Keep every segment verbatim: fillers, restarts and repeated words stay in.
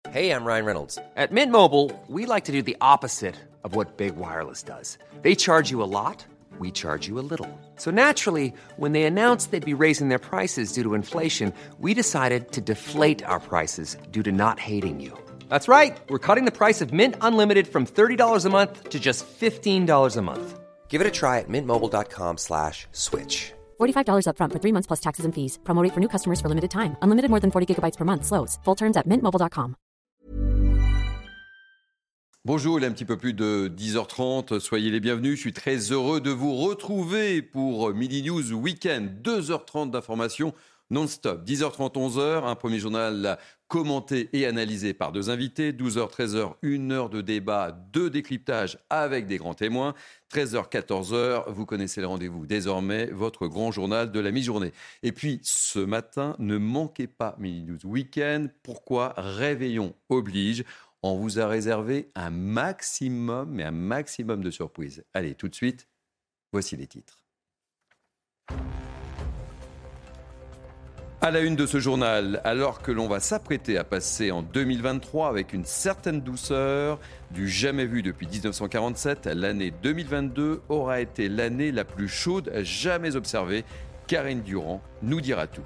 Hey, I'm Ryan Reynolds. At Mint Mobile, we like to do the opposite of what Big Wireless does. They charge you a lot, we charge you a little. So naturally, when they announced they'd be raising their prices due to inflation, we decided to deflate our prices due to not hating you. That's right. We're cutting the price of Mint Unlimited from thirty dollars a month to just fifteen dollars a month. Give it a try at mintmobile.com slash switch. forty-five dollars up front for three months plus taxes and fees. Promo rate for new customers for limited time. Unlimited more than forty gigabytes per month. Slows full terms at mint mobile dot com. Bonjour, il est un petit peu plus de dix heures trente, soyez les bienvenus, je suis très heureux de vous retrouver pour Midi News Weekend, deux heures trente d'informations non-stop, dix heures trente, onze heures, un premier journal commenté et analysé par deux invités, douze heures, treize heures, une heure de débat, deux décryptages avec des grands témoins, treize heures, quatorze heures, vous connaissez le rendez-vous désormais, votre grand journal de la mi-journée. Et puis ce matin, ne manquez pas Midi News Weekend, pourquoi Réveillon oblige. On vous a réservé un maximum, mais un maximum de surprises. Allez, tout de suite, voici les titres. À la une de ce journal, alors que l'on va s'apprêter à passer en deux mille vingt-trois avec une certaine douceur, du jamais vu depuis dix-neuf cent quarante-sept, l'année deux mille vingt-deux aura été l'année la plus chaude jamais observée. Karine Durand nous dira tout.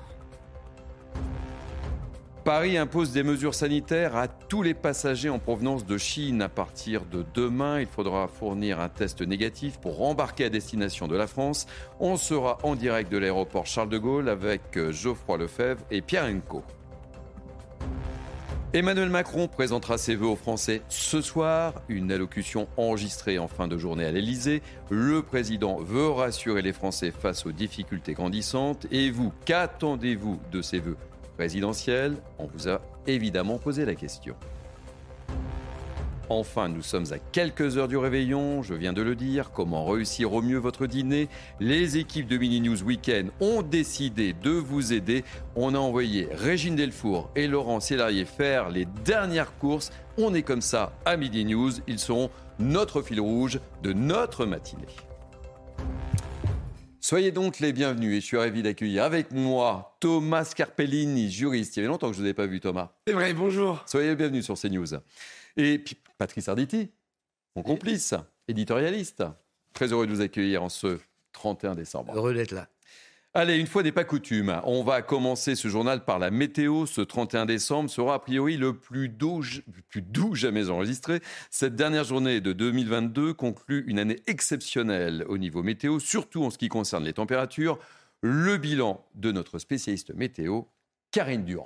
Paris impose des mesures sanitaires à tous les passagers en provenance de Chine. À partir de demain, il faudra fournir un test négatif pour embarquer à destination de la France. On sera en direct de l'aéroport Charles de Gaulle avec Geoffroy Lefebvre et Pierre Henco. Emmanuel Macron présentera ses vœux aux Français ce soir. Une allocution enregistrée en fin de journée à l'Élysée. Le président veut rassurer les Français face aux difficultés grandissantes. Et vous, qu'attendez-vous de ces vœux présidentielle, on vous a évidemment posé la question. Enfin, nous sommes à quelques heures du réveillon, je viens de le dire, comment réussir au mieux votre dîner. Les équipes de Mini News Weekend ont décidé de vous aider. On a envoyé Régine Delfour et Laurent Sélarié faire les dernières courses. On est comme ça à Midi News, ils seront notre fil rouge de notre matinée. Soyez donc les bienvenus et je suis ravi d'accueillir avec moi Thomas Scarpellini, juriste. Il y avait longtemps que je ne vous avais pas vu, Thomas. C'est vrai, bonjour. Soyez les bienvenus sur CNews. Et puis Patrice Arditi, mon complice, éditorialiste. Très heureux de vous accueillir en ce trente et un décembre. Heureux d'être là. Allez, une fois n'est pas coutume, on va commencer ce journal par la météo. Ce trente et un décembre sera a priori le plus doux, le plus doux jamais enregistré. Cette dernière journée de deux mille vingt-deux conclut une année exceptionnelle au niveau météo, surtout en ce qui concerne les températures. Le bilan de notre spécialiste météo, Karine Durand.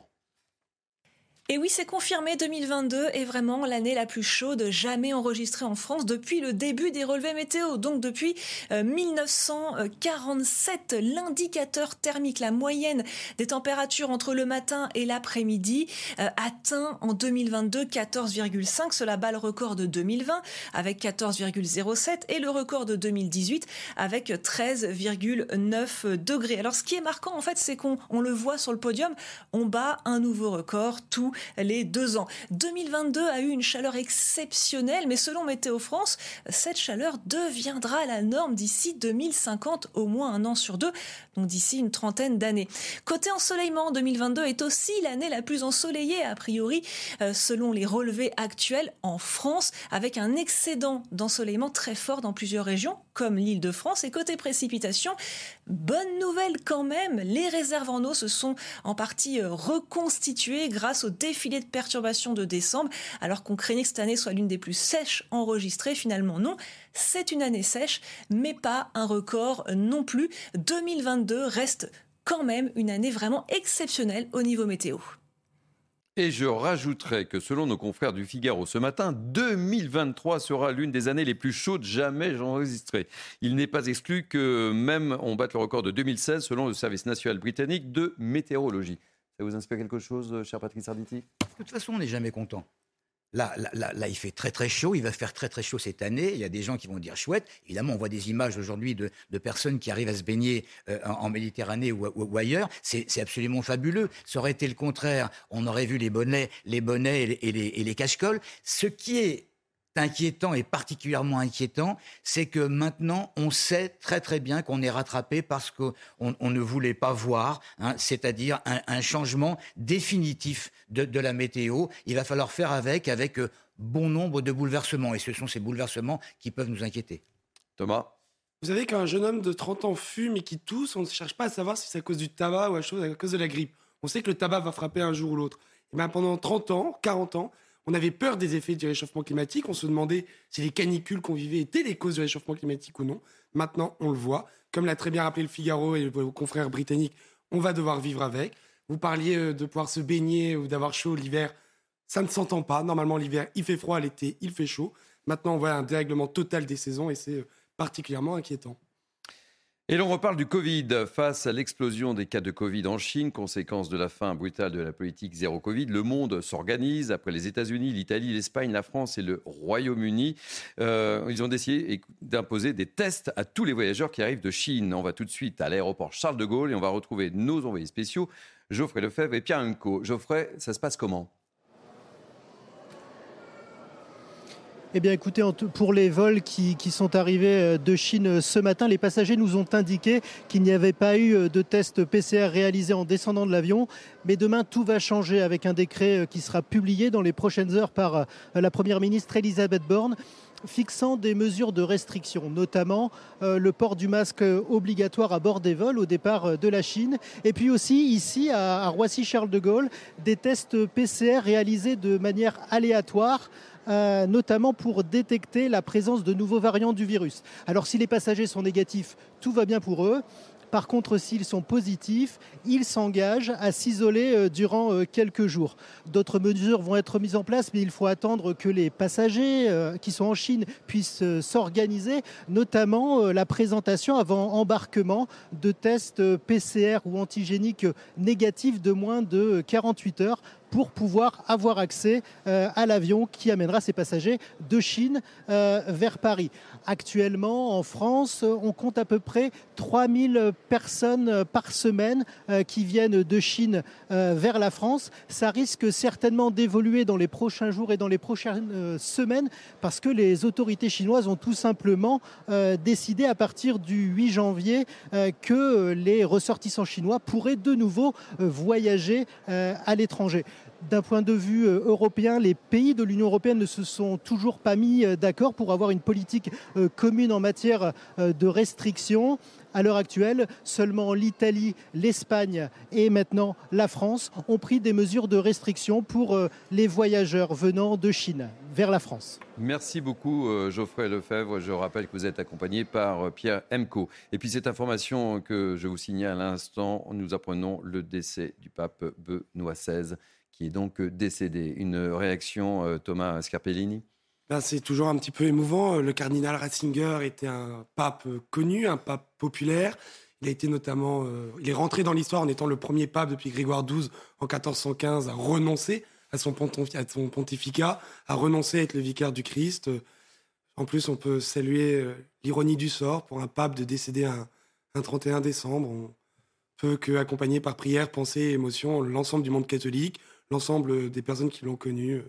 Et oui, c'est confirmé, deux mille vingt-deux est vraiment l'année la plus chaude jamais enregistrée en France depuis le début des relevés météo. Donc depuis euh, dix-neuf cent quarante-sept, l'indicateur thermique, la moyenne des températures entre le matin et l'après-midi euh, atteint en deux mille vingt-deux quatorze virgule cinq. Cela bat le record de deux mille vingt avec quatorze virgule zéro sept et le record de deux mille dix-huit avec treize virgule neuf degrés. Alors ce qui est marquant en fait, c'est qu'on on le voit sur le podium, on bat un nouveau record tout les deux ans. deux mille vingt-deux a eu une chaleur exceptionnelle, mais selon Météo France, cette chaleur deviendra la norme d'ici deux mille cinquante, au moins un an sur deux, donc d'ici une trentaine d'années. Côté ensoleillement, deux mille vingt-deux est aussi l'année la plus ensoleillée, a priori, euh, selon les relevés actuels en France, avec un excédent d'ensoleillement très fort dans plusieurs régions, comme l'Île-de-France. Et côté précipitations, bonne nouvelle quand même, les réserves en eau se sont en partie reconstituées grâce au défilé de perturbations de décembre, alors qu'on craignait que cette année soit l'une des plus sèches enregistrées. Finalement non, c'est une année sèche, mais pas un record non plus. deux mille vingt-deux reste quand même une année vraiment exceptionnelle au niveau météo. Et je rajouterai que selon nos confrères du Figaro ce matin, deux mille vingt-trois sera l'une des années les plus chaudes jamais enregistrées. Il n'est pas exclu que même on batte le record de deux mille seize selon le service national britannique de météorologie. Ça vous inspire quelque chose, cher Patrice Arditi ? De toute façon, on n'est jamais content. Là, là, là, là, il fait très très chaud, il va faire très très chaud cette année. Il y a des gens qui vont dire chouette. Évidemment, on voit des images aujourd'hui de, de personnes qui arrivent à se baigner euh, en, en Méditerranée ou, ou, ou ailleurs. C'est, c'est absolument fabuleux. Ça aurait été le contraire. On aurait vu les bonnets, les bonnets et les, et les, et les cache-cols. Ce qui est inquiétant et particulièrement inquiétant, c'est que maintenant, on sait très très bien qu'on est rattrapé parce qu'on on ne voulait pas voir, hein, c'est-à-dire un, un changement définitif de, de la météo. Il va falloir faire avec, avec euh, bon nombre de bouleversements. Et ce sont ces bouleversements qui peuvent nous inquiéter. Thomas ? Vous savez qu'un jeune homme de trente ans fume et qui tousse, on ne cherche pas à savoir si c'est à cause du tabac ou à cause de la grippe. On sait que le tabac va frapper un jour ou l'autre. Et bien pendant trente ans, quarante ans, on avait peur des effets du réchauffement climatique. On se demandait si les canicules qu'on vivait étaient les causes du réchauffement climatique ou non. Maintenant, on le voit. Comme l'a très bien rappelé le Figaro et vos confrères britanniques, on va devoir vivre avec. Vous parliez de pouvoir se baigner ou d'avoir chaud l'hiver. Ça ne s'entend pas. Normalement, l'hiver, il fait froid, l'été, il fait chaud. Maintenant, on voit un dérèglement total des saisons et c'est particulièrement inquiétant. Et l'on reparle du Covid. Face à l'explosion des cas de Covid en Chine, conséquence de la fin brutale de la politique zéro Covid, le monde s'organise. Après les États-Unis, l'Italie, l'Espagne, la France et le Royaume-Uni, euh, ils ont décidé d'imposer des tests à tous les voyageurs qui arrivent de Chine. On va tout de suite à l'aéroport Charles de Gaulle et on va retrouver nos envoyés spéciaux, Geoffrey Lefebvre et Pierre Emco. Geoffrey, ça se passe comment ? Eh bien écoutez, pour les vols qui, qui sont arrivés de Chine ce matin, les passagers nous ont indiqué qu'il n'y avait pas eu de test P C R réalisé en descendant de l'avion. Mais demain, tout va changer avec un décret qui sera publié dans les prochaines heures par la Première ministre Elisabeth Borne, fixant des mesures de restriction, notamment euh, le port du masque obligatoire à bord des vols au départ de la Chine. Et puis aussi, ici, à, à Roissy-Charles de Gaulle, des tests P C R réalisés de manière aléatoire, Euh, notamment pour détecter la présence de nouveaux variants du virus. Alors si les passagers sont négatifs, tout va bien pour eux. Par contre, s'ils sont positifs, ils s'engagent à s'isoler euh, durant euh, quelques jours. D'autres mesures vont être mises en place, mais il faut attendre que les passagers euh, qui sont en Chine puissent euh, s'organiser, notamment euh, la présentation avant embarquement de tests euh, P C R ou antigéniques négatifs de moins de quarante-huit heures pour pouvoir avoir accès euh, à l'avion qui amènera ces passagers de Chine euh, vers Paris. Actuellement, en France, on compte à peu près trois mille personnes par semaine euh, qui viennent de Chine euh, vers la France. Ça risque certainement d'évoluer dans les prochains jours et dans les prochaines euh, semaines parce que les autorités chinoises ont tout simplement euh, décidé à partir du huit janvier euh, que les ressortissants chinois pourraient de nouveau euh, voyager euh, à l'étranger. D'un point de vue euh, européen, les pays de l'Union européenne ne se sont toujours pas mis euh, d'accord pour avoir une politique euh, commune en matière euh, de restrictions. À l'heure actuelle, seulement l'Italie, l'Espagne et maintenant la France ont pris des mesures de restriction pour euh, les voyageurs venant de Chine vers la France. Merci beaucoup euh, Geoffrey Lefebvre. Je rappelle que vous êtes accompagné par euh, Pierre Emco. Et puis cette information que je vous signale à l'instant, nous apprenons le décès du pape Benoît seize qui est donc décédé. Une réaction, euh, Thomas Scarpellini ? Ben, c'est toujours un petit peu émouvant. Le cardinal Ratzinger était un pape connu, un pape populaire. Il a été notamment, euh, il est rentré dans l'histoire en étant le premier pape depuis Grégoire douze en quatorze cent quinze à renoncer à son, pontif- à son pontificat, à renoncer à être le vicaire du Christ. En plus, on peut saluer euh, l'ironie du sort pour un pape de décéder un, un trente et un décembre. On peut qu'accompagner par prière, pensée et émotion l'ensemble du monde catholique, l'ensemble des personnes qui l'ont connu.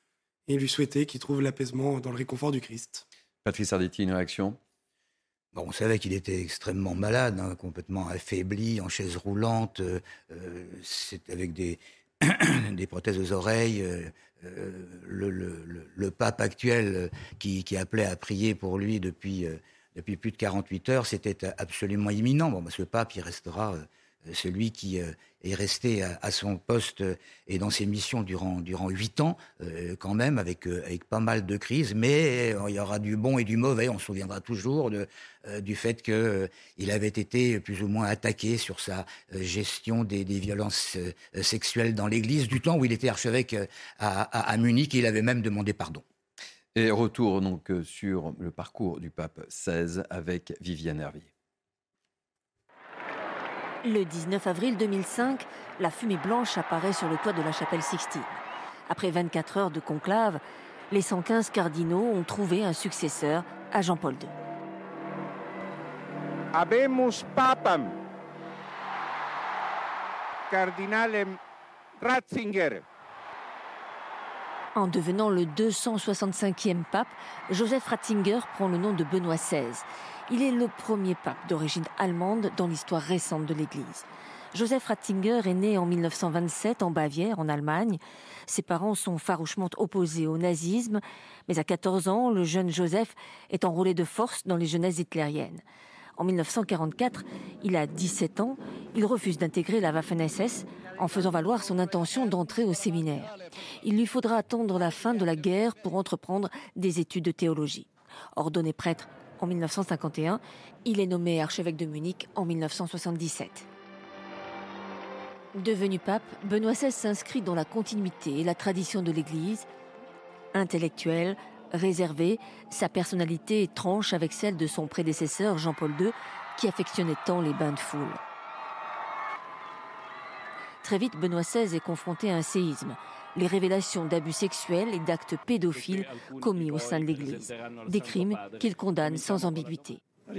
Et lui souhaiter qu'il trouve l'apaisement dans le réconfort du Christ. Patrice Arditi, une réaction ? Bon, on savait qu'il était extrêmement malade, hein, complètement affaibli, en chaise roulante, euh, c'est avec des, des prothèses aux oreilles. Euh, le, le, le, le pape actuel qui, qui appelait à prier pour lui depuis, euh, depuis plus de quarante-huit heures, c'était absolument imminent. Bon, bah, ce pape, il restera... Euh, celui qui euh, est resté à, à son poste euh, et dans ses missions durant durant huit ans, euh, quand même, avec euh, avec pas mal de crises. Mais euh, il y aura du bon et du mauvais. On se souviendra toujours de, euh, du fait que euh, il avait été plus ou moins attaqué sur sa euh, gestion des, des violences euh, sexuelles dans l'Église, du temps où il était archevêque euh, à, à, à Munich, et il avait même demandé pardon. Et retour donc sur le parcours du pape seize avec Viviane Hervier. Le dix-neuf avril deux mille cinq, la fumée blanche apparaît sur le toit de la chapelle Sixtine. Après vingt-quatre heures de conclave, les cent quinze cardinaux ont trouvé un successeur à Jean-Paul deux. Habemus papam, cardinalem Ratzinger, En devenant le deux cent soixante-cinquième pape, Joseph Ratzinger prend le nom de Benoît seize. Il est le premier pape d'origine allemande dans l'histoire récente de l'Église. Joseph Ratzinger est né en mille neuf cent vingt-sept en Bavière, en Allemagne. Ses parents sont farouchement opposés au nazisme, mais à quatorze ans, le jeune Joseph est enrôlé de force dans les jeunesses hitlériennes. En mille neuf cent quarante-quatre, il a dix-sept ans, il refuse d'intégrer la Waffen-S S en faisant valoir son intention d'entrer au séminaire. Il lui faudra attendre la fin de la guerre pour entreprendre des études de théologie. Ordonné prêtre en mille neuf cent cinquante et un, il est nommé archevêque de Munich en mille neuf cent soixante-dix-sept. Devenu pape, Benoît seize s'inscrit dans la continuité et la tradition de l'Église. Intellectuel, réservé, sa personnalité tranche avec celle de son prédécesseur Jean-Paul deux, qui affectionnait tant les bains de foule. Très vite, Benoît seize est confronté à un séisme, les révélations d'abus sexuels et d'actes pédophiles commis au sein de l'Église, des crimes qu'il condamne sans ambiguïté.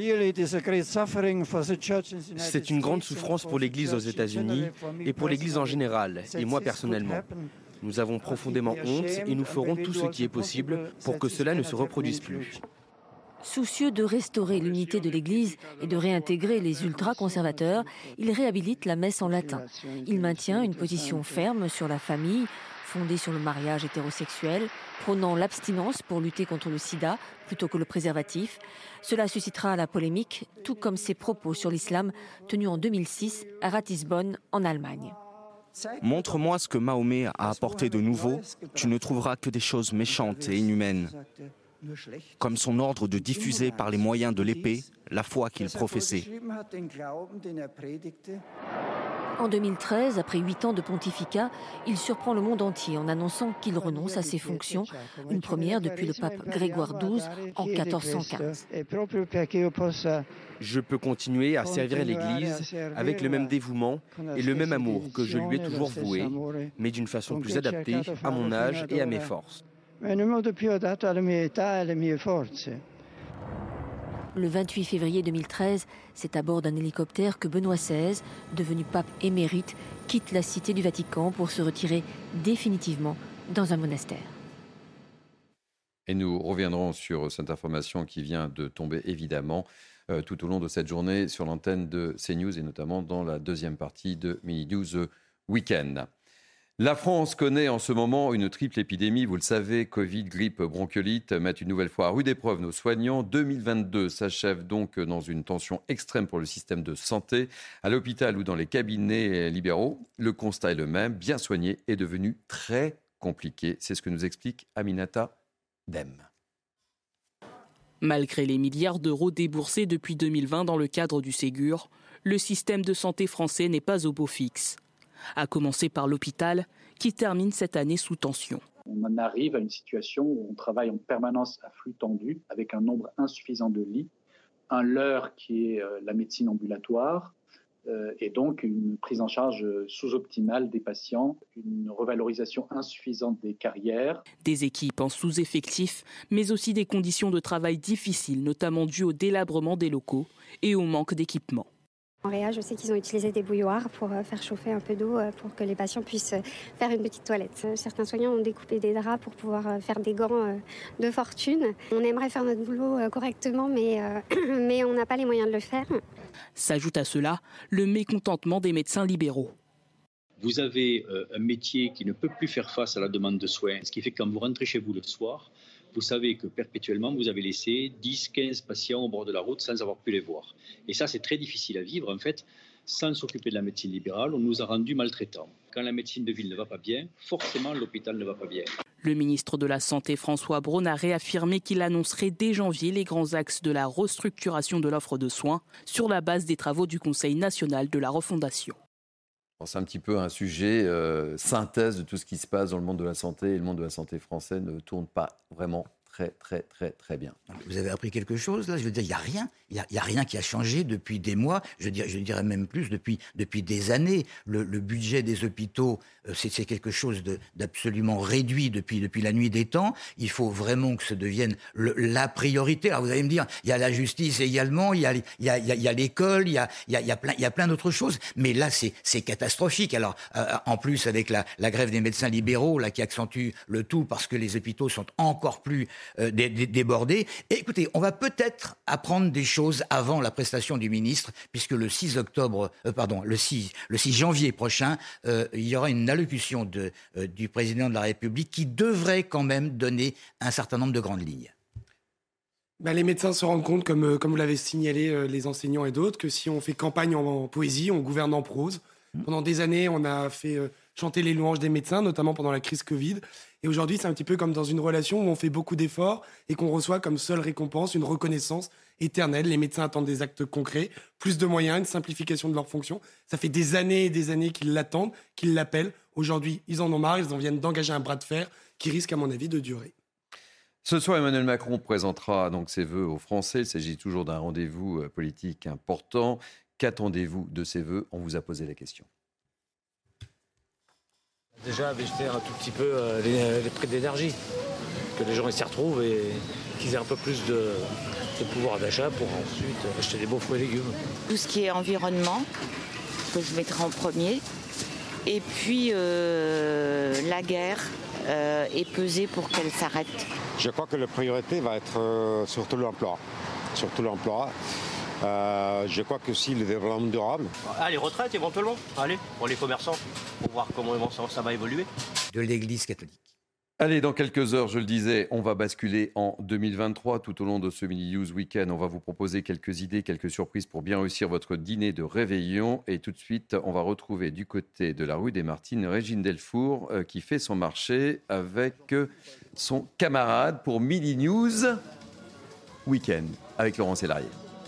C'est une grande souffrance pour l'Église aux États-Unis et pour l'Église en général, et moi personnellement. Nous avons profondément honte et nous ferons tout ce qui est possible pour que cela ne se reproduise plus. Soucieux de restaurer l'unité de l'Église et de réintégrer les ultra-conservateurs, il réhabilite la messe en latin. Il maintient une position ferme sur la famille, fondée sur le mariage hétérosexuel, prônant l'abstinence pour lutter contre le sida plutôt que le préservatif. Cela suscitera la polémique, tout comme ses propos sur l'islam tenus en deux mille six à Ratisbonne, en Allemagne. Montre-moi ce que Mahomet a apporté de nouveau, tu ne trouveras que des choses méchantes et inhumaines, comme son ordre de diffuser par les moyens de l'épée la foi qu'il professait. En deux mille treize, après huit ans de pontificat, il surprend le monde entier en annonçant qu'il renonce à ses fonctions, une première depuis le pape Grégoire douze en quatorze cent quinze. Je peux continuer à servir l'Église avec le même dévouement et le même amour que je lui ai toujours voué, mais d'une façon plus adaptée à mon âge et à mes forces. Le vingt-huit février deux mille treize, c'est à bord d'un hélicoptère que Benoît seize, devenu pape émérite, quitte la cité du Vatican pour se retirer définitivement dans un monastère. Et nous reviendrons sur cette information qui vient de tomber évidemment euh, tout au long de cette journée sur l'antenne de CNews et notamment dans la deuxième partie de Mini News Weekend. La France connaît en ce moment une triple épidémie, vous le savez, Covid, grippe, bronchiolite, mettent une nouvelle fois à rude épreuve nos soignants. deux mille vingt-deux s'achève donc dans une tension extrême pour le système de santé. À l'hôpital ou dans les cabinets libéraux, le constat est le même, bien soigné est devenu très compliqué. C'est ce que nous explique Aminata Dem. Malgré les milliards d'euros déboursés depuis deux mille vingt dans le cadre du Ségur, le système de santé français n'est pas au beau fixe. À commencer par l'hôpital, qui termine cette année sous tension. On en arrive à une situation où on travaille en permanence à flux tendu, avec un nombre insuffisant de lits, un leurre qui est la médecine ambulatoire, euh, et donc une prise en charge sous-optimale des patients, une revalorisation insuffisante des carrières. Des équipes en sous-effectif, mais aussi des conditions de travail difficiles, notamment dues au délabrement des locaux et au manque d'équipements. En réa, je sais qu'ils ont utilisé des bouilloires pour faire chauffer un peu d'eau pour que les patients puissent faire une petite toilette. Certains soignants ont découpé des draps pour pouvoir faire des gants de fortune. On aimerait faire notre boulot correctement, mais, mais on n'a pas les moyens de le faire. S'ajoute à cela le mécontentement des médecins libéraux. Vous avez un métier qui ne peut plus faire face à la demande de soins, ce qui fait que quand vous rentrez chez vous le soir, vous savez que perpétuellement, vous avez laissé dix, quinze patients au bord de la route sans avoir pu les voir. Et ça, c'est très difficile à vivre. En fait, sans s'occuper de la médecine libérale, on nous a rendus maltraitants. Quand la médecine de ville ne va pas bien, forcément, l'hôpital ne va pas bien. Le ministre de la Santé, François Braun, a réaffirmé qu'il annoncerait dès janvier les grands axes de la restructuration de l'offre de soins sur la base des travaux du Conseil national de la refondation. C'est un petit peu un sujet euh, synthèse de tout ce qui se passe dans le monde de la santé. Et le monde de la santé français ne tourne pas vraiment très, très, très, très bien. Vous avez appris quelque chose, là? Je veux dire, il n'y a rien. Il n'y a, a rien qui a changé depuis des mois. Je dirais, je dirais même plus, depuis, depuis des années. Le, le budget des hôpitaux, euh, c'est, c'est quelque chose de, d'absolument réduit depuis, depuis la nuit des temps. Il faut vraiment que ça devienne le, la priorité. Alors, vous allez me dire, il y a la justice également, il y a, il y a, il y a, il y a l'école, il y a, il y a, il y a plein, il y a plein d'autres choses. Mais là, c'est, c'est catastrophique. Alors, euh, en plus, avec la, la grève des médecins libéraux, là, qui accentue le tout parce que les hôpitaux sont encore plus euh, dé, dé, débordés. Et écoutez, on va peut-être apprendre des choses avant la prestation du ministre, puisque le six octobre, euh, pardon, le six, le six janvier prochain, euh, il y aura une allocution de, euh, du président de la République qui devrait quand même donner un certain nombre de grandes lignes. Ben, les médecins se rendent compte, comme, comme vous l'avez signalé, euh, les enseignants et d'autres, que si on fait campagne en, en poésie, on gouverne en prose. Mmh. Pendant des années, on a fait euh, chanter les louanges des médecins, notamment pendant la crise Covid. Et aujourd'hui, c'est un petit peu comme dans une relation où on fait beaucoup d'efforts et qu'on reçoit comme seule récompense une reconnaissance éternelle. Les médecins attendent des actes concrets, plus de moyens, une simplification de leurs fonctions. Ça fait des années et des années qu'ils l'attendent, qu'ils l'appellent. Aujourd'hui, ils en ont marre, ils en viennent d'engager un bras de fer qui risque, à mon avis, de durer. Ce soir, Emmanuel Macron présentera donc ses vœux aux Français. Il s'agit toujours d'un rendez-vous politique important. Qu'attendez-vous de ces vœux? On vous a posé la question. Déjà, baisser un tout petit peu euh, les, les prix de l'énergie, que les gens s'y retrouvent et qu'ils aient un peu plus de, de pouvoir d'achat pour ensuite acheter des beaux fruits et légumes. Tout ce qui est environnement, que je mettrai en premier. Et puis euh, la guerre euh, est pesée pour qu'elle s'arrête. Je crois que la priorité va être euh, surtout l'emploi. Surtout l'emploi. Euh, je crois que si le développement durable. Ah, les retraites éventuellement. Allez, pour les commerçants, pour voir comment ça, ça va évoluer. De l'Église catholique. Allez, dans quelques heures, je le disais, on va basculer en deux mille vingt-trois. Tout au long de ce Mini News Weekend, on va vous proposer quelques idées, quelques surprises pour bien réussir votre dîner de réveillon. Et tout de suite, on va retrouver du côté de la rue des Martines, Régine Delfour, euh, qui fait son marché avec euh, son camarade pour Mini News Weekend, avec Laurent Sélarié.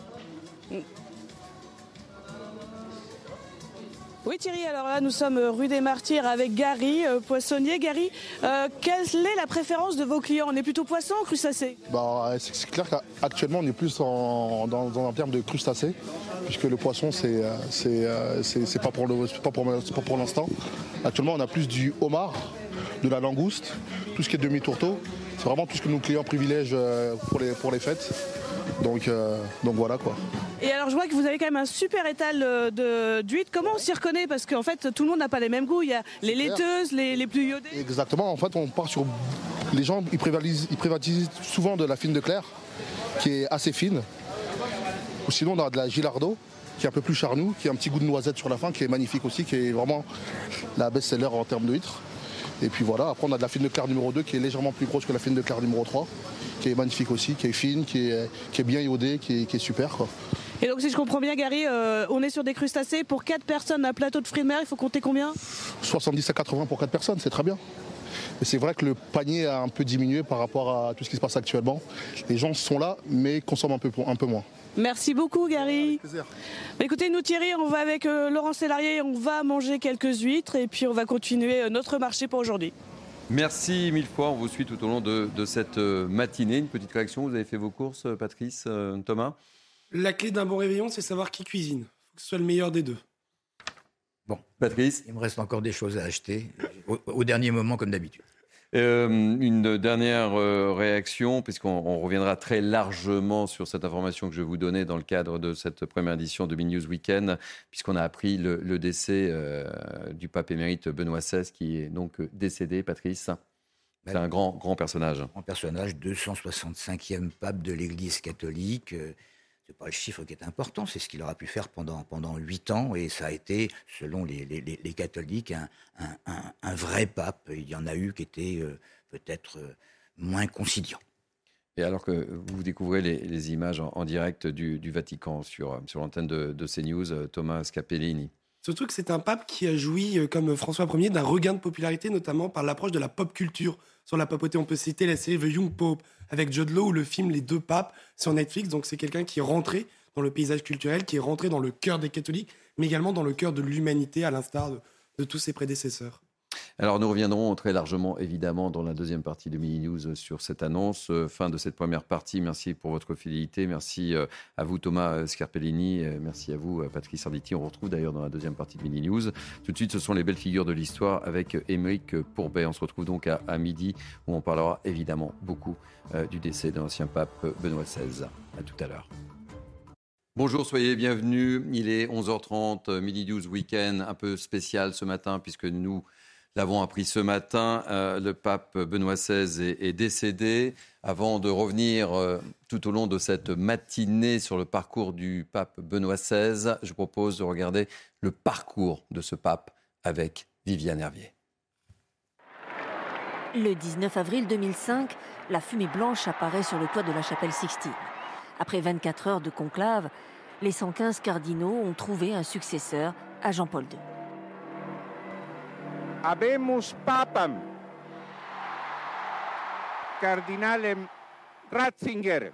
Oui Thierry, alors là nous sommes rue des Martyrs avec Gary, euh, poissonnier. Gary, euh, quelle est la préférence de vos clients? On est plutôt poisson ou crustacé? Bah, c'est, c'est clair qu'actuellement on est plus en, dans, dans un terme de crustacé, puisque le poisson c'est, c'est, c'est, c'est, pas, pour le, c'est, pas, pour, c'est pas pour l'instant. Actuellement on a plus du homard, de la langouste, tout ce qui est demi-tourteau. C'est vraiment tout ce que nos clients privilègent pour les, pour les fêtes. Donc, euh, donc voilà quoi. Et alors je vois que vous avez quand même un super étal de, d'huîtres. Comment on s'y reconnaît? Parce qu'en fait tout le monde n'a pas les mêmes goûts. Il y a les laiteuses, les, les plus iodées. Exactement, en fait on part sur... Les gens ils privatisent, ils privatisent souvent de la fine de Claire, qui est assez fine. Ou sinon on a de la Gilardo, qui est un peu plus charnou, qui a un petit goût de noisette sur la fin, qui est magnifique aussi, qui est vraiment la best-seller en termes de huîtres. Et puis voilà, après on a de la fine de Claire numéro deux qui est légèrement plus grosse que la fine de Claire numéro trois, qui est magnifique aussi, qui est fine, qui est, qui est bien iodée, qui est, qui est super quoi. Et donc si je comprends bien Gary, euh, on est sur des crustacés. Pour quatre personnes, un plateau de fruits de mer, il faut compter combien? soixante-dix à quatre-vingts pour quatre personnes, c'est très bien. Mais c'est vrai que le panier a un peu diminué par rapport à tout ce qui se passe actuellement. Les gens sont là, mais consomment un peu, un peu moins. Merci beaucoup Gary. Avec plaisir. Écoutez, nous Thierry, on va avec euh, Laurent Sélarié, on va manger quelques huîtres et puis on va continuer euh, notre marché pour aujourd'hui. Merci mille fois, on vous suit tout au long de, de cette matinée. Une petite réaction, vous avez fait vos courses, Patrice, euh, Thomas? La clé d'un bon réveillon, c'est savoir qui cuisine. Il faut que ce soit le meilleur des deux. Bon, Patrice, il me reste encore des choses à acheter, au, au dernier moment comme d'habitude. Euh, une dernière euh, réaction, puisqu'on on reviendra très largement sur cette information que je vais vous donner dans le cadre de cette première édition de Mini News Weekend, puisqu'on a appris le, le décès euh, du pape émérite Benoît seize, qui est donc décédé, Patrice. C'est ben, un grand, grand personnage. Un grand personnage, deux cent soixante-cinquième pape de l'Église catholique. Euh, c'est pas le chiffre qui est important, c'est ce qu'il aura pu faire pendant pendant huit ans, et ça a été, selon les, les, les catholiques, un, un, un, un vrai pape. Il y en a eu qui étaient euh, peut-être euh, moins conciliants. Et alors que vous découvrez les, les images en, en direct du, du Vatican sur, sur l'antenne de, de CNews, Thomas Scapellini. Surtout que c'est un pape qui a joui, comme François Ier, d'un regain de popularité, notamment par l'approche de la pop culture. Sur la papauté, on peut citer la série The Young Pope avec Jude Law ou le film Les Deux Papes sur Netflix. Donc c'est quelqu'un qui est rentré dans le paysage culturel, qui est rentré dans le cœur des catholiques, mais également dans le cœur de l'humanité, à l'instar de, de tous ses prédécesseurs. Alors nous reviendrons très largement évidemment dans la deuxième partie de Mini News sur cette annonce. Euh, fin de cette première partie, merci pour votre fidélité, merci euh, à vous Thomas Scarpellini, euh, merci à vous euh, Patrice Arditi. On retrouve d'ailleurs dans la deuxième partie de Mini News. Tout de suite ce sont les belles figures de l'histoire avec Aymeric Pourbet. On se retrouve donc à, à midi où on parlera évidemment beaucoup euh, du décès de l'ancien pape Benoît seize. À tout à l'heure. Bonjour, soyez bienvenus. Il est onze heures trente, Mini News Week-end, un peu spécial ce matin puisque nous l'avons appris ce matin, euh, le pape Benoît seize est, est décédé. Avant de revenir euh, tout au long de cette matinée sur le parcours du pape Benoît seize, je vous propose de regarder le parcours de ce pape avec Viviane Hervier. Le dix-neuf avril deux mille cinq, la fumée blanche apparaît sur le toit de la chapelle Sixtine. Après vingt-quatre heures de conclave, les cent quinze cardinaux ont trouvé un successeur à Jean-Paul deux. Habemus papam, cardinalem Ratzinger.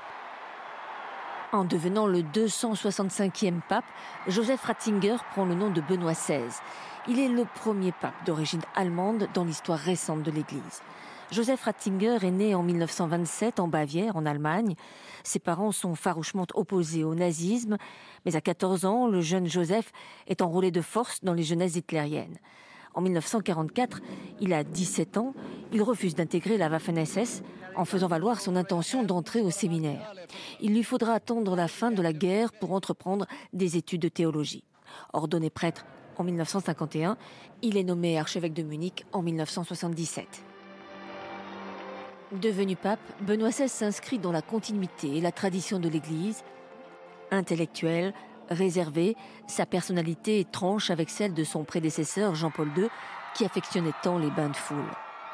En devenant le deux cent soixante-cinquième pape, Joseph Ratzinger prend le nom de Benoît seize. Il est le premier pape d'origine allemande dans l'histoire récente de l'Église. Joseph Ratzinger est né en mille neuf cent vingt-sept en Bavière, en Allemagne. Ses parents sont farouchement opposés au nazisme, mais à quatorze ans, le jeune Joseph est enrôlé de force dans les jeunesses hitlériennes. En mille neuf cent quarante-quatre, il a dix-sept ans, il refuse d'intégrer la Waffen-S S en faisant valoir son intention d'entrer au séminaire. Il lui faudra attendre la fin de la guerre pour entreprendre des études de théologie. Ordonné prêtre en mille neuf cent cinquante et un, il est nommé archevêque de Munich en mille neuf cent soixante-dix-sept. Devenu pape, Benoît seize s'inscrit dans la continuité et la tradition de l'Église. Intellectuel, réservé, sa personnalité tranche avec celle de son prédécesseur Jean-Paul deux, qui affectionnait tant les bains de foule.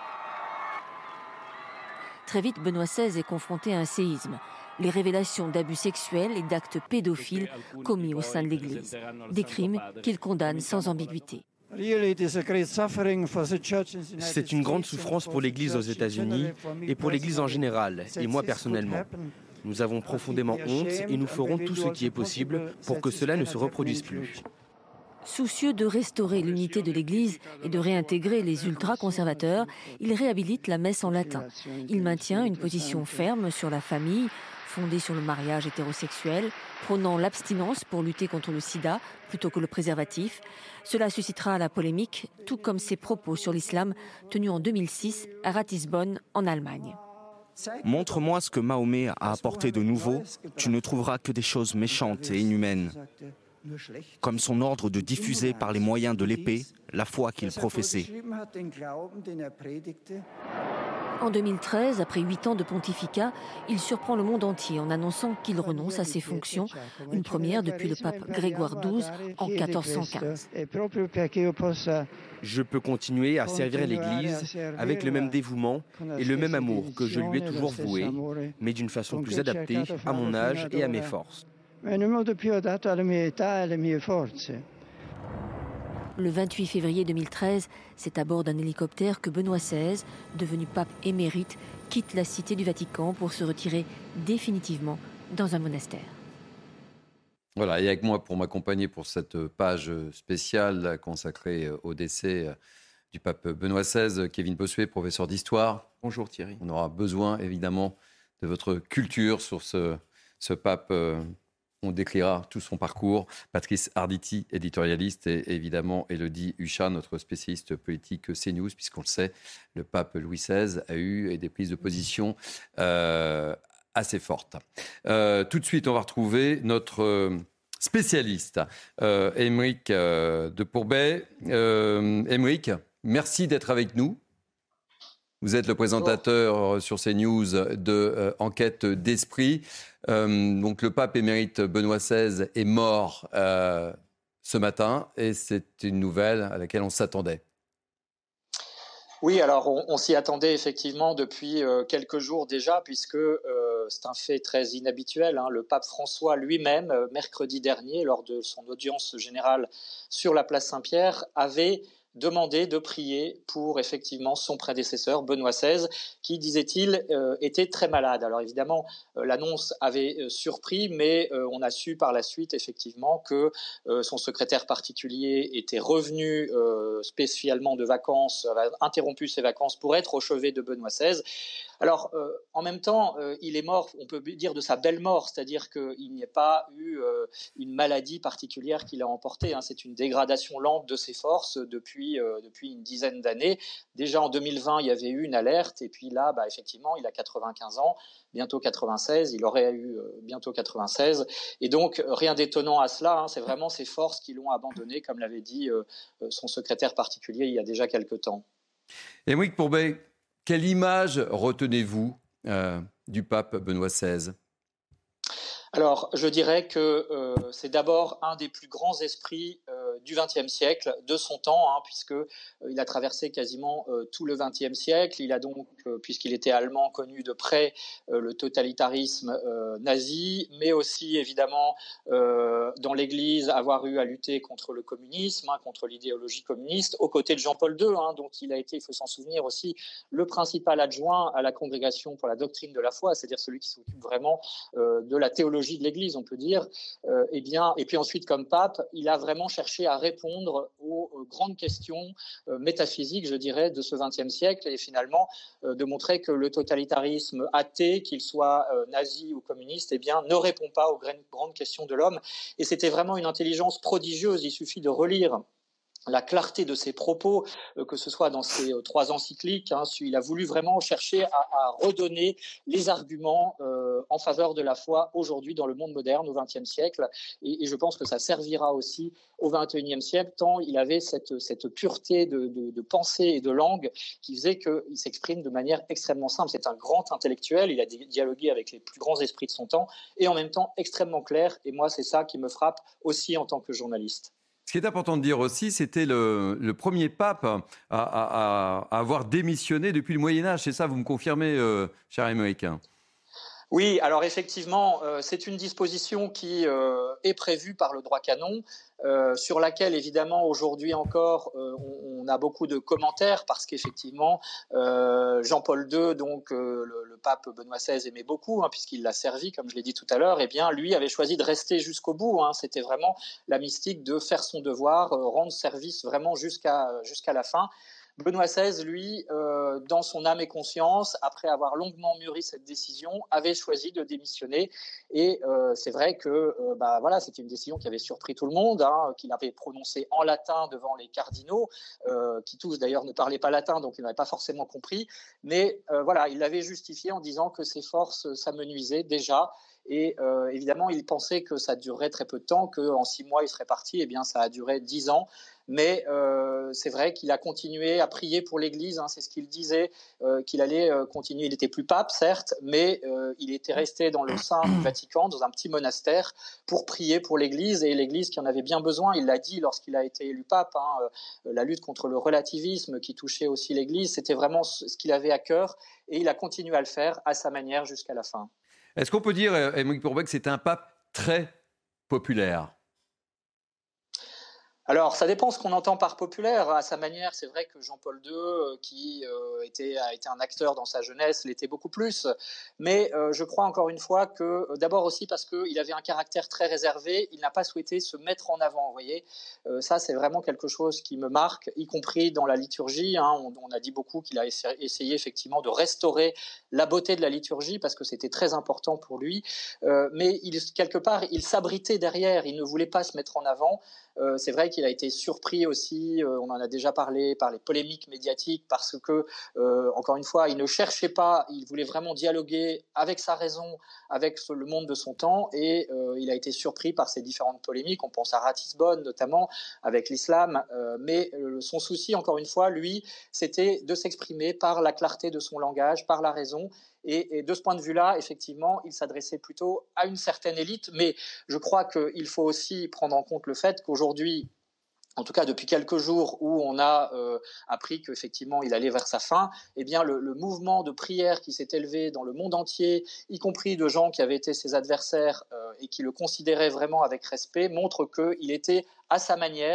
Très vite, Benoît seize est confronté à un séisme, les révélations d'abus sexuels et d'actes pédophiles commis au sein de l'Église, des crimes qu'il condamne sans ambiguïté. C'est une grande souffrance pour l'Église aux États-Unis et pour l'Église en général, et moi personnellement. Nous avons profondément honte et nous ferons tout ce qui est possible pour que cela ne se reproduise plus. Soucieux de restaurer l'unité de l'Église et de réintégrer les ultra-conservateurs, il réhabilite la messe en latin. Il maintient une position ferme sur la famille, fondée sur le mariage hétérosexuel, prônant l'abstinence pour lutter contre le sida plutôt que le préservatif. Cela suscitera la polémique, tout comme ses propos sur l'islam tenus en deux mille six à Ratisbonne, en Allemagne. Montre-moi ce que Mahomet a apporté de nouveau, tu ne trouveras que des choses méchantes et inhumaines. Comme son ordre de diffuser par les moyens de l'épée la foi qu'il professait. En deux mille treize, après huit ans de pontificat, il surprend le monde entier en annonçant qu'il renonce à ses fonctions, une première depuis le pape Grégoire douze en quatorze cent quinze. Je peux continuer à servir l'Église avec le même dévouement et le même amour que je lui ai toujours voué, mais d'une façon plus adaptée à mon âge et à mes forces. Le vingt-huit février deux mille treize, c'est à bord d'un hélicoptère que Benoît seize, devenu pape émérite, quitte la cité du Vatican pour se retirer définitivement dans un monastère. Voilà, et avec moi pour m'accompagner pour cette page spéciale consacrée au décès du pape Benoît seize, Kevin Bossuet, professeur d'histoire. Bonjour Thierry. On aura besoin évidemment de votre culture sur ce, ce pape. On décrira tout son parcours. Patrice Arditi, éditorialiste, et évidemment Élodie Huchat, notre spécialiste politique CNews, puisqu'on le sait, le pape Louis seize a eu des prises de position euh, assez fortes. Euh, tout de suite, on va retrouver notre spécialiste, euh, Aymeric euh, de Pourbet. Euh, Aymeric, merci d'être avec nous. Vous êtes le présentateur sur CNews de euh, Enquête d'Esprit. Euh, donc le pape émérite Benoît seize est mort euh, ce matin et c'est une nouvelle à laquelle on s'attendait. Oui, alors on, on s'y attendait effectivement depuis euh, quelques jours déjà, puisque euh, c'est un fait très inhabituel. Hein. Le pape François lui-même, euh, mercredi dernier, lors de son audience générale sur la place Saint-Pierre, avait demandé de prier pour effectivement son prédécesseur, Benoît seize, qui, disait-il, euh, était très malade. Alors évidemment, euh, l'annonce avait euh, surpris, mais euh, on a su par la suite effectivement que euh, son secrétaire particulier était revenu euh, spécialement de vacances, avait interrompu ses vacances pour être au chevet de Benoît seize. Alors, euh, en même temps, euh, il est mort, on peut dire de sa belle mort, c'est-à-dire qu'il n'y a pas eu euh, une maladie particulière qui l'a emporté. Hein. C'est une dégradation lente de ses forces depuis, euh, depuis une dizaine d'années. Déjà en deux mille vingt, il y avait eu une alerte, et puis là, bah, effectivement, il a quatre-vingt-quinze ans, bientôt quatre-vingt-seize, il aurait eu euh, bientôt quatre-vingt-seize. Et donc, rien d'étonnant à cela, hein, c'est vraiment ses forces qui l'ont abandonné, comme l'avait dit euh, son secrétaire particulier il y a déjà quelque temps. Aymeric Pourbet, quelle image retenez-vous euh, du pape Benoît seize ? Alors, je dirais que euh, c'est d'abord un des plus grands esprits euh, du vingtième siècle, de son temps, hein, puisque euh, il a traversé quasiment euh, tout le vingtième siècle. Il a donc, euh, puisqu'il était allemand, connu de près euh, le totalitarisme euh, nazi, mais aussi évidemment euh, dans l'Église avoir eu à lutter contre le communisme, hein, contre l'idéologie communiste, aux côtés de Jean-Paul deux, hein, dont il a été, il faut s'en souvenir aussi, le principal adjoint à la Congrégation pour la doctrine de la foi, c'est-à-dire celui qui s'occupe vraiment euh, de la théologie de l'Église, on peut dire, euh, eh bien, et puis ensuite comme pape, il a vraiment cherché à répondre aux, aux grandes questions euh, métaphysiques, je dirais, de ce vingtième siècle, et finalement euh, de montrer que le totalitarisme athée, qu'il soit euh, nazi ou communiste, eh bien, ne répond pas aux grandes questions de l'homme. Et c'était vraiment une intelligence prodigieuse. Il suffit de relire la clarté de ses propos, euh, que ce soit dans ses euh, trois encycliques. Hein, il a voulu vraiment chercher à, à redonner les arguments euh, en faveur de la foi aujourd'hui dans le monde moderne, au vingtième siècle. Et, et je pense que ça servira aussi au vingt et unième siècle, tant il avait cette, cette pureté de, de, de pensée et de langue qui faisait qu'il s'exprime de manière extrêmement simple. C'est un grand intellectuel, il a dialogué avec les plus grands esprits de son temps, et en même temps extrêmement clair. Et moi, c'est ça qui me frappe aussi en tant que journaliste. Ce qui est important de dire aussi, c'était le, le premier pape à, à, à avoir démissionné depuis le Moyen-Âge. C'est ça, vous me confirmez, euh, cher Aymeric ? Oui, alors effectivement, euh, c'est une disposition qui euh, est prévue par le droit canon, euh, sur laquelle évidemment aujourd'hui encore euh, on, on a beaucoup de commentaires parce qu'effectivement euh, Jean-Paul deux, donc euh, le, le pape Benoît seize aimait beaucoup, hein, puisqu'il l'a servi, comme je l'ai dit tout à l'heure, et eh bien lui avait choisi de rester jusqu'au bout. Hein, c'était vraiment la mystique de faire son devoir, euh, rendre service vraiment jusqu'à jusqu'à la fin. Benoît seize, lui, euh, dans son âme et conscience, après avoir longuement mûri cette décision, avait choisi de démissionner. Et euh, c'est vrai que euh, bah, voilà, c'était une décision qui avait surpris tout le monde, hein, qu'il avait prononcée en latin devant les cardinaux, euh, qui tous d'ailleurs ne parlaient pas latin, donc ils n'avaient pas forcément compris. Mais euh, voilà, il l'avait justifié en disant que ses forces s'amenuisaient déjà. Et euh, évidemment, il pensait que ça durerait très peu de temps, qu'en six mois, il serait parti. Eh bien, ça a duré dix ans. Mais euh, c'est vrai qu'il a continué à prier pour l'Église, hein, c'est ce qu'il disait, euh, qu'il allait euh, continuer. Il n'était plus pape, certes, mais euh, il était resté dans le sein du Vatican, dans un petit monastère, pour prier pour l'Église, et l'Église qui en avait bien besoin. Il l'a dit lorsqu'il a été élu pape, hein, euh, la lutte contre le relativisme qui touchait aussi l'Église, c'était vraiment ce qu'il avait à cœur, et il a continué à le faire à sa manière jusqu'à la fin. Est-ce qu'on peut dire, Aymeric Pourbet, que c'est un pape très populaire ? Alors, ça dépend ce qu'on entend par populaire. À sa manière, c'est vrai que Jean-Paul deux, qui euh, était, a été un acteur dans sa jeunesse, l'était beaucoup plus. Mais euh, je crois encore une fois que, d'abord aussi parce qu'il avait un caractère très réservé, il n'a pas souhaité se mettre en avant. Vous voyez, euh, ça, c'est vraiment quelque chose qui me marque, y compris dans la liturgie. Hein. On, on a dit beaucoup qu'il a essayé effectivement de restaurer la beauté de la liturgie parce que c'était très important pour lui. Euh, mais il, quelque part, il s'abritait derrière, il ne voulait pas se mettre en avant. Euh, c'est vrai qu'il a été surpris aussi, euh, on en a déjà parlé, par les polémiques médiatiques parce que, euh, encore une fois, il ne cherchait pas, il voulait vraiment dialoguer avec sa raison, avec le monde de son temps, et euh, il a été surpris par ces différentes polémiques. On pense à Ratisbonne notamment, avec l'islam, euh, mais euh, son souci, encore une fois, lui, c'était de s'exprimer par la clarté de son langage, par la raison. Et, et de ce point de vue-là, effectivement, il s'adressait plutôt à une certaine élite, mais je crois qu'il faut aussi prendre en compte le fait qu'aujourd'hui, en tout cas depuis quelques jours où on a euh, appris qu'effectivement il allait vers sa fin, eh bien le, le mouvement de prière qui s'est élevé dans le monde entier, y compris de gens qui avaient été ses adversaires euh, et qui le considéraient vraiment avec respect, montre qu'il était à sa manière, euh,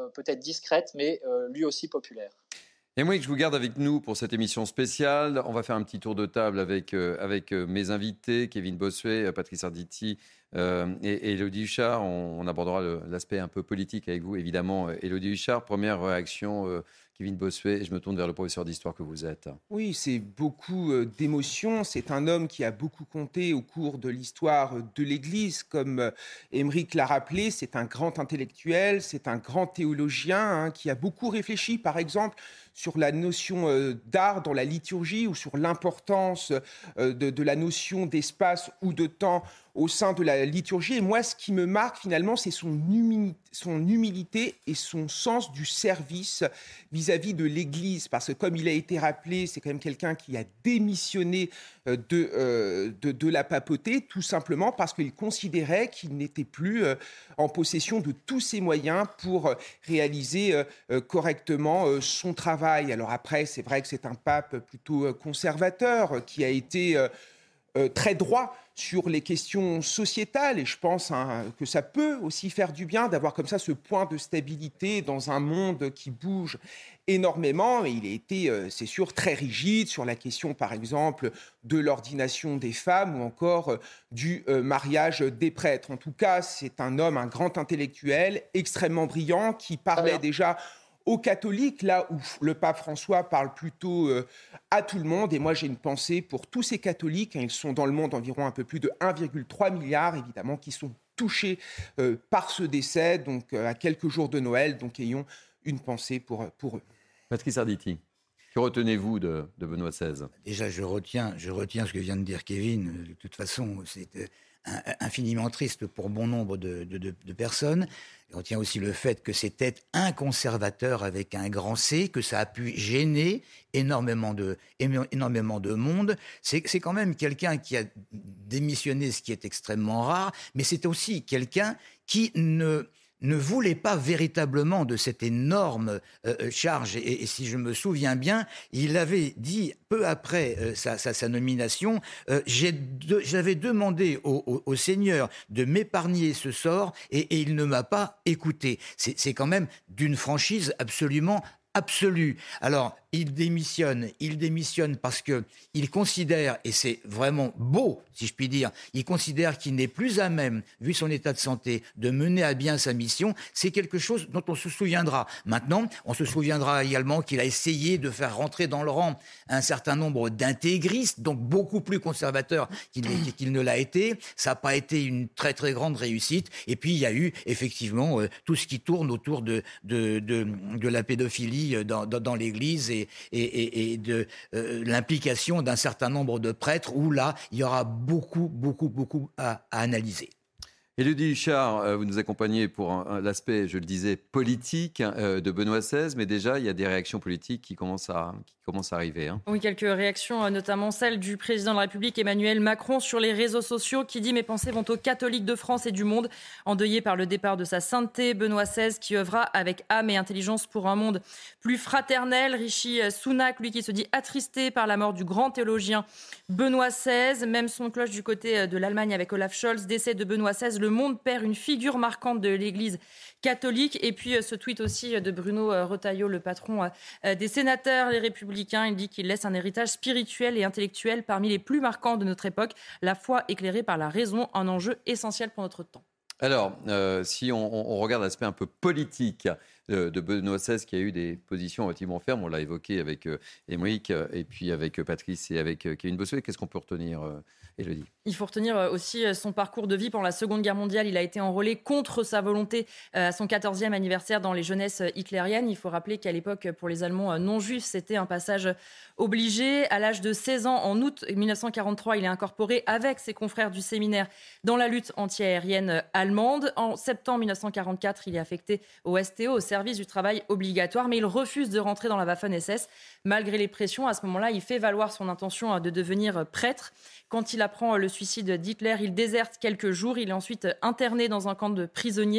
peut-être discrète, mais euh, lui aussi populaire. Et moi, je vous garde avec nous pour cette émission spéciale. On va faire un petit tour de table avec, euh, avec euh, mes invités, Kevin Bossuet, Patrice Arditi euh, et, et Élodie Huchard. On, on abordera le, l'aspect un peu politique avec vous, évidemment. Élodie Huchard, première réaction, euh, Kevin Bossuet, et je me tourne vers le professeur d'histoire que vous êtes. Oui, c'est beaucoup euh, d'émotions. C'est un homme qui a beaucoup compté au cours de l'histoire de l'Église. Comme euh, Émeric l'a rappelé, c'est un grand intellectuel, c'est un grand théologien hein, qui a beaucoup réfléchi, par exemple, sur la notion euh, d'art dans la liturgie ou sur l'importance euh, de, de la notion d'espace ou de temps au sein de la liturgie. Et moi, ce qui me marque finalement, c'est son humilité, son humilité et son sens du service vis-à-vis de l'Église. Parce que comme il a été rappelé, c'est quand même quelqu'un qui a démissionné euh, de, euh, de, de la papauté, tout simplement parce qu'il considérait qu'il n'était plus euh, en possession de tous ses moyens pour euh, réaliser euh, correctement euh, son travail. Alors après, c'est vrai que c'est un pape plutôt euh, conservateur euh, qui a été euh, euh, très droit sur les questions sociétales, et je pense hein, que ça peut aussi faire du bien d'avoir comme ça ce point de stabilité dans un monde qui bouge énormément. Et il a été, euh, c'est sûr, très rigide sur la question, par exemple, de l'ordination des femmes ou encore euh, du euh, mariage des prêtres. En tout cas, c'est un homme, un grand intellectuel, extrêmement brillant, qui parlait déjà aux catholiques, là où le pape François parle plutôt euh, à tout le monde. Et moi, j'ai une pensée pour tous ces catholiques. Hein, ils sont dans le monde environ un peu plus de un virgule trois milliard, évidemment, qui sont touchés euh, par ce décès, donc euh, à quelques jours de Noël. Donc, ayons une pensée pour, pour eux. Patrice Arditi, que retenez-vous de, de Benoît seize ? Déjà, je retiens, je retiens ce que vient de dire Kevin. De toute façon, c'est euh, infiniment triste pour bon nombre de, de, de, de personnes. Je retiens aussi le fait que c'était un conservateur avec un grand C, que ça a pu gêner énormément de, énormément de monde. C'est, c'est quand même quelqu'un qui a démissionné, ce qui est extrêmement rare, mais c'est aussi quelqu'un qui ne... ne voulait pas véritablement de cette énorme euh, charge. Et, et si je me souviens bien, il avait dit, peu après euh, sa, sa, sa nomination, euh, j'ai de, j'avais demandé au, au, au Seigneur de m'épargner ce sort et, et il ne m'a pas écouté. C'est, c'est quand même d'une franchise absolument absolue. Alors, il démissionne, il démissionne parce que il considère, et c'est vraiment beau, si je puis dire, il considère qu'il n'est plus à même, vu son état de santé, de mener à bien sa mission. C'est quelque chose dont on se souviendra. Maintenant, on se souviendra également qu'il a essayé de faire rentrer dans le rang un certain nombre d'intégristes, donc beaucoup plus conservateurs qu'il, qu'il ne l'a été. Ça n'a pas été une très très grande réussite. Et puis, il y a eu effectivement euh, tout ce qui tourne autour de, de, de, de la pédophilie dans, dans, dans l'Église et Et, et, et de euh, l'implication d'un certain nombre de prêtres où là, il y aura beaucoup, beaucoup, beaucoup à, à analyser. Élodie Huchard, vous nous accompagnez pour un, un, l'aspect, je le disais, politique euh, de Benoît seize, mais déjà, il y a des réactions politiques qui commencent à, qui commencent à arriver. Hein. Oui, quelques réactions, notamment celle du président de la République, Emmanuel Macron, sur les réseaux sociaux, qui dit « Mes pensées vont aux catholiques de France et du monde, endeuillés par le départ de sa sainteté, Benoît seize, qui œuvra avec âme et intelligence pour un monde plus fraternel. » Rishi Sunak, lui, qui se dit attristé par la mort du grand théologien Benoît seize. Même son cloche du côté de l'Allemagne avec Olaf Scholz, décès de Benoît seize, le monde perd une figure marquante de l'Église catholique. Et puis ce tweet aussi de Bruno Retailleau, le patron des sénateurs Les Républicains. Il dit qu'il laisse un héritage spirituel et intellectuel parmi les plus marquants de notre époque. La foi éclairée par la raison, un enjeu essentiel pour notre temps. Alors, euh, si on, on regarde l'aspect un peu politique de, de Benoît seize, qui a eu des positions relativement fermes, on l'a évoqué avec euh, Émeric, et puis avec Patrice et avec euh, Kevin Bossuet, qu'est-ce qu'on peut retenir, euh, Élodie ? Il faut retenir aussi son parcours de vie pendant la Seconde Guerre mondiale. Il a été enrôlé contre sa volonté à son quatorzième anniversaire dans les jeunesses hitlériennes. Il faut rappeler qu'à l'époque, pour les Allemands non-juifs, c'était un passage obligé. À l'âge de seize ans, en août dix-neuf cent quarante-trois, il est incorporé avec ses confrères du séminaire dans la lutte anti-aérienne allemande. En septembre dix-neuf cent quarante-quatre, il est affecté au S T O, au service du travail obligatoire, mais il refuse de rentrer dans la Waffen-S S. Malgré les pressions, à ce moment-là, il fait valoir son intention de devenir prêtre. Quand il apprend le suicide d'Hitler, il déserte quelques jours. Il est ensuite interné dans un camp de prisonniers.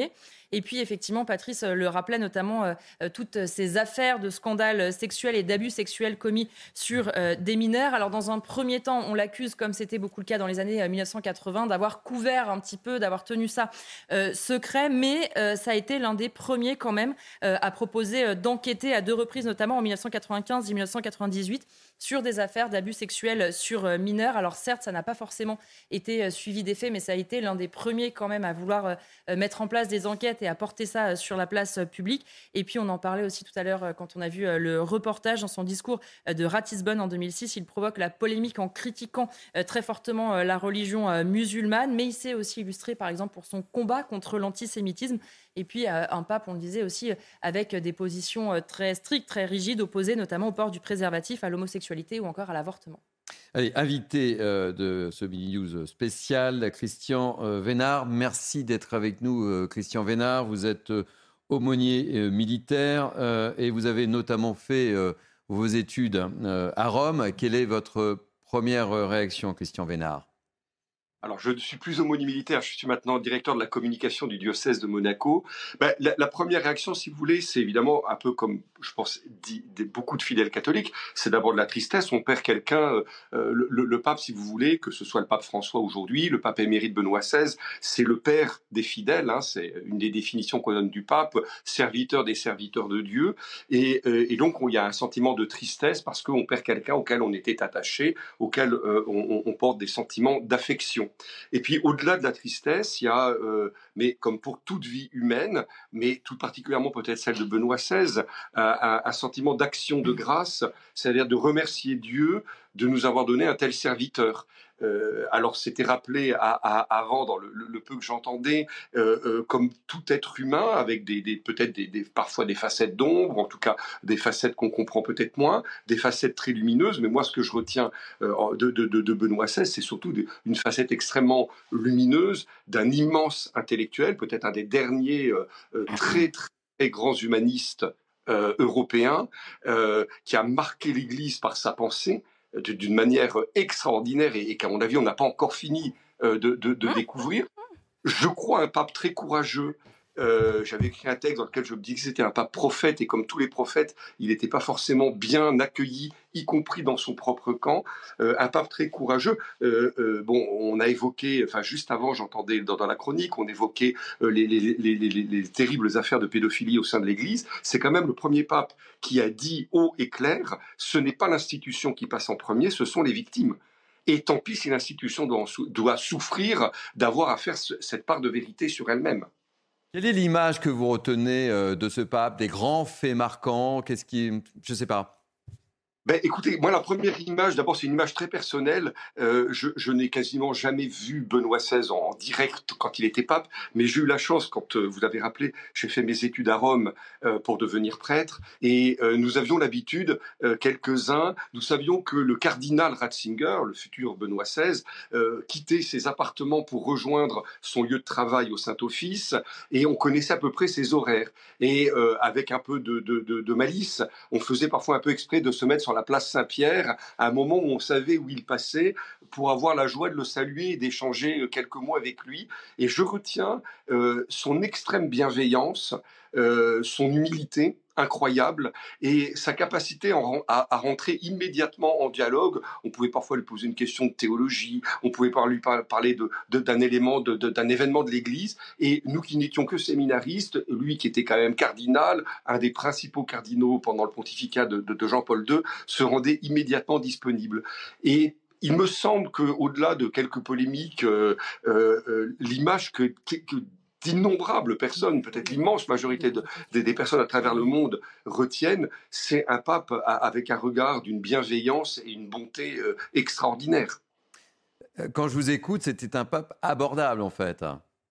Et puis effectivement, Patrice le rappelait, notamment euh, toutes ces affaires de scandales sexuels et d'abus sexuels commis sur euh, des mineurs. Alors dans un premier temps, on l'accuse, comme c'était beaucoup le cas dans les années mille neuf cent quatre-vingts, d'avoir couvert un petit peu, d'avoir tenu ça euh, secret, mais euh, ça a été l'un des premiers quand même euh, à proposer euh, d'enquêter à deux reprises, notamment en mille neuf cent quatre-vingt-quinze et mille neuf cent quatre-vingt-dix-huit, sur des affaires d'abus sexuels sur euh, mineurs. Alors certes, ça n'a pas forcément été euh, suivi des faits, mais ça a été l'un des premiers quand même à vouloir euh, mettre en place des enquêtes et à porter ça euh, sur la place euh, publique. Et puis on en parlait aussi tout à l'heure euh, quand on a vu euh, le reportage dans son discours euh, de Ratisbonne en deux mille six. Il provoque la polémique en critiquant euh, très fortement euh, la religion euh, musulmane, mais il s'est aussi illustré par exemple pour son combat contre l'antisémitisme. Et puis euh, un pape, on le disait aussi, euh, avec des positions euh, très strictes, très rigides, opposées notamment au port du préservatif, à l'homosexualité ou encore à l'avortement. Allez, invité euh, de ce Midi News spécial, Christian euh, Vénard. Merci d'être avec nous, euh, Christian Vénard. Vous êtes euh, aumônier euh, militaire euh, et vous avez notamment fait euh, vos études euh, à Rome. Quelle est votre première réaction, Christian Vénard ? Alors, je ne suis plus aumônier militaire, je suis maintenant directeur de la communication du diocèse de Monaco. Ben, la, la première réaction, si vous voulez, c'est évidemment un peu comme, je pense, dit, dit beaucoup de fidèles catholiques. C'est d'abord de la tristesse. On perd quelqu'un, euh, le, le, le pape, si vous voulez, que ce soit le pape François aujourd'hui, le pape émérite Benoît seize, c'est le père des fidèles. Hein, c'est une des définitions qu'on donne du pape, serviteur des serviteurs de Dieu. Et, euh, et donc, il y a un sentiment de tristesse parce qu'on perd quelqu'un auquel on était attaché, auquel euh, on, on porte des sentiments d'affection. Et puis, au-delà de la tristesse, il y a, euh, mais comme pour toute vie humaine, mais tout particulièrement peut-être celle de Benoît seize, euh, un, un sentiment d'action de grâce, c'est-à-dire de remercier Dieu de nous avoir donné un tel serviteur. Euh, alors, c'était rappelé à, à, avant, dans le, le, le peu que j'entendais, euh, euh, comme tout être humain, avec des, des, peut-être des, des, parfois des facettes d'ombre, en tout cas des facettes qu'on comprend peut-être moins, des facettes très lumineuses. Mais moi, ce que je retiens euh, de, de, de Benoît seize, c'est surtout de, une facette extrêmement lumineuse, d'un immense intellectuel, peut-être un des derniers euh, euh, très, très grands humanistes euh, européens, euh, qui a marqué l'Église par sa pensée, d'une manière extraordinaire et, et qu'à mon avis, on n'a pas encore fini euh, de, de, de découvrir. Je crois un pape très courageux. Euh, j'avais écrit un texte dans lequel je me dis que c'était un pape prophète et comme tous les prophètes, il n'était pas forcément bien accueilli, y compris dans son propre camp. Euh, un pape très courageux. Euh, euh, bon, on a évoqué, enfin juste avant, j'entendais dans, dans la chronique, on évoquait euh, les, les, les, les, les, les terribles affaires de pédophilie au sein de l'Église. C'est quand même le premier pape qui a dit haut et clair, ce n'est pas l'institution qui passe en premier, ce sont les victimes. Et tant pis si l'institution doit, doit souffrir d'avoir à faire ce, cette part de vérité sur elle-même. Quelle est l'image que vous retenez de ce pape, des grands faits marquants? Qu'est-ce qui, je ne sais pas. Ben, écoutez, moi, la première image, d'abord, c'est une image très personnelle. Euh, je, je n'ai quasiment jamais vu Benoît seize en, en direct quand il était pape, mais j'ai eu la chance, quand euh, vous l'avez rappelé, j'ai fait mes études à Rome euh, pour devenir prêtre, et euh, nous avions l'habitude, euh, quelques-uns, nous savions que le cardinal Ratzinger, le futur Benoît seize, euh, quittait ses appartements pour rejoindre son lieu de travail au Saint-Office, et on connaissait à peu près ses horaires. Et euh, avec un peu de, de, de, de malice, on faisait parfois un peu exprès de se mettre sur la place Saint-Pierre, à un moment où on savait où il passait, pour avoir la joie de le saluer et d'échanger quelques mots avec lui. Et je retiens euh, son extrême bienveillance, euh, son humilité incroyable et sa capacité en, à, à rentrer immédiatement en dialogue. On pouvait parfois lui poser une question de théologie, on pouvait par lui par, parler de, de, d'un élément, de, de, d'un événement de l'Église. Et nous qui n'étions que séminaristes, lui qui était quand même cardinal, un des principaux cardinaux pendant le pontificat de, de, de Jean-Paul deux, se rendait immédiatement disponible. Et il me semble qu'au-delà de quelques polémiques, euh, euh, l'image que, que, que d'innombrables personnes, peut-être l'immense majorité de, de, des personnes à travers le monde retiennent, c'est un pape avec un regard d'une bienveillance et une bonté euh, extraordinaire. Quand je vous écoute, c'était un pape abordable en fait.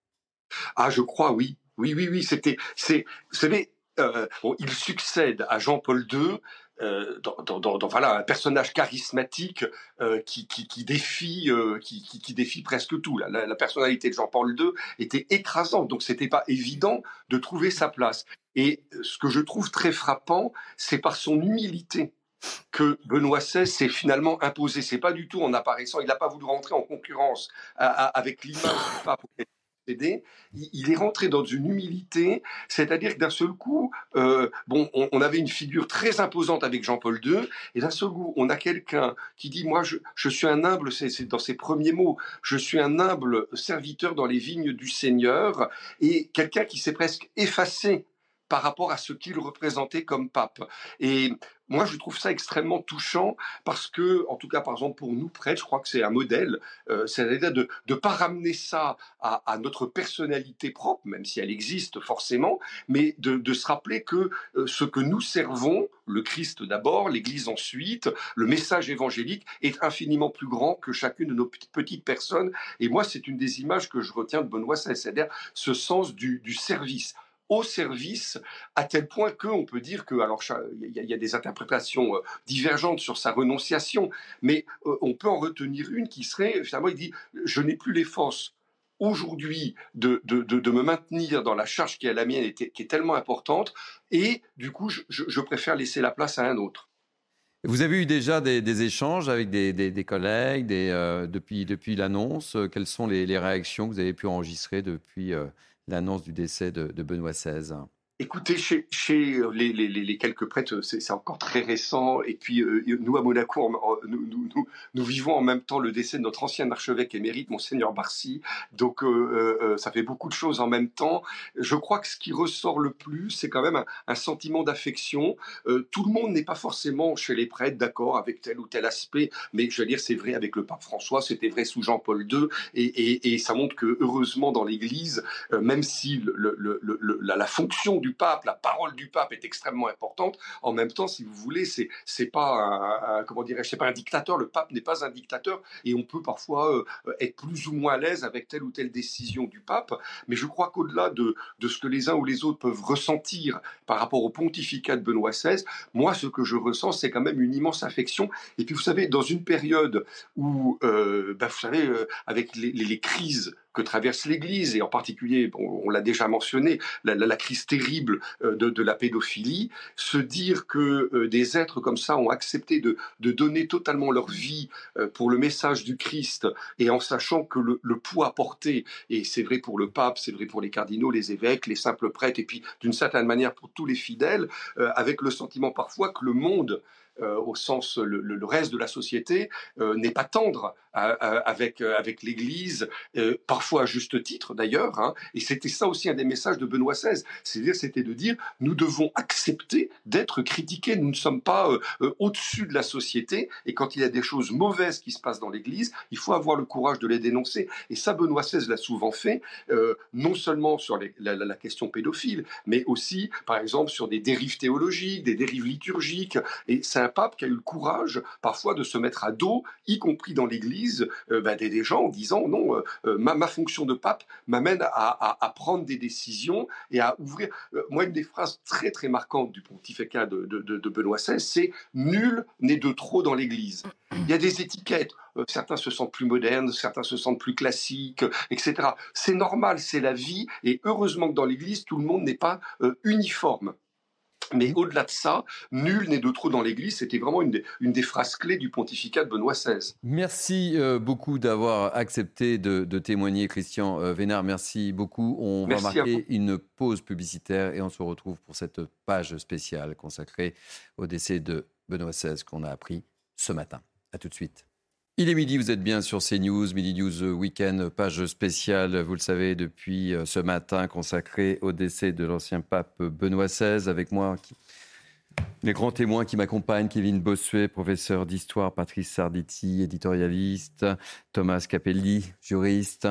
Ah, je crois, oui. Oui, oui, oui. C'était, c'est, vous savez, euh, bon, il succède à Jean-Paul deux, Euh, dans, dans, dans, dans voilà, un personnage charismatique euh, qui, qui, qui, défie, euh, qui, qui, qui défie presque tout. La, la, la personnalité de Jean-Paul deux était écrasante, donc c'était pas évident de trouver sa place. Et ce que je trouve très frappant, c'est par son humilité que Benoît seize s'est finalement imposé. C'est pas du tout en apparaissant, il n'a pas voulu rentrer en concurrence à, à, avec l'image du pape succédé, il est rentré dans une humilité, c'est-à-dire que d'un seul coup, euh, bon, on, on avait une figure très imposante avec Jean-Paul deux, et d'un seul coup, on a quelqu'un qui dit, moi, je, je suis un humble, c'est, c'est dans ses premiers mots, je suis un humble serviteur dans les vignes du Seigneur, et quelqu'un qui s'est presque effacé par rapport à ce qu'il représentait comme pape. Et moi, je trouve ça extrêmement touchant parce que, en tout cas, par exemple, pour nous prêtres, je crois que c'est un modèle, euh, c'est-à-dire de ne pas ramener ça à, à notre personnalité propre, même si elle existe forcément, mais de, de se rappeler que euh, ce que nous servons, le Christ d'abord, l'Église ensuite, le message évangélique est infiniment plus grand que chacune de nos petites personnes. Et moi, c'est une des images que je retiens de Benoît seize, c'est-à-dire ce sens du, du service. Au service, à tel point qu'on peut dire que, alors il y, y a des interprétations euh, divergentes sur sa renonciation, mais euh, on peut en retenir une qui serait, finalement, il dit, je n'ai plus les forces aujourd'hui de, de, de, de me maintenir dans la charge qui est la mienne, et qui est tellement importante, et du coup, je, je préfère laisser la place à un autre. Vous avez eu déjà des, des échanges avec des, des, des collègues des, euh, depuis, depuis l'annonce. Quelles sont les, les réactions que vous avez pu enregistrer depuis euh, l'annonce du décès de, de Benoît seize? Écoutez, chez, chez les, les, les quelques prêtres, c'est, c'est encore très récent. Et puis, euh, nous, à Monaco, on, nous, nous, nous, nous vivons en même temps le décès de notre ancien archevêque émérite, Monseigneur Barcy. Donc, euh, euh, ça fait beaucoup de choses en même temps. Je crois que ce qui ressort le plus, c'est quand même un, un sentiment d'affection. Euh, tout le monde n'est pas forcément, chez les prêtres, d'accord avec tel ou tel aspect. Mais je veux dire, c'est vrai avec le pape François, c'était vrai sous Jean-Paul deux. Et, et, et ça montre que, heureusement, dans l'Église, euh, même si le, le, le, le, la, la fonction du pape, la parole du pape est extrêmement importante. En même temps, si vous voulez, c'est c'est pas un, un comment dirais-je, c'est pas un dictateur. Le pape n'est pas un dictateur, et on peut parfois euh, être plus ou moins à l'aise avec telle ou telle décision du pape. Mais je crois qu'au-delà de de ce que les uns ou les autres peuvent ressentir par rapport au pontificat de Benoît seize, moi, ce que je ressens, c'est quand même une immense affection. Et puis, vous savez, dans une période où, euh, bah, vous savez, euh, avec les, les, les crises que traverse l'Église, et en particulier, bon, on l'a déjà mentionné, la, la, la crise terrible euh, de, de la pédophilie, se dire que euh, des êtres comme ça ont accepté de, de donner totalement leur vie euh, pour le message du Christ, et en sachant que le, le poids porté, et c'est vrai pour le pape, c'est vrai pour les cardinaux, les évêques, les simples prêtres, et puis d'une certaine manière pour tous les fidèles, euh, avec le sentiment parfois que le monde, Euh, au sens, le, le reste de la société, euh, n'est pas tendre à, à, avec, euh, avec l'Église, euh, parfois à juste titre d'ailleurs, hein, et c'était ça aussi un des messages de Benoît seize, c'est-à-dire c'était de dire, nous devons accepter d'être critiqués, nous ne sommes pas euh, euh, au-dessus de la société, et quand il y a des choses mauvaises qui se passent dans l'Église, il faut avoir le courage de les dénoncer, et ça Benoît seize l'a souvent fait, euh, non seulement sur les, la, la, la question pédophile, mais aussi, par exemple, sur des dérives théologiques, des dérives liturgiques, et c'est un pape qui a eu le courage parfois de se mettre à dos, y compris dans l'Église, euh, bah, des, des gens en disant non, euh, ma, ma fonction de pape m'amène à, à, à prendre des décisions et à ouvrir. Euh, moi, une des phrases très très marquantes du pontificat de, de, de, de Benoît seize, c'est « nul n'est de trop dans l'Église ». Il y a des étiquettes, euh, certains se sentent plus modernes, certains se sentent plus classiques, euh, et cetera. C'est normal, c'est la vie, et heureusement que dans l'Église, tout le monde n'est pas euh, uniforme. Mais au-delà de ça, nul n'est de trop dans l'Église. C'était vraiment une des, une des phrases clés du pontificat de Benoît seize. Merci euh, beaucoup d'avoir accepté de, de témoigner, Christian euh, Vénard. Merci beaucoup. On Merci va marquer une pause publicitaire et on se retrouve pour cette page spéciale consacrée au décès de Benoît seize qu'on a appris ce matin. À tout de suite. Il est midi, vous êtes bien sur CNews, Midi News Weekend, page spéciale, vous le savez, depuis ce matin, consacrée au décès de l'ancien pape Benoît seize. Avec moi, qui... les grands témoins qui m'accompagnent, Kevin Bossuet, professeur d'histoire, Patrice Sarditi, éditorialiste, Thomas Capelli, juriste,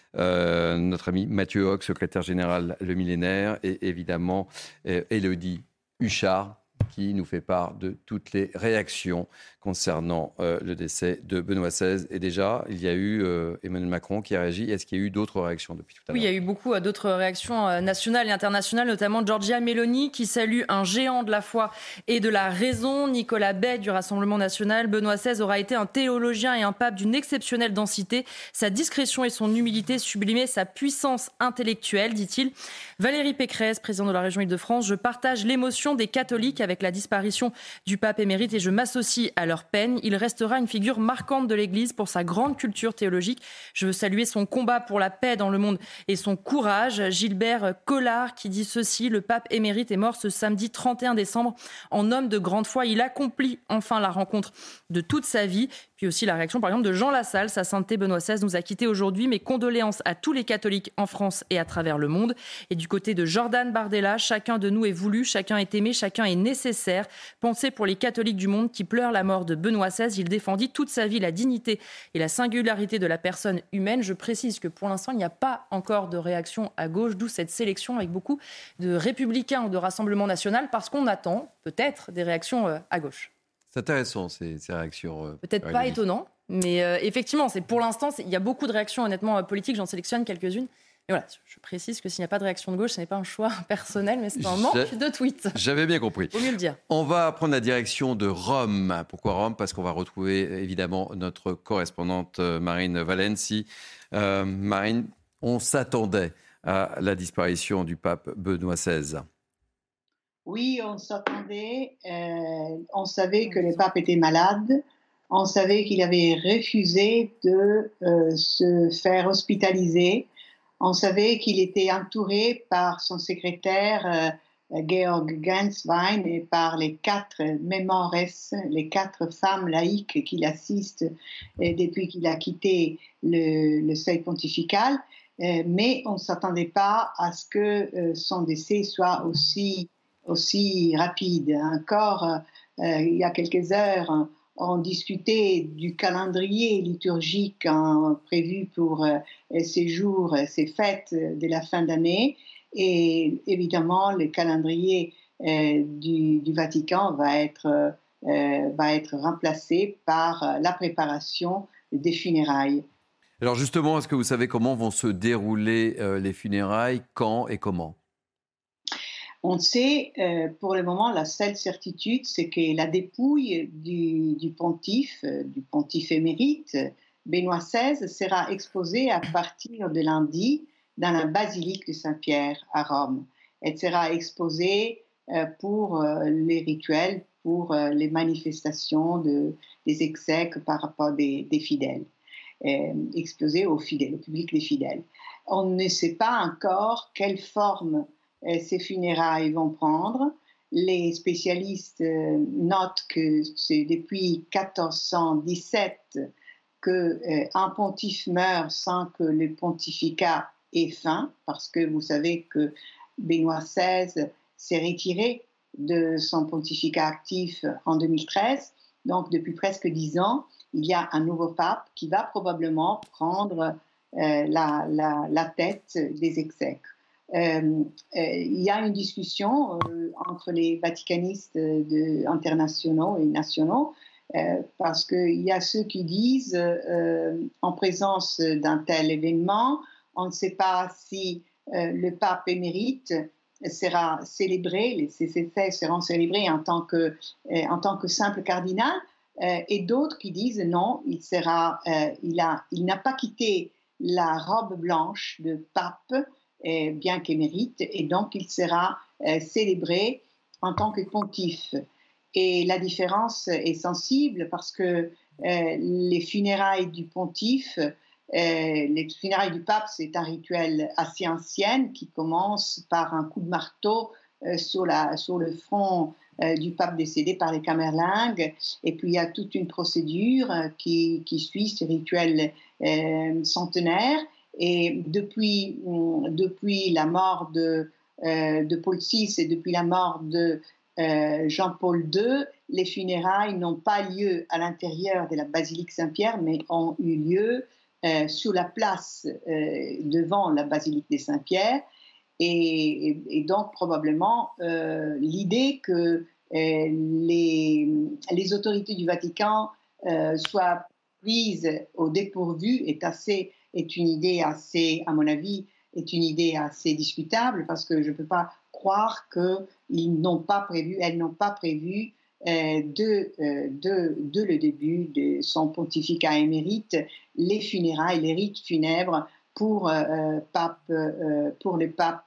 euh, notre ami Mathieu Hoc, secrétaire général Le Millénaire, et évidemment euh, Élodie Huchard, qui nous fait part de toutes les réactions concernant euh, le décès de Benoît seize. Et déjà, il y a eu euh, Emmanuel Macron qui a réagi. Est-ce qu'il y a eu d'autres réactions depuis tout à l'heure ? Oui, il y a eu beaucoup d'autres réactions euh, nationales et internationales, notamment Giorgia Meloni qui salue un géant de la foi et de la raison. Nicolas Bay du Rassemblement national. Benoît seize aura été un théologien et un pape d'une exceptionnelle densité. Sa discrétion et son humilité sublimaient sa puissance intellectuelle, dit-il. Valérie Pécresse, présidente de la région Île-de-France. Je partage l'émotion des catholiques avec la disparition du pape émérite et je m'associe à leur peine. Il restera une figure marquante de l'Église pour sa grande culture théologique. Je veux saluer son combat pour la paix dans le monde et son courage. Gilbert Collard qui dit ceci: le pape émérite est mort ce samedi trente et un décembre. En homme de grande foi, il accomplit enfin la rencontre de toute sa vie. Puis aussi la réaction par exemple de Jean Lassalle, sa sainteté Benoît seize nous a quittés aujourd'hui. Mes condoléances à tous les catholiques en France et à travers le monde. Et du côté de Jordan Bardella, chacun de nous est voulu, chacun est aimé, chacun est nécessaire. Pensez pour les catholiques du monde qui pleurent la mort de Benoît seize. Il défendit toute sa vie la dignité et la singularité de la personne humaine. Je précise que pour l'instant, il n'y a pas encore de réaction à gauche, d'où cette sélection avec beaucoup de républicains ou de Rassemblement national, parce qu'on attend peut-être des réactions à gauche. C'est intéressant ces, ces réactions. Euh, Peut-être pas étonnant, mais euh, effectivement, c'est, pour l'instant, c'est, il y a beaucoup de réactions honnêtement euh, politiques, j'en sélectionne quelques-unes. Et voilà, je précise que s'il n'y a pas de réaction de gauche, ce n'est pas un choix personnel, mais c'est un manque J'ai... de tweets. J'avais bien compris. Faut mieux le dire. On va prendre la direction de Rome. Pourquoi Rome ? Parce qu'on va retrouver évidemment notre correspondante Marine Valensi. Euh, Marine, on s'attendait à la disparition du pape Benoît seize. Oui, on s'attendait. Euh, on savait que le pape était malade. On savait qu'il avait refusé de euh, se faire hospitaliser. On savait qu'il était entouré par son secrétaire euh, Georg Genswein et par les quatre mémores, les quatre femmes laïques qui l'assistent euh, depuis qu'il a quitté le, le seuil pontifical. Euh, mais on ne s'attendait pas à ce que euh, son décès soit aussi aussi rapide. Encore euh, il y a quelques heures, on discutait du calendrier liturgique hein, prévu pour euh, ces jours, ces fêtes de la fin d'année. Et évidemment, le calendrier euh, du, du Vatican va être, euh, va être remplacé par la préparation des funérailles. Alors justement, est-ce que vous savez comment vont se dérouler euh, les funérailles, quand et comment ? On sait, euh, pour le moment, la seule certitude, c'est que la dépouille du, du pontife, euh, du pontife émérite, Benoît seize, sera exposée à partir de lundi dans la basilique de Saint-Pierre à Rome. Elle sera exposée euh, pour euh, les rituels, pour euh, les manifestations de, des exèques par rapport des, des fidèles, euh, exposée aux fidèles, au public des fidèles. On ne sait pas encore quelle forme ces funérailles vont prendre. Les spécialistes euh, notent que c'est depuis quatorze cent dix-sept qu'un euh, pontife meurt sans que le pontificat ait fin, parce que vous savez que Benoît seize s'est retiré de son pontificat actif en deux mille treize. Donc depuis presque dix ans, il y a un nouveau pape qui va probablement prendre euh, la, la, la tête des exèques. Euh, euh, il y a une discussion euh, entre les vaticanistes de, internationaux et nationaux euh, parce qu'il y a ceux qui disent euh, en présence d'un tel événement, on ne sait pas si euh, le pape émérite sera célébré, ces effets seront célébrés en tant que, euh, en tant que simple cardinal, euh, et d'autres qui disent non, il, sera, euh, il, a, il n'a pas quitté la robe blanche de pape, euh, bien qu'émérite, et donc il sera euh, célébré en tant que pontife. Et la différence est sensible parce que euh, les funérailles du pontife, euh, les funérailles du pape, c'est un rituel assez ancien qui commence par un coup de marteau euh, sur, la, sur le front euh, du pape décédé par les Camerlingues. Et puis il y a toute une procédure euh, qui, qui suit ce rituel euh, centenaire. Et depuis, euh, depuis la mort de, euh, de Paul six et depuis la mort de Euh, Jean-Paul deux, les funérailles n'ont pas lieu à l'intérieur de la basilique Saint-Pierre, mais ont eu lieu euh, sur la place euh, devant la basilique de Saint-Pierre. Et, et, et donc, probablement, euh, l'idée que euh, les, les autorités du Vatican euh, soient prises au dépourvu est, assez, est une idée assez, à mon avis, est une idée assez discutable, parce que je ne peux pas croire qu'ils n'ont pas prévu, elles n'ont pas prévu euh, de, euh, de, de le début de son pontificat émérite, les funérailles, les rites funèbres pour, euh, pape, euh, pour le pape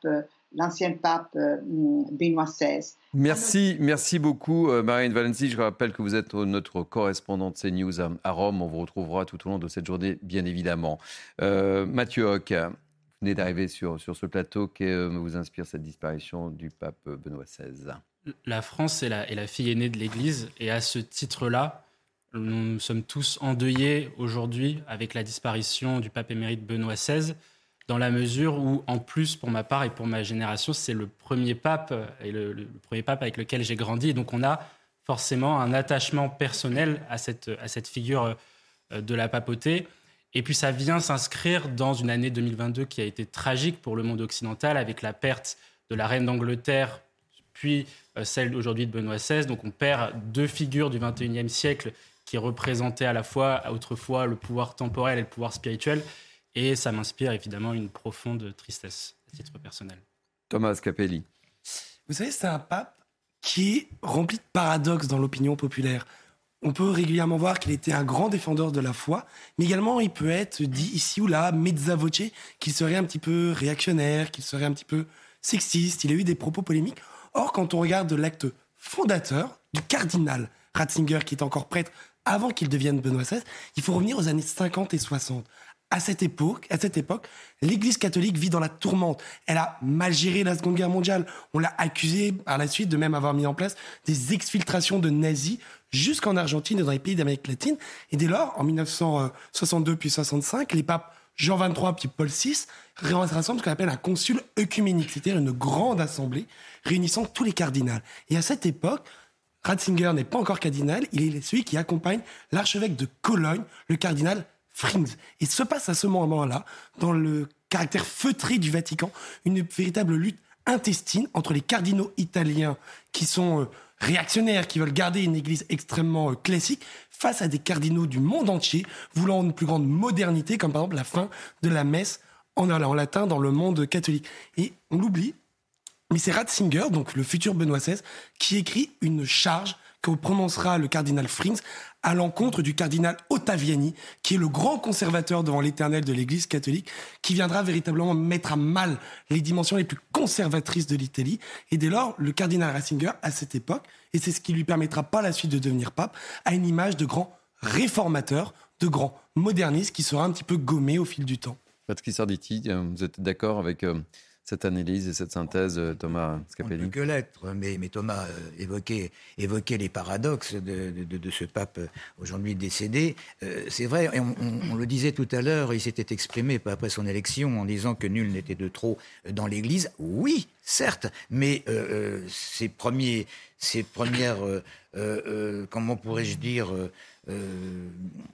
l'ancien pape euh, Benoît seize. Merci, merci beaucoup euh, Marine Valenzi. Je rappelle que vous êtes notre correspondante CNews à, à Rome. On vous retrouvera tout au long de cette journée, bien évidemment. Euh, Mathieu Hoc, vous venez d'arriver sur, sur ce plateau. Que euh, vous inspire cette disparition du pape Benoît seize? La France est la, est la fille aînée de l'Église, et à ce titre-là, nous sommes tous endeuillés aujourd'hui avec la disparition du pape émérite Benoît seize, dans la mesure où, en plus, pour ma part et pour ma génération, c'est le premier pape, et le, le premier pape avec lequel j'ai grandi. Et donc on a forcément un attachement personnel à cette, à cette figure de la papauté. Et puis ça vient s'inscrire dans une année deux mille vingt-deux qui a été tragique pour le monde occidental, avec la perte de la reine d'Angleterre, puis celle aujourd'hui de Benoît seize. Donc on perd deux figures du vingt et unième siècle qui représentaient à la fois, autrefois, le pouvoir temporel et le pouvoir spirituel. Et ça m'inspire évidemment une profonde tristesse à titre personnel. Thomas Capelli. Vous savez, c'est un pape qui est rempli de paradoxes dans l'opinion populaire. On peut régulièrement voir qu'il était un grand défendeur de la foi, mais également il peut être dit ici ou là, mezza voce, qu'il serait un petit peu réactionnaire, qu'il serait un petit peu sexiste. Il a eu des propos polémiques. Or, quand on regarde l'acte fondateur du cardinal Ratzinger, qui est encore prêtre avant qu'il devienne Benoît seize, il faut revenir aux années cinquante et soixante. À cette époque, à cette époque, l'Église catholique vit dans la tourmente. Elle a mal géré la Seconde Guerre mondiale. On l'a accusée par la suite de même avoir mis en place des exfiltrations de nazis jusqu'en Argentine et dans les pays d'Amérique latine. Et dès lors, en dix-neuf cent soixante-deux puis soixante-cinq, les papes Jean vingt-trois puis Paul six rassemblent ce qu'on appelle un concile œcuménique, c'est-à-dire une grande assemblée réunissant tous les cardinals. Et à cette époque, Ratzinger n'est pas encore cardinal, il est celui qui accompagne l'archevêque de Cologne, le cardinal Frings. Et se passe à ce moment-là, dans le caractère feutré du Vatican, une véritable lutte intestine entre les cardinaux italiens qui sont euh, réactionnaires, qui veulent garder une église extrêmement euh, classique, face à des cardinaux du monde entier voulant une plus grande modernité, comme par exemple la fin de la messe en, en latin dans le monde catholique. Et on l'oublie, mais c'est Ratzinger, donc le futur Benoît seize, qui écrit une charge que prononcera le cardinal Frings à l'encontre du cardinal Ottaviani, qui est le grand conservateur devant l'éternel de l'Église catholique, qui viendra véritablement mettre à mal les dimensions les plus conservatrices de l'Italie. Et dès lors, le cardinal Ratzinger, à cette époque, et c'est ce qui lui permettra par la suite de devenir pape, a une image de grand réformateur, de grand moderniste, qui sera un petit peu gommé au fil du temps. Patrice Arditi, vous êtes d'accord avec euh, cette analyse et cette synthèse, Thomas Scapelli? On ne peut que l'être, mais, mais Thomas euh, évoquait, évoquait les paradoxes de, de, de ce pape euh, aujourd'hui décédé. Euh, c'est vrai, et on, on, on le disait tout à l'heure, il s'était exprimé après son élection en disant que nul n'était de trop dans l'Église. Oui, certes, mais euh, ses, premiers, ses premières, euh, euh, comment pourrais-je dire... Euh, euh,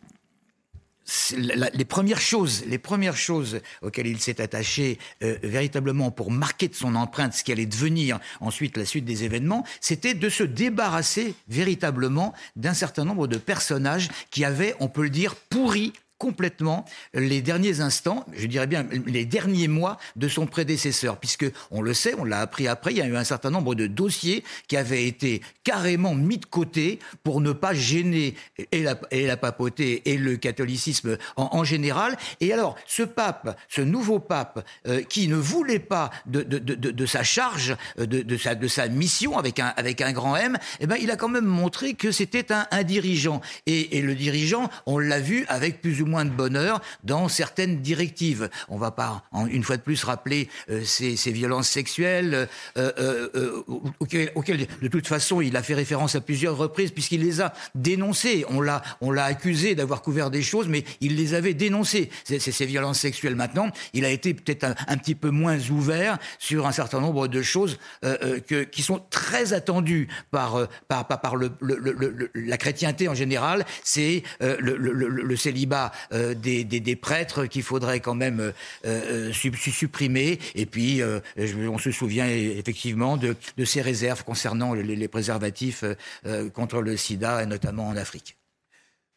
La, les premières choses, les premières choses auxquelles il s'est attaché euh, véritablement pour marquer de son empreinte ce qui allait devenir ensuite la suite des événements, c'était de se débarrasser véritablement d'un certain nombre de personnages qui avaient, on peut le dire, pourri complètement les derniers instants, je dirais bien les derniers mois de son prédécesseur, puisque on le sait, on l'a appris après, il y a eu un certain nombre de dossiers qui avaient été carrément mis de côté pour ne pas gêner et la, et la papauté et le catholicisme en, en général. Et alors, ce pape, ce nouveau pape, euh, qui ne voulait pas de, de, de, de sa charge, de, de, sa, de sa mission avec un, avec un grand M, eh ben, il a quand même montré que c'était un, un dirigeant. Et, et le dirigeant, on l'a vu avec plus ou moins de bonheur dans certaines directives. On ne va pas, une fois de plus, rappeler euh, ces, ces violences sexuelles euh, euh, euh, auxquelles, auxquelles, de toute façon, il a fait référence à plusieurs reprises puisqu'il les a dénoncées. On l'a, on l'a accusé d'avoir couvert des choses, mais il les avait dénoncées, ces, ces, ces violences sexuelles. Maintenant, il a été peut-être un, un petit peu moins ouvert sur un certain nombre de choses euh, euh, que, qui sont très attendues par, euh, par, par, par le, le, le, le, la chrétienté en général. C'est euh, le, le, le, le célibat Euh, des, des, des prêtres qu'il faudrait quand même euh, euh, supprimer. Et puis, euh, on se souvient effectivement de, de ces réserves concernant les, les préservatifs euh, contre le sida, et notamment en Afrique.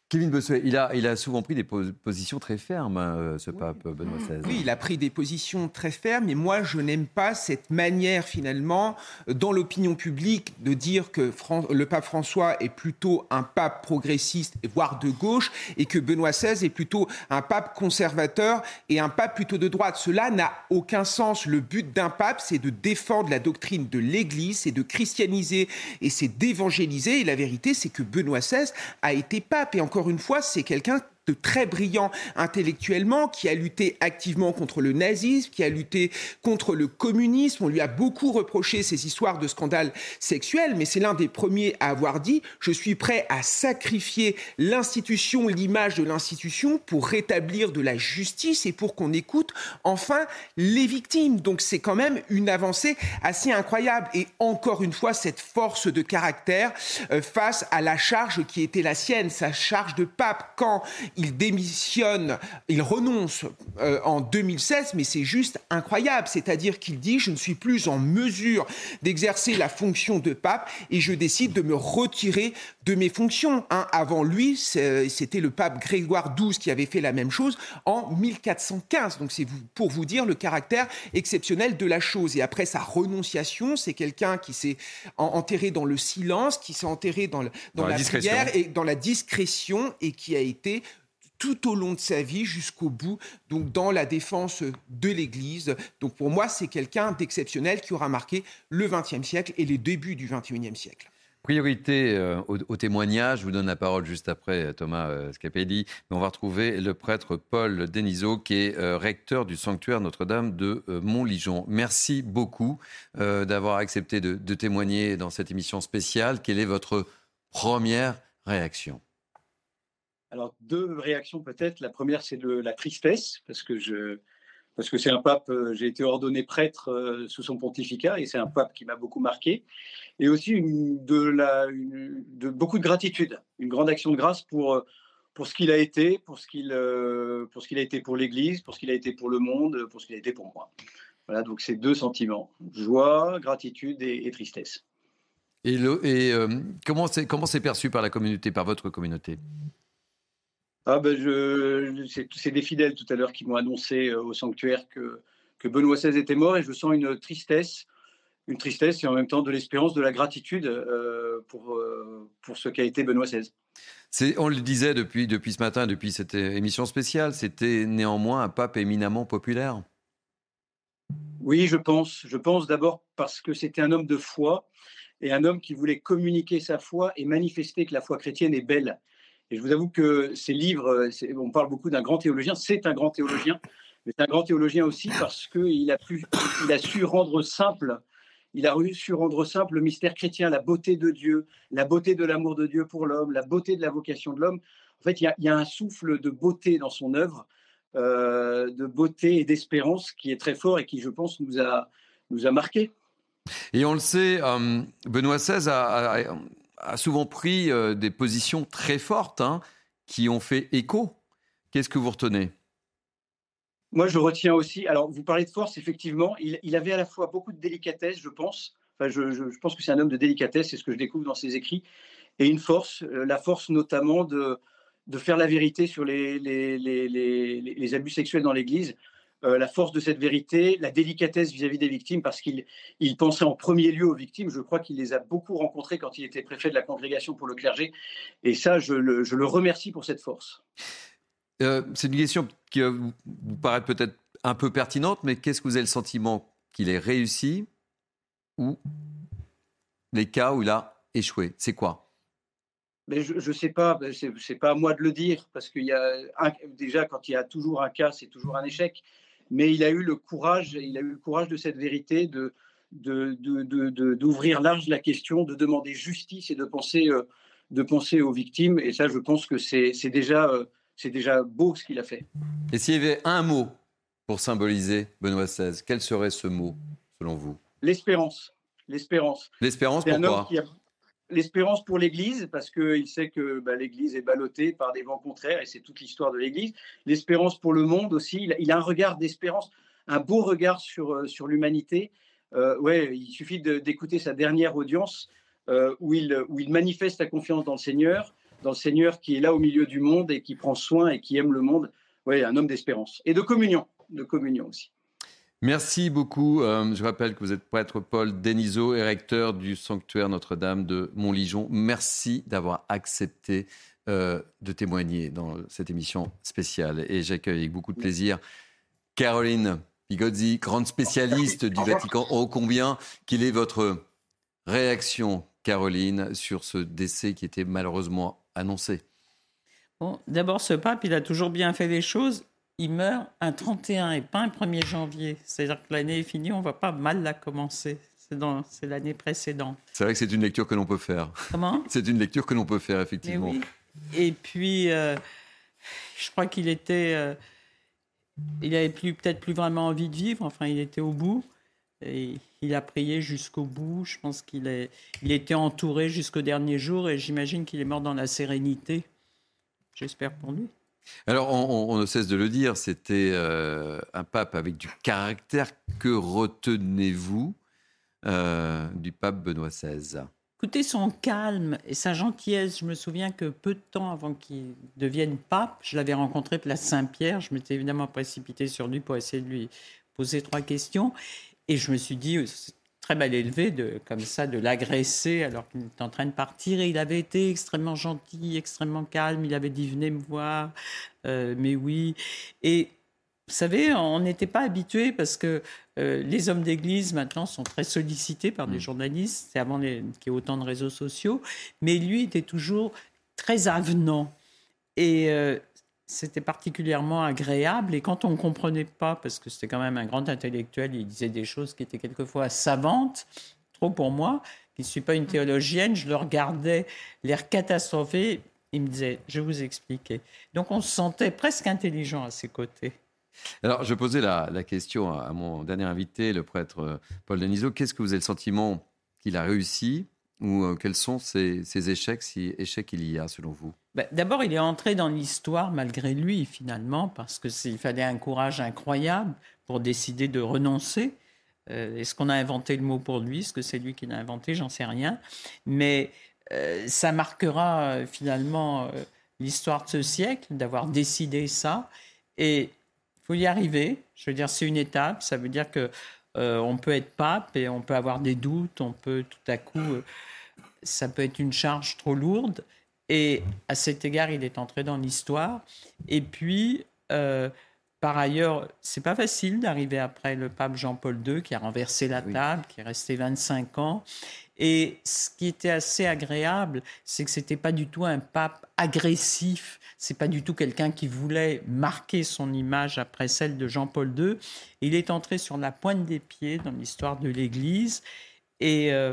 Kevin Bossuet, il a, il a souvent pris des pos- positions très fermes, hein, ce pape Benoît seize. Oui, il a pris des positions très fermes, et moi, je n'aime pas cette manière, finalement, dans l'opinion publique, de dire que Fran- le pape François est plutôt un pape progressiste, voire de gauche, et que Benoît seize est plutôt un pape conservateur et un pape plutôt de droite. Cela n'a aucun sens. Le but d'un pape, c'est de défendre la doctrine de l'Église, c'est de christianiser et c'est d'évangéliser. Et la vérité, c'est que Benoît seize a été pape, et encore une fois, c'est quelqu'un de très brillant intellectuellement, qui a lutté activement contre le nazisme, qui a lutté contre le communisme. On lui a beaucoup reproché ces histoires de scandales sexuels, mais c'est l'un des premiers à avoir dit « Je suis prêt à sacrifier l'institution, l'image de l'institution, pour rétablir de la justice et pour qu'on écoute enfin les victimes ». Donc c'est quand même une avancée assez incroyable. Et encore une fois, cette force de caractère euh, face à la charge qui était la sienne, sa charge de pape, quand il démissionne, il renonce euh, en deux mille seize, mais c'est juste incroyable. C'est-à-dire qu'il dit « Je ne suis plus en mesure d'exercer la fonction de pape et je décide de me retirer de mes fonctions. Hein, » Avant lui, c'est, c'était le pape Grégoire douze qui avait fait la même chose en mille quatre cent quinze. Donc c'est vous, pour vous dire le caractère exceptionnel de la chose. Et après sa renonciation, c'est quelqu'un qui s'est en, enterré dans le silence, qui s'est enterré dans, le, dans, dans la, la prière et dans la discrétion, et qui a été tout au long de sa vie, jusqu'au bout, donc dans la défense de l'Église. Donc pour moi, c'est quelqu'un d'exceptionnel qui aura marqué le vingtième siècle et les débuts du vingt et unième siècle. Priorité euh, au, au témoignage. Je vous donne la parole juste après, Thomas euh, Scapelli. Mais on va retrouver le prêtre Paul Denisot, qui est euh, recteur du sanctuaire Notre-Dame de euh, Montligeon. Merci beaucoup euh, d'avoir accepté de, de témoigner dans cette émission spéciale. Quelle est votre première réaction ? Alors, deux réactions peut-être. La première, c'est de la tristesse, parce que, je, parce que c'est un pape, euh, j'ai été ordonné prêtre euh, sous son pontificat, et c'est un pape qui m'a beaucoup marqué. Et aussi une, de, la, une, de beaucoup de gratitude, une grande action de grâce pour, pour ce qu'il a été, pour ce qu'il, euh, pour ce qu'il a été pour l'Église, pour ce qu'il a été pour le monde, pour ce qu'il a été pour moi. Voilà, donc c'est deux sentiments, joie, gratitude et, et tristesse. Et, le, et euh, comment, c'est, comment c'est perçu par la communauté, par votre communauté ? Ah ben je, c'est, c'est des fidèles tout à l'heure qui m'ont annoncé euh, au sanctuaire que, que Benoît seize était mort, et je sens une tristesse, une tristesse et en même temps de l'espérance, de la gratitude euh, pour, euh, pour ce qu'a été Benoît seize. C'est, on le disait depuis, depuis ce matin, depuis cette émission spéciale, c'était néanmoins un pape éminemment populaire. Oui, je pense. Je pense d'abord parce que c'était un homme de foi, et un homme qui voulait communiquer sa foi et manifester que la foi chrétienne est belle. Et je vous avoue que ces livres, on parle beaucoup d'un grand théologien, c'est un grand théologien, mais c'est un grand théologien aussi parce qu'il a, pu, il a su rendre simple, il a su rendre simple le mystère chrétien, la beauté de Dieu, la beauté de l'amour de Dieu pour l'homme, la beauté de la vocation de l'homme. En fait, il y a, il y a un souffle de beauté dans son œuvre, euh, de beauté et d'espérance qui est très fort et qui, je pense, nous a, nous a marqués. Et on le sait, euh, Benoît seize a... a, a... a souvent pris euh, des positions très fortes hein, qui ont fait écho. Qu'est-ce que vous retenez ? Moi, je retiens aussi... Alors, vous parlez de force, effectivement. Il, il avait à la fois beaucoup de délicatesse, je pense. Enfin, je, je, je pense que c'est un homme de délicatesse, c'est ce que je découvre dans ses écrits. Et une force, euh, la force notamment de, de faire la vérité sur les, les, les, les, les abus sexuels dans l'Église. Euh, la force de cette vérité, la délicatesse vis-à-vis des victimes, parce qu'il il pensait en premier lieu aux victimes. Je crois qu'il les a beaucoup rencontrées quand il était préfet de la congrégation pour le clergé. Et ça, je le, je le remercie pour cette force. Euh, c'est une question qui euh, vous, vous paraît peut-être un peu pertinente, mais qu'est-ce que vous avez le sentiment qu'il ait réussi ou les cas où il a échoué ? C'est quoi ? Mais je ne sais pas, c'est, c'est pas à moi de le dire, parce qu'il y a un, déjà, quand il y a toujours un cas, c'est toujours un échec. Mais il a eu le courage, il a eu le courage de cette vérité, de, de, de, de, de, d'ouvrir large la question, de demander justice et de penser, euh, de penser aux victimes. Et ça, je pense que c'est, c'est, déjà, euh, c'est déjà beau ce qu'il a fait. Et s'il y avait un mot pour symboliser Benoît seize, quel serait ce mot, selon vous ? L'espérance. L'espérance. L'espérance, c'est pourquoi ? Un homme qui a... L'espérance pour l'Église, parce qu'il sait que bah, l'Église est ballottée par des vents contraires, et c'est toute l'histoire de l'Église. L'espérance pour le monde aussi, il a, il a un regard d'espérance, un beau regard sur, sur l'humanité. Euh, ouais, il suffit de, d'écouter sa dernière audience, euh, où, il, où il manifeste sa confiance dans le Seigneur, dans le Seigneur qui est là au milieu du monde et qui prend soin et qui aime le monde. Oui, un homme d'espérance et de communion, de communion aussi. Merci beaucoup. Euh, je rappelle que vous êtes prêtre Paul Denisot et recteur du sanctuaire Notre-Dame de Montligeon. Merci d'avoir accepté euh, de témoigner dans cette émission spéciale. Et j'accueille avec beaucoup de plaisir Caroline Pigozzi, grande spécialiste du Vatican. Oh, combien, quelle est votre réaction, Caroline, sur ce décès qui était malheureusement annoncé? Bon, d'abord, ce pape, il a toujours bien fait les choses. Il meurt un trente et un et pas un premier janvier. C'est-à-dire que l'année est finie, on ne va pas mal la commencer. C'est, dans, c'est l'année précédente. C'est vrai que c'est une lecture que l'on peut faire. Comment ? C'est une lecture que l'on peut faire, effectivement. Oui. Et puis, euh, je crois qu'il était... Euh, il n'avait plus, peut-être plus vraiment envie de vivre. Enfin, il était au bout. Et il a prié jusqu'au bout. Je pense qu'il est, il était entouré jusqu'au dernier jour. Et j'imagine qu'il est mort dans la sérénité. J'espère pour lui. Alors, on, on ne cesse de le dire, c'était euh, un pape avec du caractère. Que retenez-vous euh, du pape Benoît seize ? Écoutez, son calme et sa gentillesse. Je me souviens que peu de temps avant qu'il devienne pape, je l'avais rencontré place Saint-Pierre. Je m'étais évidemment précipité sur lui pour essayer de lui poser trois questions. Et je me suis dit, c'est très mal élevé de, comme ça, de l'agresser alors qu'il était en train de partir. Et il avait été extrêmement gentil, extrêmement calme. Il avait dit, venez me voir. Euh, mais oui. Et vous savez, on n'était pas habitués parce que euh, les hommes d'église maintenant sont très sollicités par des mmh. journalistes. C'est avant les, qu'il y ait autant de réseaux sociaux. Mais lui était toujours très avenant. Et euh, c'était particulièrement agréable. Et quand on ne comprenait pas, parce que c'était quand même un grand intellectuel, il disait des choses qui étaient quelquefois savantes, trop pour moi, qui ne suis pas une théologienne, je le regardais, l'air catastrophé, il me disait, je vais vous expliquer. Donc on se sentait presque intelligent à ses côtés. Alors, je posais la, la question à, à mon dernier invité, le prêtre Paul Denisot. Qu'est-ce que vous avez le sentiment qu'il a réussi ou euh, quels sont ses, ses échecs, si échecs il y a selon vous ? Ben, d'abord, il est entré dans l'histoire malgré lui, finalement, parce qu'il fallait un courage incroyable pour décider de renoncer. Euh, est-ce qu'on a inventé le mot pour lui ? Est-ce que c'est lui qui l'a inventé ? J'en sais rien. Mais euh, ça marquera euh, finalement euh, l'histoire de ce siècle, d'avoir décidé ça. Et il faut y arriver. Je veux dire, c'est une étape. Ça veut dire que euh, on peut être pape et on peut avoir des doutes. On peut tout à coup, euh, ça peut être une charge trop lourde. Et à cet égard, il est entré dans l'histoire. Et puis, euh, par ailleurs, c'est pas facile d'arriver après le pape Jean-Paul deux qui a renversé la table, oui. qui est resté vingt-cinq ans. Et ce qui était assez agréable, c'est que c'était pas du tout un pape agressif. C'est pas du tout quelqu'un qui voulait marquer son image après celle de Jean-Paul deux. Il est entré sur la pointe des pieds dans l'histoire de l'Église. Et euh,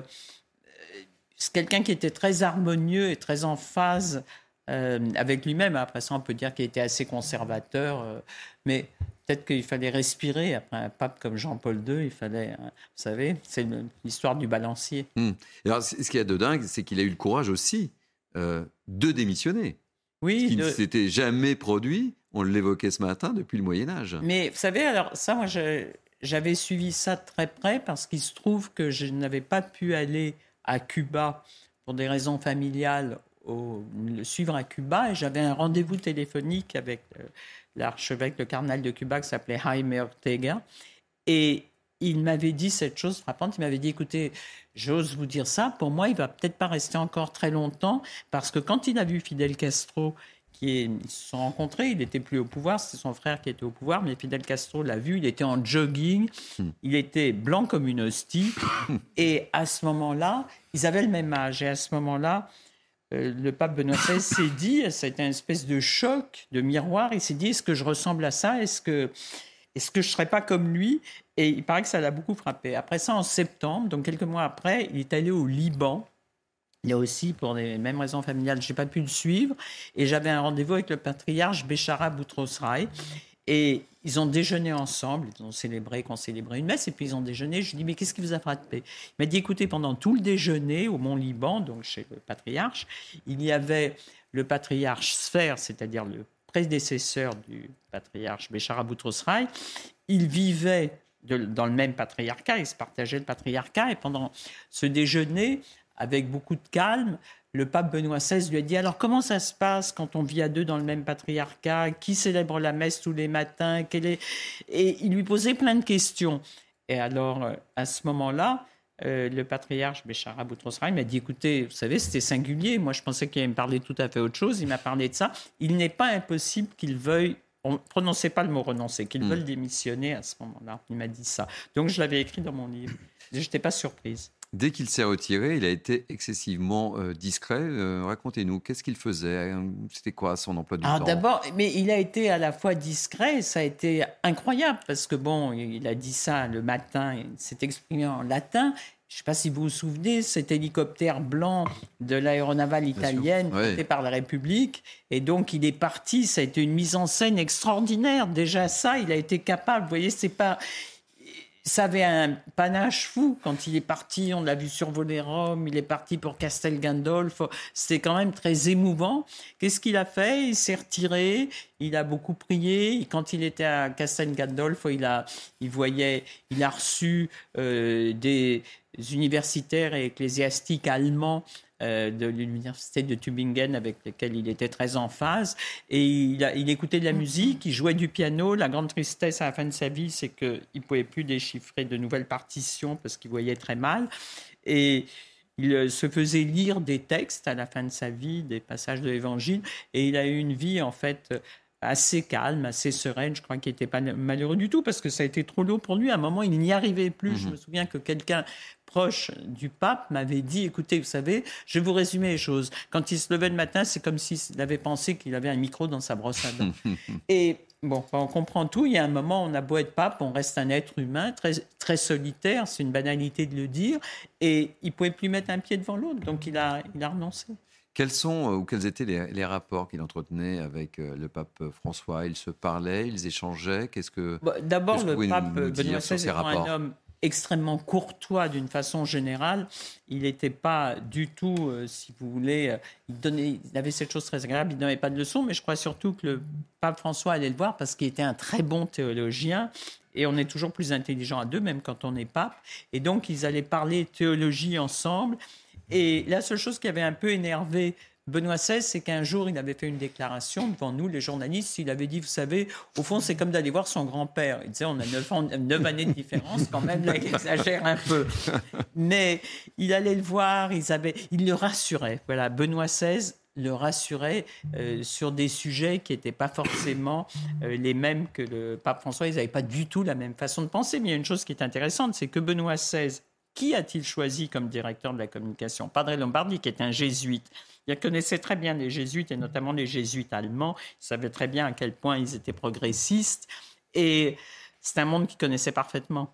c'est quelqu'un qui était très harmonieux et très en phase euh, avec lui-même. Après ça, on peut dire qu'il était assez conservateur. Euh, mais peut-être qu'il fallait respirer. Après un pape comme Jean-Paul deux, il fallait... Hein, vous savez, c'est l'histoire du balancier. Mmh. Alors, ce qu'il y a de dingue, c'est qu'il a eu le courage aussi euh, de démissionner. Oui, ce qui de... ne s'était jamais produit, on l'évoquait ce matin, depuis le Moyen-Âge. Mais vous savez, alors ça, moi, je, j'avais suivi ça de très près parce qu'il se trouve que je n'avais pas pu aller à Cuba pour des raisons familiales, au, le suivre à Cuba, et j'avais un rendez-vous téléphonique avec euh, l'archevêque, le cardinal de Cuba, qui s'appelait Jaime Ortega, et il m'avait dit cette chose frappante, il m'avait dit, écoutez, j'ose vous dire ça, pour moi, il va peut-être pas rester encore très longtemps, parce que quand il a vu Fidel Castro, qui est, ils se sont rencontrés, il n'était plus au pouvoir, c'était son frère qui était au pouvoir, mais Fidel Castro l'a vu, il était en jogging, mmh. il était blanc comme une hostie, et à ce moment-là, ils avaient le même âge, et à ce moment-là, euh, le pape Benoît seize s'est dit, ça a été une espèce de choc, de miroir, il s'est dit, est-ce que je ressemble à ça, est-ce que, est-ce que je ne serais pas comme lui ? Et il paraît que ça l'a beaucoup frappé. Après ça, en septembre, donc quelques mois après, il est allé au Liban. Il y a aussi, pour les mêmes raisons familiales, je n'ai pas pu le suivre. Et j'avais un rendez-vous avec le patriarche Béchara Boutros-Ghali. Et ils ont déjeuné ensemble. Ils ont célébré, qu'on célébrait une messe. Et puis ils ont déjeuné. Je lui ai dit, mais qu'est-ce qui vous a frappé ? Il m'a dit, écoutez, pendant tout le déjeuner au Mont Liban, donc chez le patriarche, il y avait le patriarche Sphère, c'est-à-dire le prédécesseur du patriarche Béchara Boutros-Ghali. Il vivait de, dans le même patriarcat. Ils se partageaient le patriarcat. Et pendant ce déjeuner, avec beaucoup de calme, le pape Benoît seize lui a dit « Alors, comment ça se passe quand on vit à deux dans le même patriarcat? Qui célèbre la messe tous les matins? Quel est... » Et il lui posait plein de questions. Et alors, à ce moment-là, euh, le patriarche Béchara Boutros-Ghali m'a dit « Écoutez, vous savez, c'était singulier. Moi, je pensais qu'il allait me parler tout à fait autre chose. Il m'a parlé de ça. Il n'est pas impossible qu'il veuille... » On ne prononçait pas le mot renoncer, qu'ils mmh. veulent démissionner à ce moment-là. Il m'a dit ça. Donc, je l'avais écrit dans mon livre. Je n'étais pas surprise. Dès qu'il s'est retiré, il a été excessivement euh, discret. Euh, racontez-nous, qu'est-ce qu'il faisait? C'était quoi son emploi du Alors temps? D'abord, mais il a été à la fois discret, ça a été incroyable, parce que bon, il a dit ça le matin, il s'est exprimé en latin. Je ne sais pas si vous vous souvenez, cet hélicoptère blanc de l'aéronavale italienne porté oui. par la République. Et donc, il est parti. Ça a été une mise en scène extraordinaire. Déjà, ça, il a été capable. Vous voyez, c'est pas... Ça avait un panache fou quand il est parti. On l'a vu survoler Rome. Il est parti pour Castel Gandolfo. C'était quand même très émouvant. Qu'est-ce qu'il a fait? Il s'est retiré. Il a beaucoup prié. Quand il était à Castel Gandolfo, il a, il voyait, il a reçu euh, des universitaires et ecclésiastiques allemands euh, de l'université de Tübingen avec lesquels il était très en phase. Et il, a, il écoutait de la musique, il jouait du piano. La grande tristesse à la fin de sa vie, c'est qu'il ne pouvait plus déchiffrer de nouvelles partitions parce qu'il voyait très mal. Et il se faisait lire des textes à la fin de sa vie, des passages de l'Évangile. Et il a eu une vie, en fait, assez calme, assez sereine. Je crois qu'il n'était pas malheureux du tout parce que ça a été trop lourd pour lui. À un moment, il n'y arrivait plus. Mmh. Je me souviens que quelqu'un proche du pape m'avait dit, écoutez, vous savez, je vais vous résumer les choses. Quand il se levait le matin, c'est comme s'il avait pensé qu'il avait un micro dans sa brosse à dents. Et bon, on comprend tout. Il y a un moment, on a beau être pape, on reste un être humain, très, très solitaire, c'est une banalité de le dire. Et il ne pouvait plus mettre un pied devant l'autre, donc il a, il a renoncé. Quels sont ou quels étaient les, les rapports qu'il entretenait avec le pape François? Ils se parlaient, ils échangeaient. Qu'est-ce que bon, d'abord qu'est-ce que le pape nous, nous Benoît seize étant un homme extrêmement courtois d'une façon générale, il n'était pas du tout, euh, si vous voulez, euh, il, donnait, il avait cette chose très agréable, il ne donnait pas de leçons, mais je crois surtout que le pape François allait le voir parce qu'il était un très bon théologien. Et on est toujours plus intelligent à deux, même quand on est pape. Et donc, ils allaient parler théologie ensemble. Et la seule chose qui avait un peu énervé Benoît seize, c'est qu'un jour, il avait fait une déclaration devant nous, les journalistes. Il avait dit, vous savez, au fond, c'est comme d'aller voir son grand-père. Il disait, on a neuf, ans, neuf années de différence, quand même, là, il exagère un peu. Mais il allait le voir, ils avaient, il le rassurait. Voilà, Benoît seize le rassurait euh, sur des sujets qui n'étaient pas forcément euh, les mêmes que le pape François. Ils n'avaient pas du tout la même façon de penser. Mais il y a une chose qui est intéressante, c'est que Benoît seize, qui a-t-il choisi comme directeur de la communication? Padre Lombardi, qui est un jésuite. Il connaissait très bien les jésuites, et notamment les jésuites allemands. Il savait très bien à quel point ils étaient progressistes. Et c'est un monde qu'il connaissait parfaitement.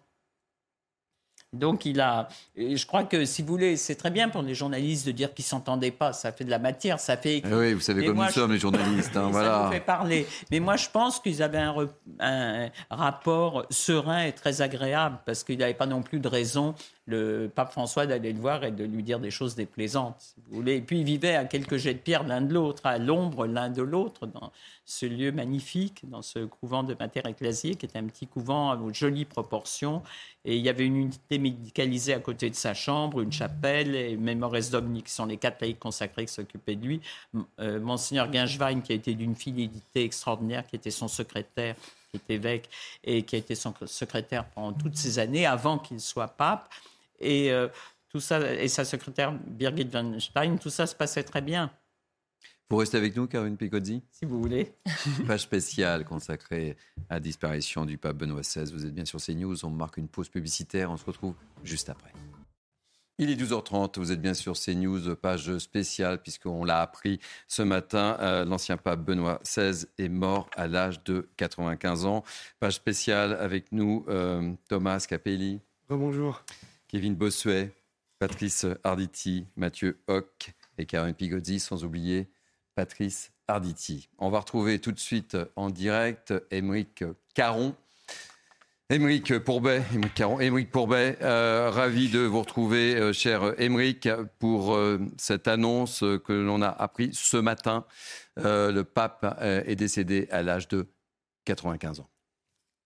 Donc, il a... Je crois que, si vous voulez, c'est très bien pour les journalistes de dire qu'ils ne s'entendaient pas. Ça fait de la matière, ça fait écrire. Oui, vous savez, comme nous sommes, les journalistes. Hein, voilà. Ça nous fait parler. Mais moi, je pense qu'ils avaient un, re... un rapport serein et très agréable parce qu'il n'avait pas non plus de raison, le pape François, d'aller le voir et de lui dire des choses déplaisantes, si vous voulez. Et puis, ils vivaient à quelques jets de pierre l'un de l'autre, à l'ombre l'un de l'autre, dans ce lieu magnifique, dans ce couvent de Mater Ecclesiae, qui est un petit couvent aux jolies proportions. Et il y avait une unité médicalisée à côté de sa chambre, une chapelle, et Memores Domini, qui sont les quatre laïcs consacrés qui s'occupaient de lui. Euh, Monseigneur Guingewein, qui a été d'une fidélité extraordinaire, qui était son secrétaire, qui est évêque, et qui a été son secrétaire pendant toutes ces années, avant qu'il soit pape. Et, euh, tout ça, et sa secrétaire, Birgit Weinstein, tout ça se passait très bien. Vous restez avec nous, Caroline Picozzi ? Si vous voulez. Page spéciale consacrée à la disparition du pape Benoît seize. Vous êtes bien sur CNews, on marque une pause publicitaire, on se retrouve juste après. Il est douze heures trente, vous êtes bien sur CNews, page spéciale, puisqu'on l'a appris ce matin, euh, l'ancien pape Benoît seize est mort à l'âge de quatre-vingt-quinze ans. Page spéciale avec nous, euh, Thomas Capelli. Bonjour. Kevin Bossuet, Patrice Arditi, Mathieu Hoc et Caroline Picozzi, sans oublier Patrice Arditi. On va retrouver tout de suite en direct Émeric Caron. Émeric Pourbet, Émeric Caron, Émeric Pourbet, euh, ravi de vous retrouver, euh, cher Émeric, pour euh, cette annonce que l'on a appris ce matin. Euh, le pape euh, est décédé à l'âge de quatre-vingt-quinze ans.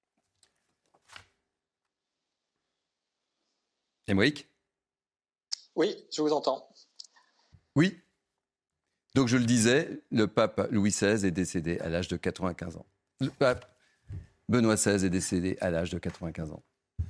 Émeric ? Oui, je vous entends. Oui. Donc je le disais, le pape Louis seize est décédé à l'âge de quatre-vingt-quinze ans. Le pape Benoît seize est décédé à l'âge de quatre-vingt-quinze ans.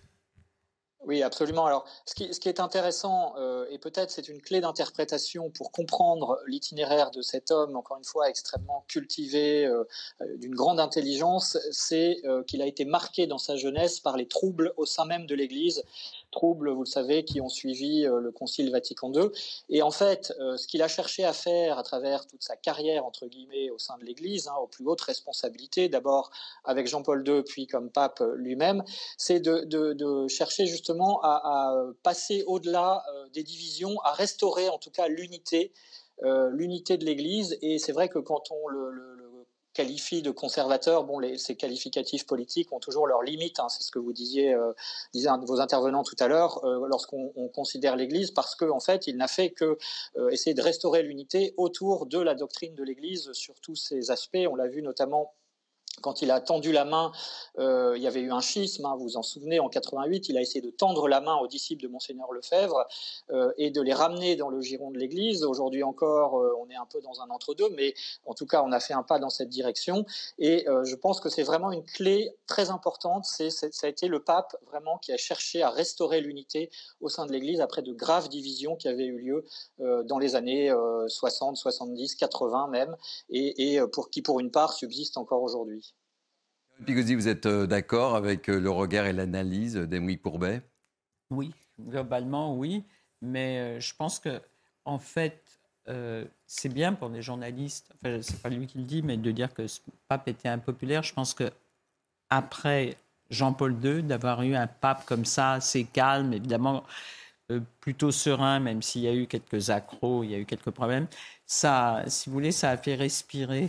Oui, absolument. Alors, ce qui, ce qui est intéressant, euh, et peut-être c'est une clé d'interprétation pour comprendre l'itinéraire de cet homme, encore une fois extrêmement cultivé, euh, d'une grande intelligence, c'est euh, qu'il a été marqué dans sa jeunesse par les troubles au sein même de l'Église, troubles, vous le savez, qui ont suivi euh, le Concile Vatican deux. Et en fait, euh, ce qu'il a cherché à faire à travers toute sa carrière, entre guillemets, au sein de l'Église, hein, aux plus hautes responsabilités, d'abord avec Jean-Paul deux, puis comme pape lui-même, c'est de, de, de chercher justement À, à passer au-delà euh, des divisions, à restaurer en tout cas l'unité, euh, l'unité de l'Église. Et c'est vrai que quand on le, le, le qualifie de conservateur, bon, les, ces qualificatifs politiques ont toujours leurs limites. Hein, c'est ce que vous disiez, euh, disaient un de vos intervenants tout à l'heure, euh, lorsqu'on on considère l'Église, parce qu'en en fait, il n'a fait que euh, essayer de restaurer l'unité autour de la doctrine de l'Église sur tous ses aspects. On l'a vu notamment quand il a tendu la main, euh, il y avait eu un schisme, hein, vous vous en souvenez, en quatre-vingt-huit, il a essayé de tendre la main aux disciples de Monseigneur Lefebvre euh, et de les ramener dans le giron de l'Église. Aujourd'hui encore, euh, on est un peu dans un entre-deux, mais en tout cas, on a fait un pas dans cette direction. Et euh, je pense que c'est vraiment une clé très importante. C'est, c'est, ça a été le pape vraiment qui a cherché à restaurer l'unité au sein de l'Église après de graves divisions qui avaient eu lieu euh, dans les années euh, soixante, soixante-dix, quatre-vingts même, et, et pour, qui pour une part subsistent encore aujourd'hui. Pigosi, vous êtes d'accord avec le regard et l'analyse d'Émeric Pourbet ? Oui, globalement, oui. Mais euh, je pense que, en fait, euh, c'est bien pour les journalistes, enfin, c'est pas lui qui le dit, mais de dire que ce pape était impopulaire. Je pense que après Jean-Paul deux, d'avoir eu un pape comme ça, assez calme, évidemment, euh, plutôt serein, même s'il y a eu quelques accros, il y a eu quelques problèmes, ça, si vous voulez, ça a fait respirer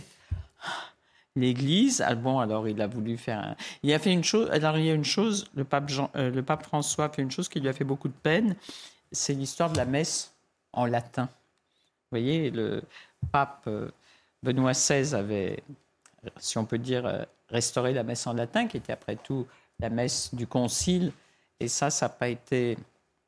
l'Église. Ah bon, alors il a voulu faire un... Il a fait une chose, alors il y a une chose, le pape, Jean, euh, le pape François a fait une chose qui lui a fait beaucoup de peine, c'est l'histoire de la messe en latin. Vous voyez, le pape euh, Benoît seize avait, si on peut dire, euh, restauré la messe en latin, qui était après tout la messe du Concile, et ça, ça n'a pas été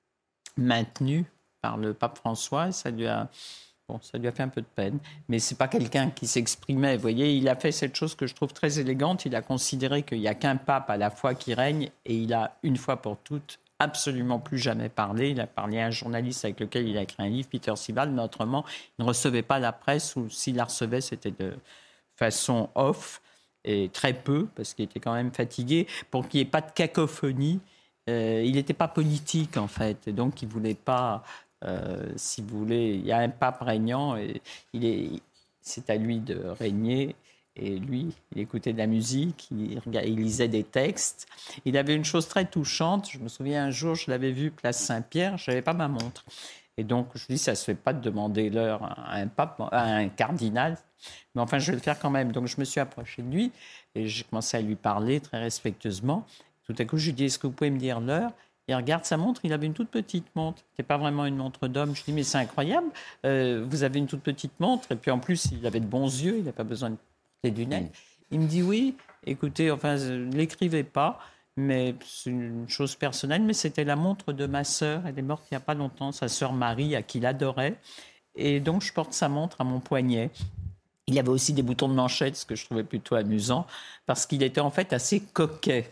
maintenu par le pape François, et ça lui a... Bon, ça lui a fait un peu de peine, mais ce n'est pas quelqu'un qui s'exprimait. Vous voyez, il a fait cette chose que je trouve très élégante. Il a considéré qu'il n'y a qu'un pape à la fois qui règne, et il a, une fois pour toutes, absolument plus jamais parlé. Il a parlé à un journaliste avec lequel il a écrit un livre, Peter Sibald, mais autrement, il ne recevait pas la presse, ou s'il la recevait, c'était de façon off, et très peu, parce qu'il était quand même fatigué, pour qu'il n'y ait pas de cacophonie. Euh, il n'était pas politique, en fait, et donc il ne voulait pas... Euh, si vous voulez, il y a un pape régnant, et il est, c'est à lui de régner, et lui, il écoutait de la musique, il, il lisait des textes. Il avait une chose très touchante, je me souviens un jour, je l'avais vu place Saint-Pierre, je n'avais pas ma montre. Et donc, je dis, ça ne se fait pas de demander l'heure à un pape, à un cardinal, mais enfin, je vais le faire quand même. Donc, je me suis approché de lui, et j'ai commencé à lui parler très respectueusement. Tout à coup, je lui dis, est-ce que vous pouvez me dire l'heure ? Il regarde sa montre, il avait une toute petite montre. Ce n'était pas vraiment une montre d'homme. Je dis, mais c'est incroyable, euh, vous avez une toute petite montre. Et puis en plus, il avait de bons yeux, il n'a pas besoin de porter du lunettes. Il me dit, oui, écoutez, enfin, ne l'écrivez pas, mais c'est une chose personnelle, mais c'était la montre de ma sœur. Elle est morte il n'y a pas longtemps, sa sœur Marie, à qui il adorait. Et donc, je porte sa montre à mon poignet. Il avait aussi des boutons de manchette, ce que je trouvais plutôt amusant, parce qu'il était en fait assez coquet.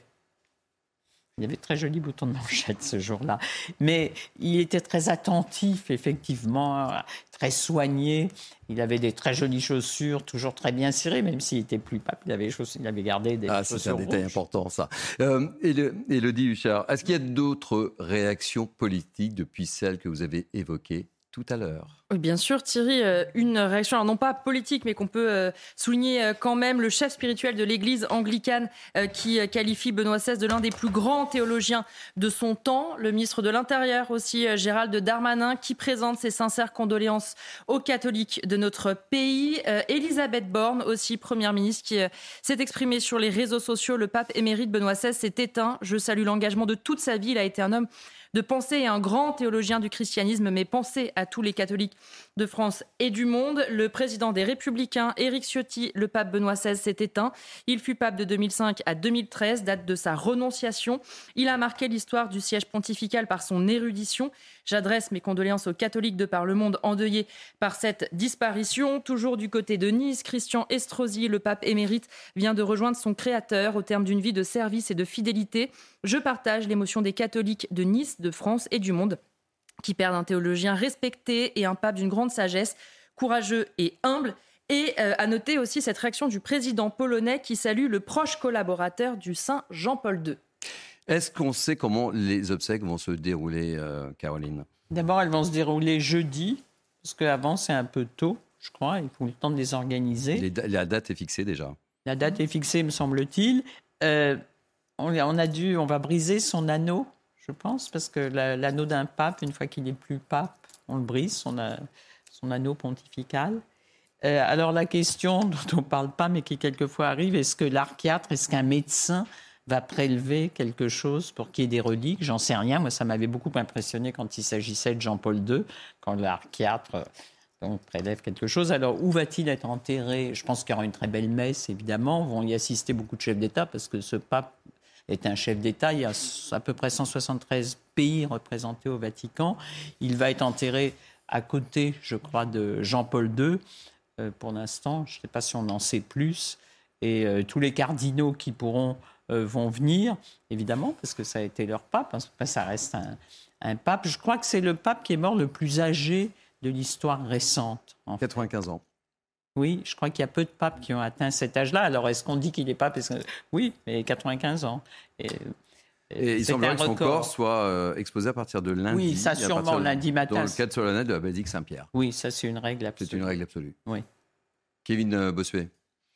Il y avait de très jolis boutons de manchette ce jour-là. Mais il était très attentif, effectivement, très soigné. Il avait des très jolies chaussures, toujours très bien cirées, même s'il était plus pape. Il avait, chaussures, il avait gardé des ah, chaussures c'est un détail rouges. important, ça. Euh, Élodie Huchard, est-ce qu'il y a d'autres réactions politiques depuis celles que vous avez évoquées tout à l'heure? Oui, bien sûr, Thierry, une réaction, alors non pas politique, mais qu'on peut souligner quand même, le chef spirituel de l'église anglicane qui qualifie Benoît seize de l'un des plus grands théologiens de son temps. Le ministre de l'Intérieur aussi, Gérald Darmanin, qui présente ses sincères condoléances aux catholiques de notre pays. Elisabeth Borne aussi, première ministre, qui s'est exprimée sur les réseaux sociaux. Le pape émérite Benoît seize s'est éteint. Je salue l'engagement de toute sa vie. Il a été un homme de pensée et un grand théologien du christianisme, mais pensez à tous les catholiques de France et du monde. Le président des Républicains, Éric Ciotti, le pape Benoît seize, s'est éteint. Il fut pape de deux mille cinq à deux mille treize, date de sa renonciation. Il a marqué l'histoire du siège pontifical par son érudition. J'adresse mes condoléances aux catholiques de par le monde endeuillés par cette disparition. Toujours du côté de Nice, Christian Estrosi, le pape émérite, vient de rejoindre son créateur au terme d'une vie de service et de fidélité. Je partage l'émotion des catholiques de Nice, de France et du monde qui perdent un théologien respecté et un pape d'une grande sagesse, courageux et humble. Et euh, à noter aussi cette réaction du président polonais qui salue le proche collaborateur du saint Jean-Paul deux. Est-ce qu'on sait comment les obsèques vont se dérouler, euh, Caroline ? D'abord, elles vont se dérouler jeudi, parce qu'avant, c'est un peu tôt, je crois. Il faut le temps de les organiser. Les, la date est fixée déjà. La date est fixée, me semble-t-il. Euh, on, on a dû, on va briser son anneau, je pense, parce que la, l'anneau d'un pape, une fois qu'il n'est plus pape, on le brise, son, a, son anneau pontifical. Euh, alors la question dont on ne parle pas, mais qui quelquefois arrive, est-ce que l'archiatre, est-ce qu'un médecin va prélever quelque chose pour qu'il y ait des reliques ? J'en sais rien. Moi, ça m'avait beaucoup impressionné quand il s'agissait de Jean-Paul deux, quand l'archiatre donc, prélève quelque chose. Alors, où va-t-il être enterré ? Je pense qu'il y aura une très belle messe, évidemment. Vont y assister beaucoup de chefs d'État, parce que ce pape est un chef d'État. Il y a à peu près cent soixante-treize pays représentés au Vatican. Il va être enterré à côté, je crois, de Jean-Paul deux. Euh, pour l'instant, je ne sais pas si on en sait plus. Et euh, tous les cardinaux qui pourront euh, vont venir, évidemment, parce que ça a été leur pape. Hein, ça reste un, un pape. Je crois que c'est le pape qui est mort le plus âgé de l'histoire récente. En quatre-vingt-quinze fait. ans. Oui, je crois qu'il y a peu de papes qui ont atteint cet âge-là. Alors, est-ce qu'on dit qu'il est pape ? Parce que... Oui, mais quatre-vingt-quinze ans. Et, et il semblerait que son corps soit euh, exposé à partir de lundi. Oui, ça sûrement, lundi matin. Dans le cadre solennel de la basilique Saint-Pierre. Oui, ça c'est une règle absolue. C'est une règle absolue. Oui. Kevin Bossuet.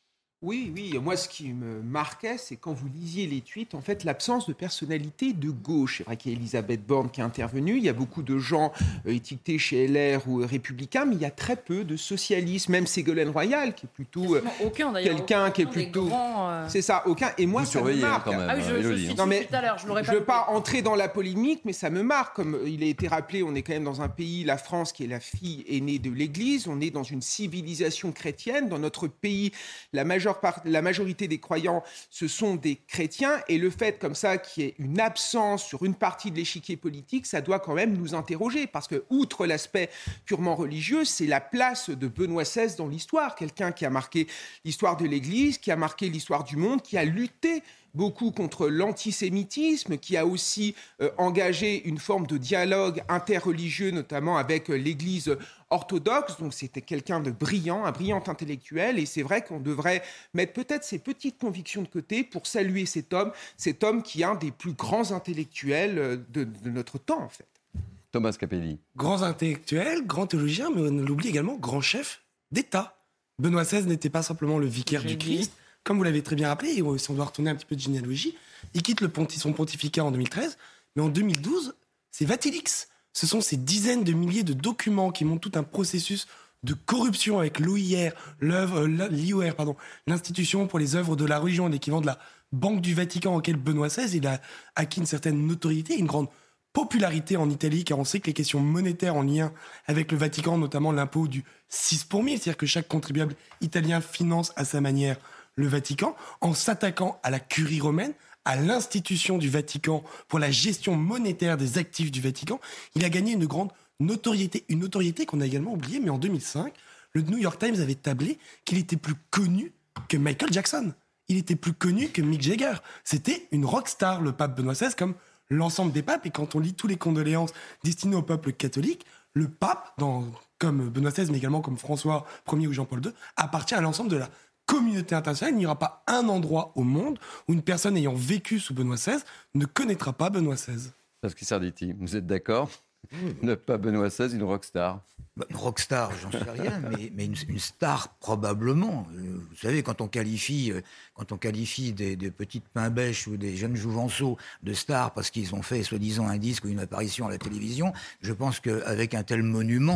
Oui, oui. Moi, ce qui me marquait, c'est quand vous lisiez les tweets, en fait, l'absence de personnalité de gauche. C'est vrai qu'il y a Elisabeth Borne qui est intervenue. Il y a beaucoup de gens euh, étiquetés chez L R ou républicains, mais il y a très peu de socialistes. Même Ségolène Royal, qui est plutôt euh, aucun, quelqu'un aucun qui est plutôt. Grands, euh... C'est ça, aucun. Et moi, vous ça me marque. Quand même, ah oui, je, je suis non, mais tout à l'heure. Je l'aurais pas. Je veux pas entrer dans la polémique, mais ça me marque. Comme il a été rappelé, on est quand même dans un pays, la France, qui est la fille aînée de l'Église. On est dans une civilisation chrétienne. Dans notre pays, la majeure part, la majorité des croyants, ce sont des chrétiens, et le fait comme ça qu'il y ait une absence sur une partie de l'échiquier politique, ça doit quand même nous interroger, parce que outre l'aspect purement religieux, c'est la place de Benoît seize dans l'histoire, quelqu'un qui a marqué l'histoire de l'Église, qui a marqué l'histoire du monde, qui a lutté beaucoup contre l'antisémitisme, qui a aussi euh, engagé une forme de dialogue interreligieux, notamment avec euh, l'Église orthodoxe. Donc c'était quelqu'un de brillant, un brillant intellectuel, et c'est vrai qu'on devrait mettre peut-être ses petites convictions de côté pour saluer cet homme, cet homme qui est un des plus grands intellectuels de, de notre temps, en fait. Thomas Capelli. Grand intellectuel, grand théologien, mais on l'oublie également, grand chef d'État. Benoît seize n'était pas simplement le vicaire du Christ. Comme vous l'avez très bien rappelé, et si on doit retourner un petit peu de généalogie, il quitte le ponti- son pontificat en deux mille treize, mais en deux mille douze, c'est Vatilix. Ce sont ces dizaines de milliers de documents qui montrent tout un processus de corruption avec l'O I R, l'œuvre, l'I O R, pardon, l'institution pour les œuvres de la religion, l'équivalent de la Banque du Vatican, auquel Benoît seize il a acquis une certaine notoriété, une grande popularité en Italie, car on sait que les questions monétaires en lien avec le Vatican, notamment l'impôt du six pour mille, c'est-à-dire que chaque contribuable italien finance à sa manière le Vatican, en s'attaquant à la curie romaine, à l'institution du Vatican pour la gestion monétaire des actifs du Vatican, il a gagné une grande notoriété, une notoriété qu'on a également oubliée, mais en deux mille cinq, le New York Times avait tablé qu'il était plus connu que Michael Jackson. Il était plus connu que Mick Jagger. C'était une rockstar, le pape Benoît seize, comme l'ensemble des papes. Et quand on lit tous les condoléances destinées au peuple catholique, le pape, dans, comme Benoît seize, mais également comme François Ier ou Jean-Paul deux, appartient à l'ensemble de la communauté internationale. Il n'y aura pas un endroit au monde où une personne ayant vécu sous Benoît seize ne connaîtra pas Benoît seize. Parce que Sarditi, vous êtes d'accord ? Ne pas Benoît seize, une rockstar. Bah, une rockstar, j'en sais rien, mais, mais une, une star probablement. Vous savez, quand on qualifie, quand on qualifie des, des petites pains-bêches ou des jeunes jouvenceaux de stars parce qu'ils ont fait soi-disant un disque ou une apparition à la télévision, je pense qu'avec un tel monument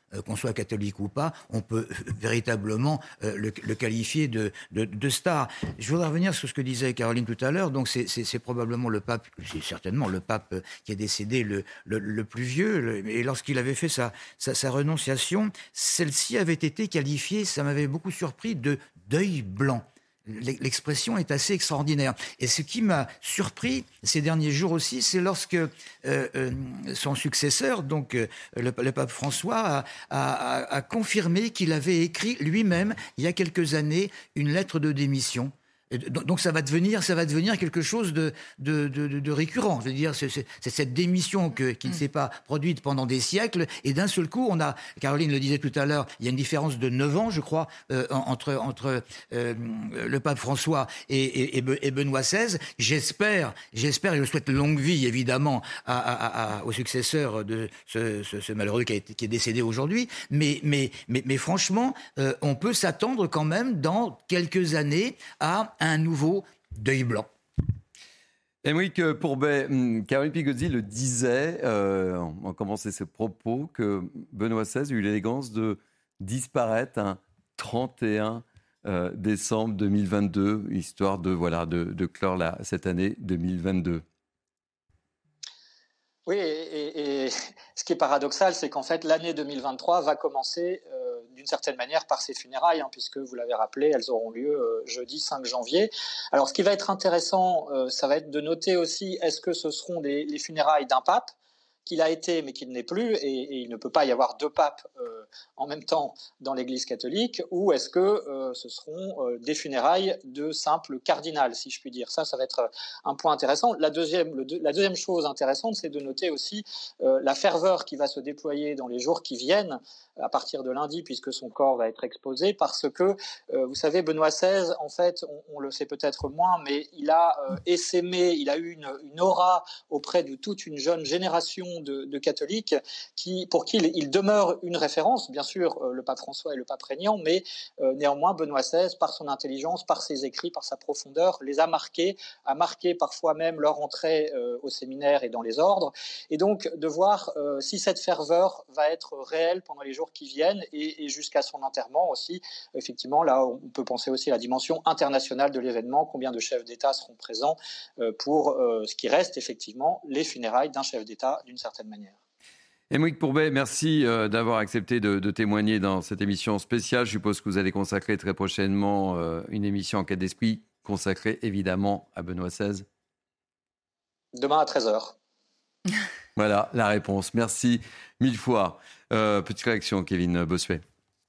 euh, qu'on soit catholique ou pas, on peut véritablement euh, le, le qualifier de, de, de star. Je voudrais revenir sur ce que disait Caroline tout à l'heure. Donc c'est, c'est, c'est probablement le pape, c'est certainement le pape qui est décédé le, le, le plus vieux. Le, et lorsqu'il avait fait sa, sa, sa renonciation, celle-ci avait été qualifiée, ça m'avait beaucoup surpris, de deuil blanc. L'expression est assez extraordinaire. Et ce qui m'a surpris ces derniers jours aussi, c'est lorsque euh, euh, son successeur, donc euh, le, le pape François, a, a, a confirmé qu'il avait écrit lui-même, il y a quelques années, une lettre de démission. Donc ça va devenir, ça va devenir quelque chose de, de, de, de récurrent. Je veux dire, c'est, c'est, c'est cette démission que, qui ne s'est pas produite pendant des siècles, et d'un seul coup, on a, Caroline le disait tout à l'heure, il y a une différence de neuf ans, je crois, euh, entre, entre euh, le pape François et, et, et Benoît seize. J'espère, j'espère, et je souhaite longue vie, évidemment, à, à, à, au successeur de ce, ce, ce malheureux qui, a été, qui est décédé aujourd'hui. Mais, mais, mais, mais franchement, euh, on peut s'attendre quand même, dans quelques années, à un nouveau deuil blanc. Aymeric Pourbet, Caroline Pigozzi le disait, euh, on commençait ses propos, que Benoît seize a eu l'élégance de disparaître un trente et un euh, décembre deux mille vingt-deux, histoire de, voilà, de, de clore la, cette année deux mille vingt-deux. Oui, et, et, et ce qui est paradoxal, c'est qu'en fait, l'année deux mille vingt-trois va commencer euh, d'une certaine manière par ses funérailles, hein, puisque vous l'avez rappelé, elles auront lieu euh, jeudi cinq janvier. Alors, ce qui va être intéressant, euh, ça va être de noter aussi, est-ce que ce seront des, les funérailles d'un pape, qu'il a été mais qu'il n'est plus, et, et il ne peut pas y avoir deux papes euh, en même temps dans l'Église catholique, ou est-ce que euh, ce seront euh, des funérailles de simples cardinal, si je puis dire. Ça, ça va être un point intéressant. La deuxième, le, la deuxième chose intéressante, c'est de noter aussi euh, la ferveur qui va se déployer dans les jours qui viennent, à partir de lundi, puisque son corps va être exposé, parce que, euh, vous savez, Benoît seize, en fait, on, on le sait peut-être moins, mais il a euh, essaimé, il a eu une, une aura auprès de toute une jeune génération de, de catholiques qui, pour qui il, il demeure une référence, bien sûr, euh, le pape François et le pape régnant, mais euh, néanmoins, Benoît seize, par son intelligence, par ses écrits, par sa profondeur, les a marqués, a marqué parfois même leur entrée euh, au séminaire et dans les ordres, et donc de voir euh, si cette ferveur va être réelle pendant les jours qui viennent et, et jusqu'à son enterrement aussi. Effectivement, là, on peut penser aussi à la dimension internationale de l'événement, combien de chefs d'État seront présents euh, pour euh, ce qui reste effectivement les funérailles d'un chef d'État d'une certaine manière. Aymeric Pourbet, merci euh, d'avoir accepté de, de témoigner dans cette émission spéciale. Je suppose que vous allez consacrer très prochainement euh, une émission Enquête d'esprit consacrée évidemment à Benoît seize. Demain à treize heures. Voilà la réponse. Merci mille fois. Euh, petite réaction, Kevin Bossuet.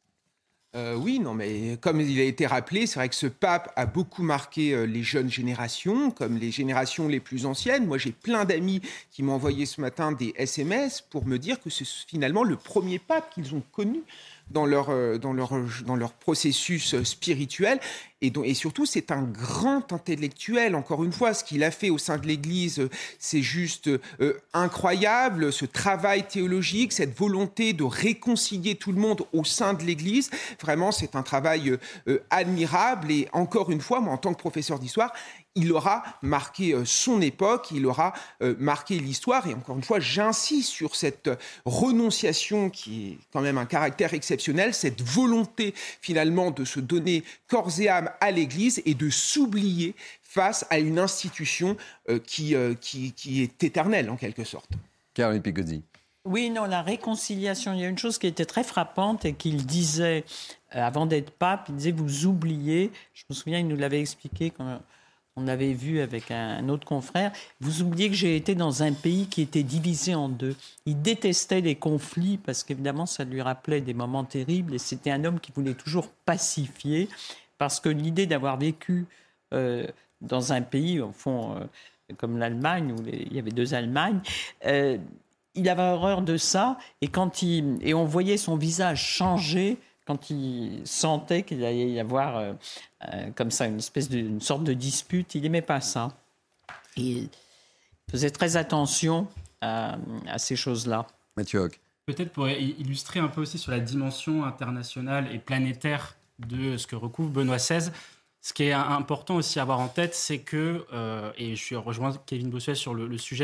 Euh, oui, non, mais comme il a été rappelé, c'est vrai que ce pape a beaucoup marqué euh, les jeunes générations, comme les générations les plus anciennes. Moi, j'ai plein d'amis qui m'ont envoyé ce matin des S M S pour me dire que c'est finalement le premier pape qu'ils ont connu dans leur, euh, dans leur, dans leur processus spirituel. Et, donc, et surtout, c'est un grand intellectuel. Encore une fois, ce qu'il a fait au sein de l'Église, c'est juste euh, incroyable. Ce travail théologique, cette volonté de réconcilier tout le monde au sein de l'Église, vraiment, c'est un travail euh, admirable. Et encore une fois, moi, en tant que professeur d'histoire, il aura marqué euh, son époque, il aura euh, marqué l'histoire. Et encore une fois, j'insiste sur cette renonciation qui est quand même un caractère exceptionnel, cette volonté finalement de se donner corps et âme à l'Église et de s'oublier face à une institution euh, qui, euh, qui, qui est éternelle en quelque sorte. Caroline Pigozzi. Oui, non, la réconciliation, il y a une chose qui était très frappante et qu'il disait, euh, avant d'être pape, il disait « vous oubliez », je me souviens, il nous l'avait expliqué quand on avait vu avec un autre confrère, « vous oubliez que j'ai été dans un pays qui était divisé en deux ». Il détestait les conflits parce qu'évidemment, ça lui rappelait des moments terribles et c'était un homme qui voulait toujours pacifier parce que l'idée d'avoir vécu euh, dans un pays, au fond, euh, comme l'Allemagne, où les, il y avait deux Allemagnes, euh, il avait horreur de ça et, quand il, et on voyait son visage changer quand il sentait qu'il allait y avoir euh, euh, comme ça une espèce de, une sorte de dispute. Il n'aimait pas ça. Il faisait très attention à, à ces choses-là. Mathieu Hoc. Peut-être pour illustrer un peu aussi sur la dimension internationale et planétaire de ce que recouvre Benoît seize, ce qui est important aussi à avoir en tête, c'est que, euh, et je suis rejoint Kevin Bossuet sur le, le sujet,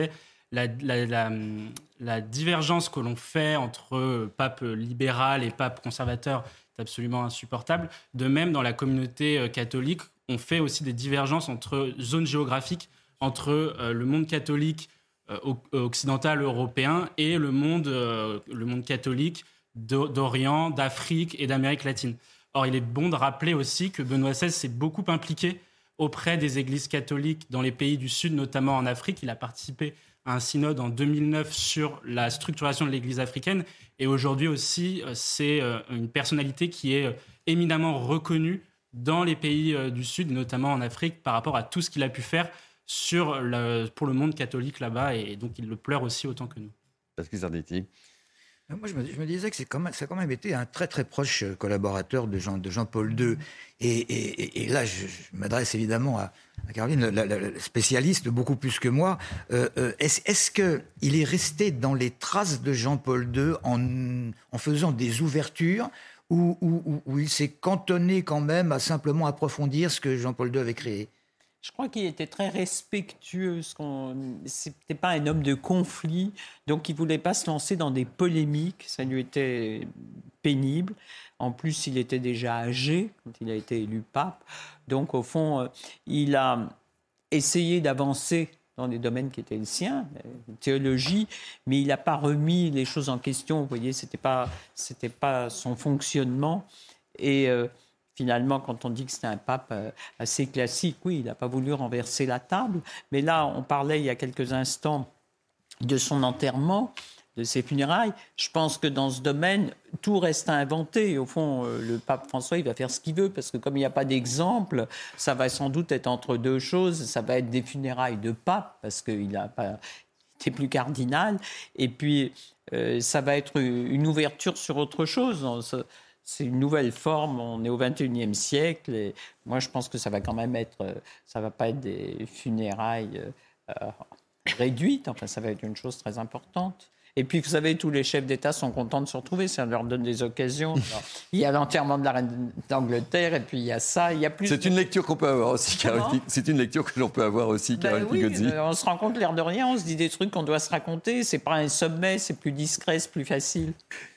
la, la, la, la divergence que l'on fait entre pape libéral et pape conservateur est absolument insupportable. De même, dans la communauté catholique, on fait aussi des divergences entre zones géographiques, entre euh, le monde catholique euh, occidental européen et le monde, euh, le monde catholique d'Orient, d'Afrique et d'Amérique latine. Or, il est bon de rappeler aussi que Benoît seize s'est beaucoup impliqué auprès des églises catholiques dans les pays du Sud, notamment en Afrique. Il a participé à un synode en deux mille neuf sur la structuration de l'église africaine. Et aujourd'hui aussi, c'est une personnalité qui est éminemment reconnue dans les pays du Sud, notamment en Afrique, par rapport à tout ce qu'il a pu faire sur le, pour le monde catholique là-bas. Et donc, il le pleure aussi autant que nous. Pascal Zardetti. Moi, je me, je me disais que c'est quand même, ça a quand même été un très très proche collaborateur de, Jean, de Jean-Paul deux. Et, et, et là, je, je m'adresse évidemment à, à Caroline, la, la, la spécialiste beaucoup plus que moi. Euh, euh, est-ce, est-ce qu'il est resté dans les traces de Jean-Paul deux en, en faisant des ouvertures ou, ou, ou il s'est cantonné quand même à simplement approfondir ce que Jean-Paul deux avait créé? Je crois qu'il était très respectueux. Ce n'était pas un homme de conflit, donc il ne voulait pas se lancer dans des polémiques. Ça lui était pénible. En plus, il était déjà âgé quand il a été élu pape. Donc, au fond, il a essayé d'avancer dans les domaines qui étaient les siens, la théologie, mais il n'a pas remis les choses en question. Vous voyez, ce n'était pas, c'était pas son fonctionnement. Et... Euh, Finalement, quand on dit que c'était un pape assez classique, oui, il n'a pas voulu renverser la table. Mais là, on parlait il y a quelques instants de son enterrement, de ses funérailles. Je pense que dans ce domaine, tout reste à inventer. Au fond, le pape François, il va faire ce qu'il veut, parce que comme il n'y a pas d'exemple, ça va sans doute être entre deux choses. Ça va être des funérailles de pape, parce qu'il n'a pas été plus cardinal. Et puis, euh, ça va être une ouverture sur autre chose. C'est une nouvelle forme, on est au vingt et unième siècle et moi je pense que ça va quand même être, ça va pas être des funérailles euh, réduites, enfin ça va être une chose très importante. Et puis vous savez, tous les chefs d'État sont contents de se retrouver, ça leur donne des occasions. Alors, il y a l'enterrement de la reine d'Angleterre et puis il y a ça, il y a plus... C'est de... une lecture qu'on peut avoir aussi, Caroline. C'est une lecture que l'on peut avoir aussi, Caroline ben oui, Pigozzi. On se rend compte l'air de rien, on se dit des trucs qu'on doit se raconter, c'est pas un sommet, c'est plus discret, c'est plus facile.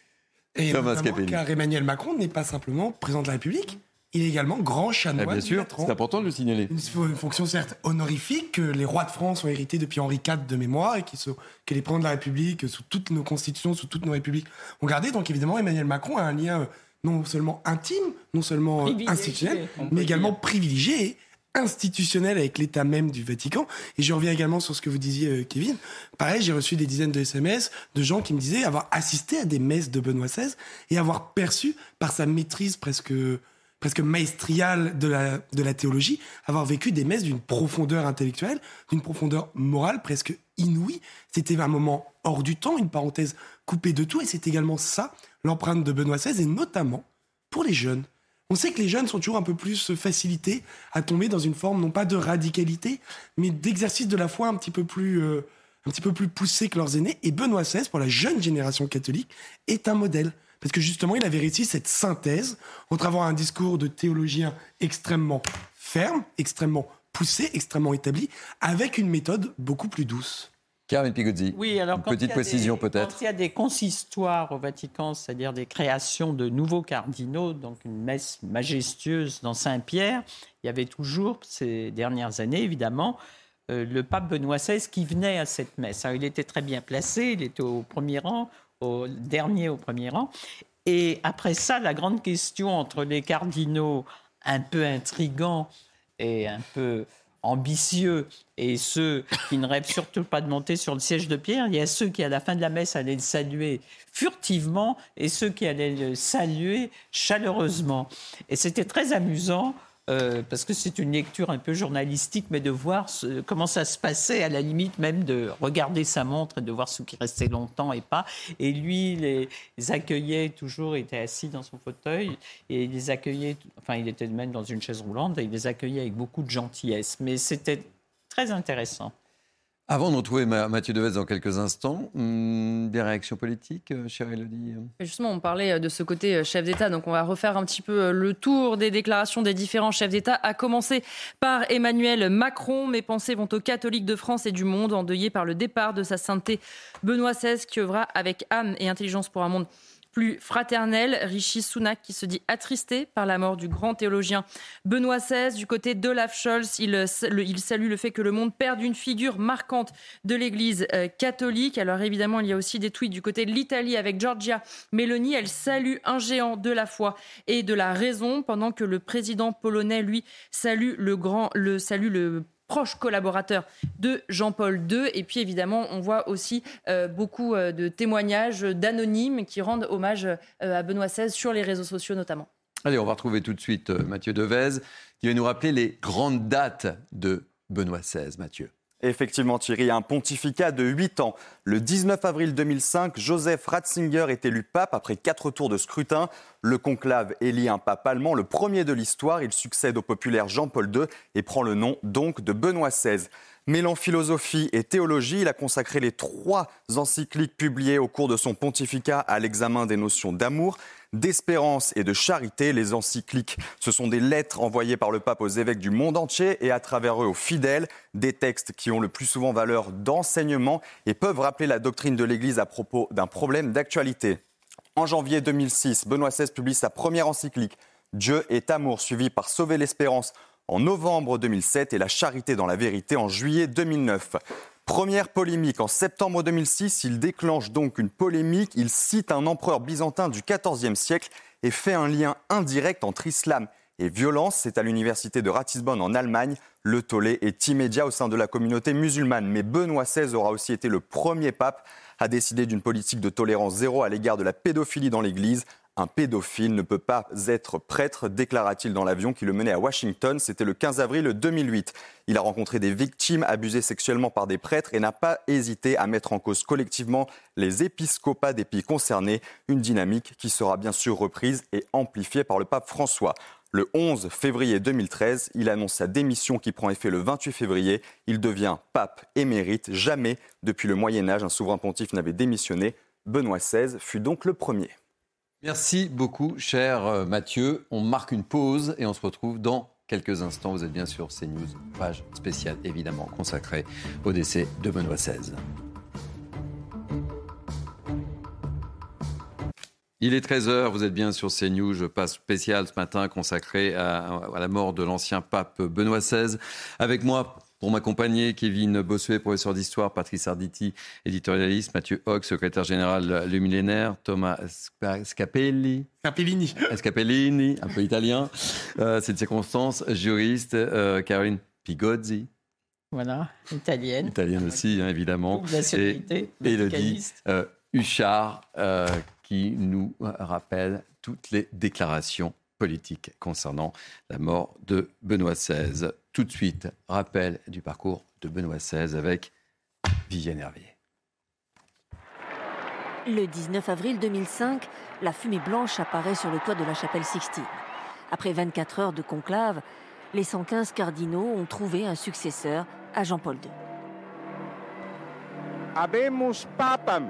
Et notamment car Emmanuel Macron n'est pas simplement président de la République, il est également grand chanoine. Ah bien sûr, Latran. C'est important de le signaler. Une, une fonction certes honorifique que les rois de France ont hérité depuis Henri quatre de mémoire et qui sont, que les présidents de la République, sous toutes nos constitutions, sous toutes nos républiques, ont gardé. Donc évidemment, Emmanuel Macron a un lien non seulement intime, non seulement institutionnel, mais également dire. privilégié. institutionnel avec l'état même du Vatican. Et je reviens également sur ce que vous disiez, euh, Kevin. Pareil, j'ai reçu des dizaines de S M S de gens qui me disaient avoir assisté à des messes de Benoît seize et avoir perçu, par sa maîtrise presque, presque maestriale de la, de la théologie, avoir vécu des messes d'une profondeur intellectuelle, d'une profondeur morale presque inouïe. C'était un moment hors du temps, une parenthèse coupée de tout. Et c'est également ça, l'empreinte de Benoît seize, et notamment pour les jeunes. On sait que les jeunes sont toujours un peu plus facilités à tomber dans une forme, non pas de radicalité, mais d'exercice de la foi un petit peu plus, euh, un petit peu plus poussé que leurs aînés. Et Benoît seize, pour la jeune génération catholique, est un modèle. Parce que justement, il avait réussi cette synthèse entre avoir un discours de théologien extrêmement ferme, extrêmement poussé, extrêmement établi, avec une méthode beaucoup plus douce. Caroline Pigozzi, oui, alors, une petite précision des, peut-être. Quand il y a des consistoires au Vatican, c'est-à-dire des créations de nouveaux cardinaux, donc une messe majestueuse dans Saint-Pierre, il y avait toujours, ces dernières années évidemment, euh, le pape Benoît seize qui venait à cette messe. Alors, il était très bien placé, il était au premier rang, au dernier au premier rang. Et après ça, la grande question entre les cardinaux un peu intrigants et un peu ambitieux et ceux qui ne rêvent surtout pas de monter sur le siège de Pierre, il y a ceux qui à la fin de la messe allaient le saluer furtivement et ceux qui allaient le saluer chaleureusement. Et c'était très amusant euh, parce que c'est une lecture un peu journalistique, mais de voir ce, comment ça se passait, à la limite même de regarder sa montre et de voir ceux qui restaient longtemps et pas. Et lui, les, les accueillait toujours, il était assis dans son fauteuil et il les accueillait, enfin il était même dans une chaise roulante et il les accueillait avec beaucoup de gentillesse. Mais c'était très intéressant. Avant de retrouver Mathieu Devez dans quelques instants, hum, des réactions politiques, chère Élodie? Justement, on parlait de ce côté chef d'État, donc on va refaire un petit peu le tour des déclarations des différents chefs d'État, à commencer par Emmanuel Macron. Mes pensées vont aux catholiques de France et du monde, endeuillés par le départ de sa sainteté Benoît seize, qui œuvra avec âme et intelligence pour un monde plus fraternel. Rishi Sunak qui se dit attristé par la mort du grand théologien Benoît seize. Du côté d'Olaf Scholz, il, il salue le fait que le monde perde une figure marquante de l'Église catholique. Alors évidemment, il y a aussi des tweets du côté de l'Italie avec Giorgia Meloni. Elle salue un géant de la foi et de la raison, pendant que le président polonais, lui, salue le grand, le salue le proche collaborateur de Jean-Paul deux. Et puis évidemment, on voit aussi euh, beaucoup euh, de témoignages d'anonymes qui rendent hommage euh, à Benoît seize sur les réseaux sociaux notamment. Allez, on va retrouver tout de suite euh, Mathieu Devez qui va nous rappeler les grandes dates de Benoît seize. Mathieu. Effectivement, Thierry, un pontificat de huit ans. Le dix-neuf avril deux mille cinq, Joseph Ratzinger est élu pape après quatre tours de scrutin. Le conclave élit un pape allemand, le premier de l'histoire. Il succède au populaire Jean-Paul deux et prend le nom donc de Benoît seize. Mêlant philosophie et théologie, il a consacré les trois encycliques publiées au cours de son pontificat à l'examen des notions d'amour, d'espérance et de charité. Les encycliques, ce sont des lettres envoyées par le pape aux évêques du monde entier et à travers eux aux fidèles, des textes qui ont le plus souvent valeur d'enseignement et peuvent rappeler la doctrine de l'Église à propos d'un problème d'actualité. En janvier deux mille six, Benoît seize publie sa première encyclique, Dieu est amour, suivie par Sauver l'espérance en novembre deux mille sept et La charité dans la vérité en juillet deux mille neuf. Première polémique, en septembre deux mille six, il déclenche donc une polémique. Il cite un empereur byzantin du quatorzième siècle et fait un lien indirect entre islam et violence. C'est à l'université de Ratisbonne en Allemagne. Le tollé est immédiat au sein de la communauté musulmane. Mais Benoît seize aura aussi été le premier pape à décider d'une politique de tolérance zéro à l'égard de la pédophilie dans l'Église. Un pédophile ne peut pas être prêtre, déclara-t-il dans l'avion qui le menait à Washington. C'était le quinze avril deux mille huit. Il a rencontré des victimes abusées sexuellement par des prêtres et n'a pas hésité à mettre en cause collectivement les épiscopats des pays concernés. Une dynamique qui sera bien sûr reprise et amplifiée par le pape François. Le onze février deux mille treize, il annonce sa démission qui prend effet le vingt-huit février. Il devient pape émérite. Jamais, depuis le Moyen-Âge, un souverain pontife n'avait démissionné. Benoît seize fut donc le premier. Merci beaucoup, cher Mathieu. On marque une pause et on se retrouve dans quelques instants. Vous êtes bien sûr CNews, page spéciale évidemment consacrée au décès de Benoît seize. Il est treize heures, vous êtes bien sur CNews, page spéciale ce matin consacrée à, à la mort de l'ancien pape Benoît seize. Avec moi, pour m'accompagner, Kevin Bossuet, professeur d'histoire, Patrice Arditi, éditorialiste, Mathieu Hoc, secrétaire général Le Millénaire, Thomas Scapelli. Scapellini. Scapellini, un peu italien. Euh, c'est de circonstance, juriste, euh, Caroline Pigozzi. Voilà, italienne. Italienne aussi, hein, évidemment. Nationalité, et Élodie euh, Huchard, euh, qui nous rappelle toutes les déclarations politiques concernant la mort de Benoît seize. Tout de suite, rappel du parcours de Benoît seize avec Viviane Hervier. Le dix-neuf avril deux mille cinq, la fumée blanche apparaît sur le toit de la chapelle Sixtine. Après vingt-quatre heures de conclave, les cent quinze cardinaux ont trouvé un successeur à Jean-Paul deux. Habemus papam,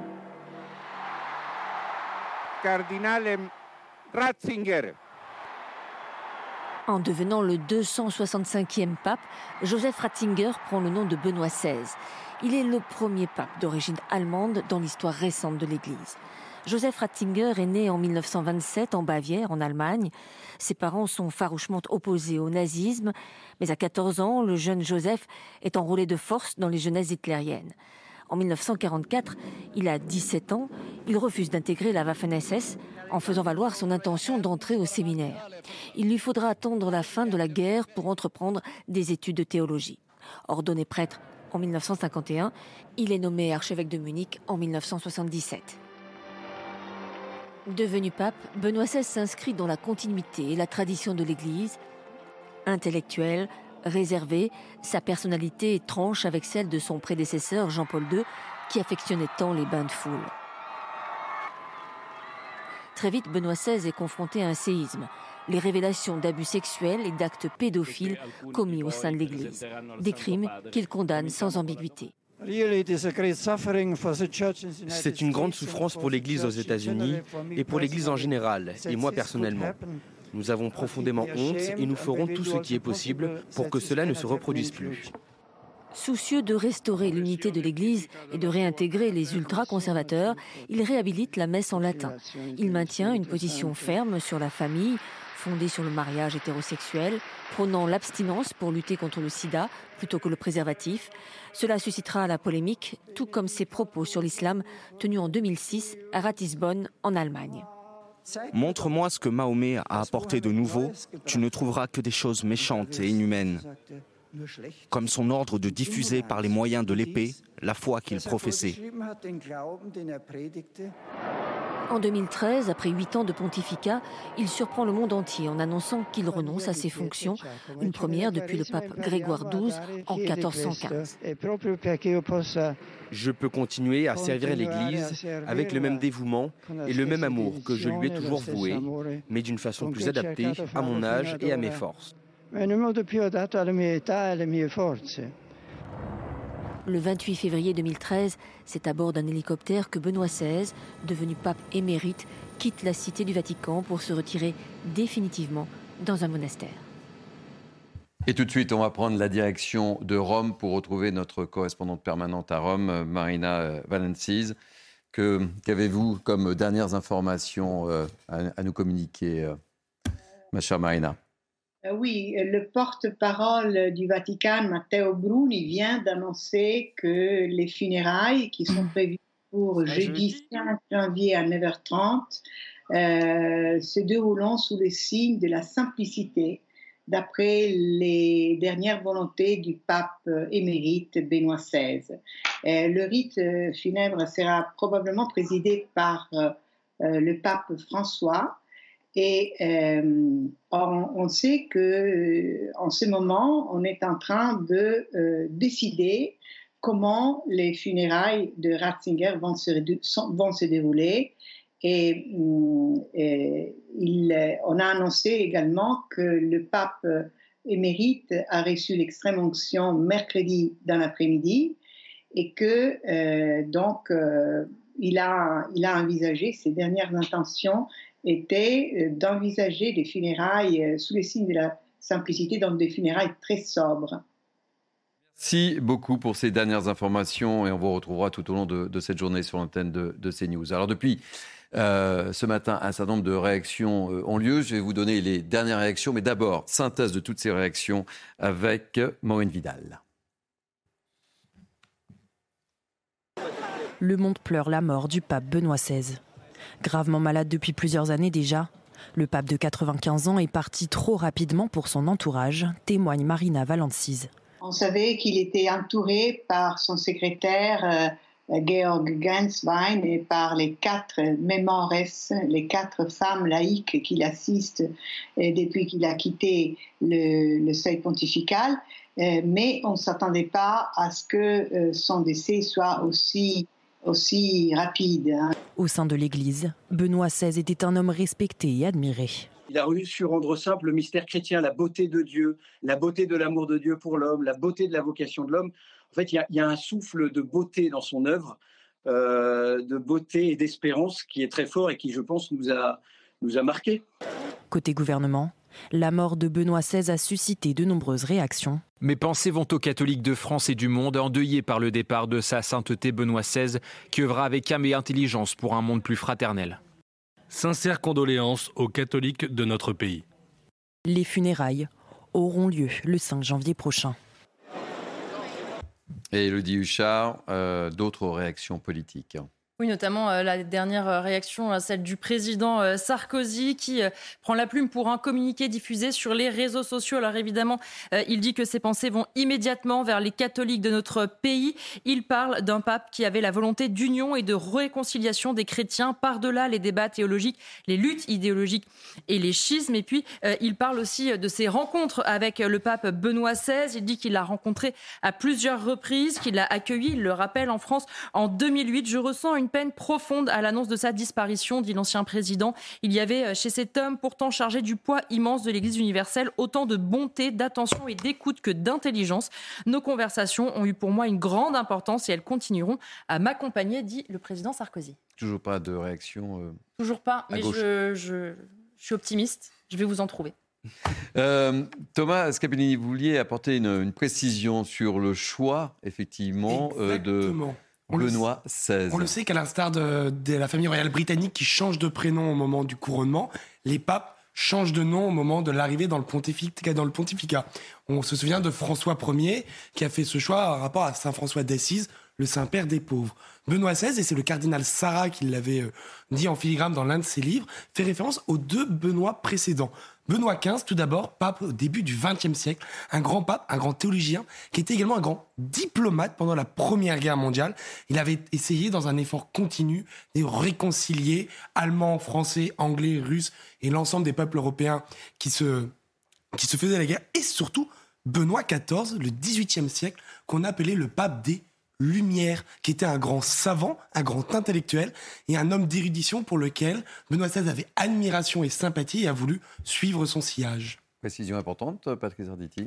cardinalem Ratzinger. En devenant le deux cent soixante-cinquième pape, Joseph Ratzinger prend le nom de Benoît seize. Il est le premier pape d'origine allemande dans l'histoire récente de l'Église. Joseph Ratzinger est né en mille neuf cent vingt-sept en Bavière, en Allemagne. Ses parents sont farouchement opposés au nazisme, mais à quatorze ans, le jeune Joseph est enrôlé de force dans les jeunesses hitlériennes. En mille neuf cent quarante-quatre, il a dix-sept ans, il refuse d'intégrer la Waffen-S S en faisant valoir son intention d'entrer au séminaire. Il lui faudra attendre la fin de la guerre pour entreprendre des études de théologie. Ordonné prêtre en mille neuf cent cinquante et un, il est nommé archevêque de Munich en mille neuf cent soixante-dix-sept. Devenu pape, Benoît seize s'inscrit dans la continuité et la tradition de l'Église. Intellectuel, réservé, sa personnalité tranche avec celle de son prédécesseur Jean-Paul deux, qui affectionnait tant les bains de foule. Très vite, Benoît seize est confronté à un séisme, les révélations d'abus sexuels et d'actes pédophiles commis au sein de l'Église, des crimes qu'il condamne sans ambiguïté. C'est une grande souffrance pour l'Église aux États-Unis et pour l'Église en général, et moi personnellement. Nous avons profondément honte et nous ferons tout ce qui est possible pour que cela ne se reproduise plus. Soucieux de restaurer l'unité de l'Église et de réintégrer les ultra-conservateurs, il réhabilite la messe en latin. Il maintient une position ferme sur la famille, fondée sur le mariage hétérosexuel, prônant l'abstinence pour lutter contre le sida plutôt que le préservatif. Cela suscitera la polémique, tout comme ses propos sur l'islam tenus en deux mille six à Ratisbonne, en Allemagne. Montre-moi ce que Mahomet a apporté de nouveau, tu ne trouveras que des choses méchantes et inhumaines. Comme son ordre de diffuser par les moyens de l'épée la foi qu'il professait. En deux mille treize, après huit ans de pontificat, il surprend le monde entier en annonçant qu'il renonce à ses fonctions, une première depuis le pape Grégoire douze en quatorze cent quinze. Je peux continuer à servir l'Église avec le même dévouement et le même amour que je lui ai toujours voué, mais d'une façon plus adaptée à mon âge et à mes forces. Le vingt-huit février deux mille treize, c'est à bord d'un hélicoptère que Benoît seize, devenu pape émérite, quitte la cité du Vatican pour se retirer définitivement dans un monastère. Et tout de suite, on va prendre la direction de Rome pour retrouver notre correspondante permanente à Rome, Marina Valancise. Que, qu'avez-vous comme dernières informations à, à nous communiquer, ma chère Marina ? Oui, le porte-parole du Vatican, Matteo Bruni, vient d'annoncer que les funérailles qui sont prévues pour jeudi cinq janvier à neuf heures trente euh, se dérouleront sous le signe de la simplicité, d'après les dernières volontés du pape émérite Benoît seize. Euh, le rite funèbre sera probablement présidé par euh, le pape François. Et euh, on, on sait que, euh, en ce moment, on est en train de euh, décider comment les funérailles de Ratzinger vont se, vont se dérouler. Et, et il, on a annoncé également que le pape émérite a reçu l'extrême onction mercredi dans l'après-midi et que euh, donc euh, il a, il a envisagé ses dernières intentions était d'envisager des funérailles sous les signes de la simplicité, donc des funérailles très sobres. Merci beaucoup pour ces dernières informations et on vous retrouvera tout au long de, de cette journée sur l'antenne de, de CNews. Alors depuis euh, ce matin, un certain nombre de réactions euh, ont lieu. Je vais vous donner les dernières réactions, mais d'abord, synthèse de toutes ces réactions avec Maureen Vidal. Le monde pleure la mort du pape Benoît seize. Gravement malade depuis plusieurs années déjà, le pape de quatre-vingt-quinze ans est parti trop rapidement pour son entourage, témoigne Marina Valancise. On savait qu'il était entouré par son secrétaire euh, Georg Genswein et par les quatre mémores, les quatre femmes laïques qui l'assistent euh, depuis qu'il a quitté le, le seuil pontifical. Euh, mais on ne s'attendait pas à ce que euh, son décès soit aussi aussi rapide. Hein. Au sein de l'Église, Benoît seize était un homme respecté et admiré. Il a su rendre simple le mystère chrétien, la beauté de Dieu, la beauté de l'amour de Dieu pour l'homme, la beauté de la vocation de l'homme. En fait, il y a, il y a un souffle de beauté dans son œuvre, euh, de beauté et d'espérance qui est très fort et qui, je pense, nous a, nous a marqués. Côté gouvernement, la mort de Benoît seize a suscité de nombreuses réactions. Mes pensées vont aux catholiques de France et du monde endeuillés par le départ de sa sainteté Benoît seize qui œuvra avec âme et intelligence pour un monde plus fraternel. Sincères condoléances aux catholiques de notre pays. Les funérailles auront lieu le cinq janvier prochain. Et Élodie Huchard, euh, d'autres réactions politiques. Oui, notamment euh, la dernière réaction, euh, celle du président euh, Sarkozy qui euh, prend la plume pour un communiqué diffusé sur les réseaux sociaux. Alors évidemment, euh, il dit que ses pensées vont immédiatement vers les catholiques de notre pays. Il parle d'un pape qui avait la volonté d'union et de réconciliation des chrétiens par-delà les débats théologiques, les luttes idéologiques et les schismes. Et puis, euh, il parle aussi de ses rencontres avec le pape Benoît seize. Il dit qu'il l'a rencontré à plusieurs reprises, qu'il l'a accueilli, il le rappelle, en France en deux mille huit. Je ressens une peine profonde à l'annonce de sa disparition, dit l'ancien président. Il y avait chez cet homme, pourtant chargé du poids immense de l'Église universelle, autant de bonté, d'attention et d'écoute que d'intelligence. Nos conversations ont eu pour moi une grande importance et elles continueront à m'accompagner, dit le président Sarkozy. Toujours pas de réaction euh, Toujours pas, mais je, je, je suis optimiste. Je vais vous en trouver. Euh, Thomas Scapellini, vous vouliez apporter une, une précision sur le choix, effectivement, euh, de Benoît seize. On le sait qu'à l'instar de, de la famille royale britannique qui change de prénom au moment du couronnement, les papes changent de nom au moment de l'arrivée dans le pontificat. Dans le pontificat. On se souvient de François Ier qui a fait ce choix en rapport à Saint François d'Assise, le Saint-Père des pauvres. Benoît seize, et c'est le cardinal Sarrat qui l'avait dit en filigrane dans l'un de ses livres, fait référence aux deux Benoît précédents. Benoît quinze, tout d'abord, pape au début du vingtième siècle, un grand pape, un grand théologien, qui était également un grand diplomate pendant la Première Guerre mondiale. Il avait essayé, dans un effort continu, de réconcilier Allemands, Français, Anglais, Russes et l'ensemble des peuples européens qui se, qui se faisaient la guerre. Et surtout, Benoît quatorze, le dix-huitième siècle, qu'on appelait le pape des Lumière, qui était un grand savant, un grand intellectuel et un homme d'érudition pour lequel Benoît seize avait admiration et sympathie et a voulu suivre son sillage. Précision importante, Patrice Arditi.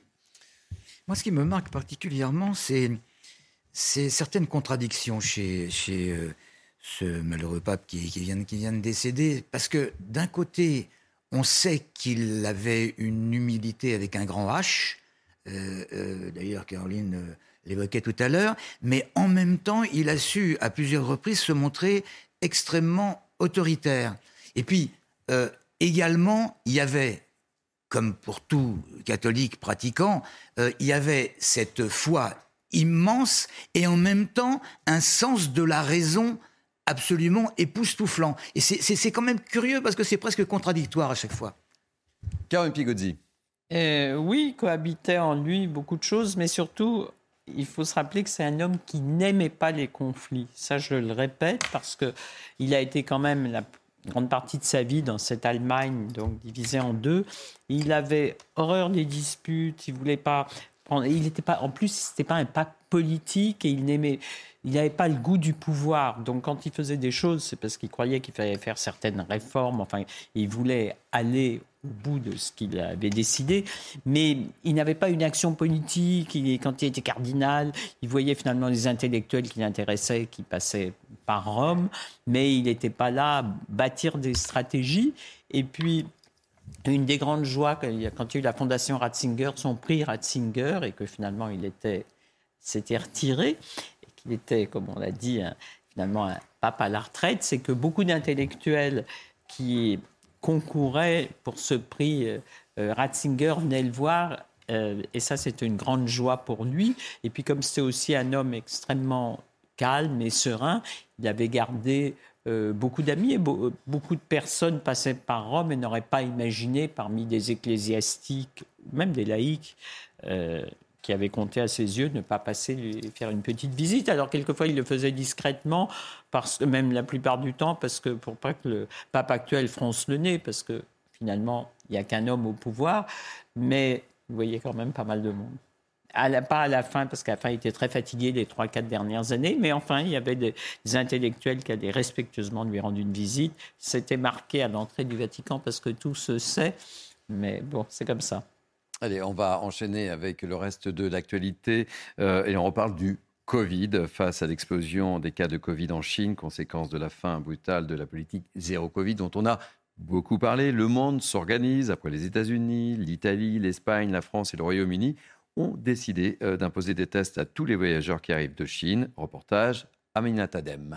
Moi, ce qui me marque particulièrement, c'est, c'est certaines contradictions chez, chez euh, ce malheureux pape qui, qui, vient, qui vient de décéder. Parce que d'un côté, on sait qu'il avait une humilité avec un grand H. Euh, euh, d'ailleurs, Caroline... Euh, l'évoquait tout à l'heure, mais en même temps, il a su, à plusieurs reprises, se montrer extrêmement autoritaire. Et puis, euh, également, il y avait, comme pour tout catholique pratiquant, euh, il y avait cette foi immense et en même temps un sens de la raison absolument époustouflant. Et c'est, c'est, c'est quand même curieux parce que c'est presque contradictoire à chaque fois. Caroline Pigozzi. Euh, oui, cohabitaient en lui beaucoup de choses, mais surtout... Il faut se rappeler que c'est un homme qui n'aimait pas les conflits. Ça, je le répète, parce qu'il a été quand même la grande partie de sa vie dans cette Allemagne, donc divisée en deux. Il avait horreur des disputes, il voulait pas prendre... Il était pas... En plus, c'était pas un pape politique et il n'aimait... Il n'avait pas le goût du pouvoir. Donc, quand il faisait des choses, c'est parce qu'il croyait qu'il fallait faire certaines réformes. Enfin, il voulait aller au bout de ce qu'il avait décidé. Mais il n'avait pas une action politique. Il, quand il était cardinal, il voyait finalement les intellectuels qui l'intéressaient, qui passaient par Rome. Mais il n'était pas là à bâtir des stratégies. Et puis, une des grandes joies, quand il y a eu la Fondation Ratzinger, son prix Ratzinger, et que finalement, il était, s'était retiré... Il était, comme on l'a dit, un, finalement un pape à la retraite, c'est que beaucoup d'intellectuels qui concouraient pour ce prix euh, Ratzinger venaient le voir, euh, et ça c'était une grande joie pour lui. Et puis comme c'était aussi un homme extrêmement calme et serein, il avait gardé euh, beaucoup d'amis, et be- beaucoup de personnes passaient par Rome et n'auraient pas imaginé parmi des ecclésiastiques, même des laïcs, euh, qui avait compté à ses yeux, ne pas passer lui faire une petite visite. Alors, quelquefois, il le faisait discrètement, parce que, même la plupart du temps, parce que pour pas que le pape actuel fronce le nez, parce que, finalement, il n'y a qu'un homme au pouvoir, mais vous voyez quand même pas mal de monde. À la, pas à la fin, parce qu'à la fin, il était très fatigué les trois, quatre dernières années, mais enfin, il y avait des, des intellectuels qui allaient respectueusement lui rendre une visite. C'était marqué à l'entrée du Vatican, parce que tout se sait, mais bon, c'est comme ça. Allez, on va enchaîner avec le reste de l'actualité euh, et on reparle du Covid face à l'explosion des cas de Covid en Chine, conséquence de la fin brutale de la politique zéro Covid dont on a beaucoup parlé. Le monde s'organise après les États-Unis, l'Italie, l'Espagne, la France et le Royaume-Uni ont décidé euh, d'imposer des tests à tous les voyageurs qui arrivent de Chine. Reportage Aminata Dem.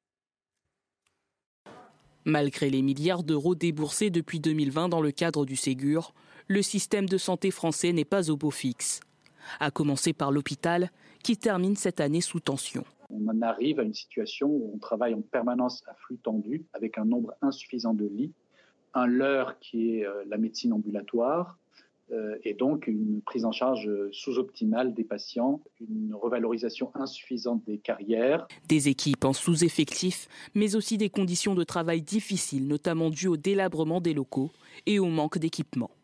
Malgré les milliards d'euros déboursés depuis deux mille vingt dans le cadre du Ségur, le système de santé français n'est pas au beau fixe. À commencer par l'hôpital, qui termine cette année sous tension. On en arrive à une situation où on travaille en permanence à flux tendu, avec un nombre insuffisant de lits, un leurre qui est la médecine ambulatoire, euh, et donc une prise en charge sous-optimale des patients, une revalorisation insuffisante des carrières. Des équipes en sous-effectif, mais aussi des conditions de travail difficiles, notamment dues au délabrement des locaux et au manque d'équipement.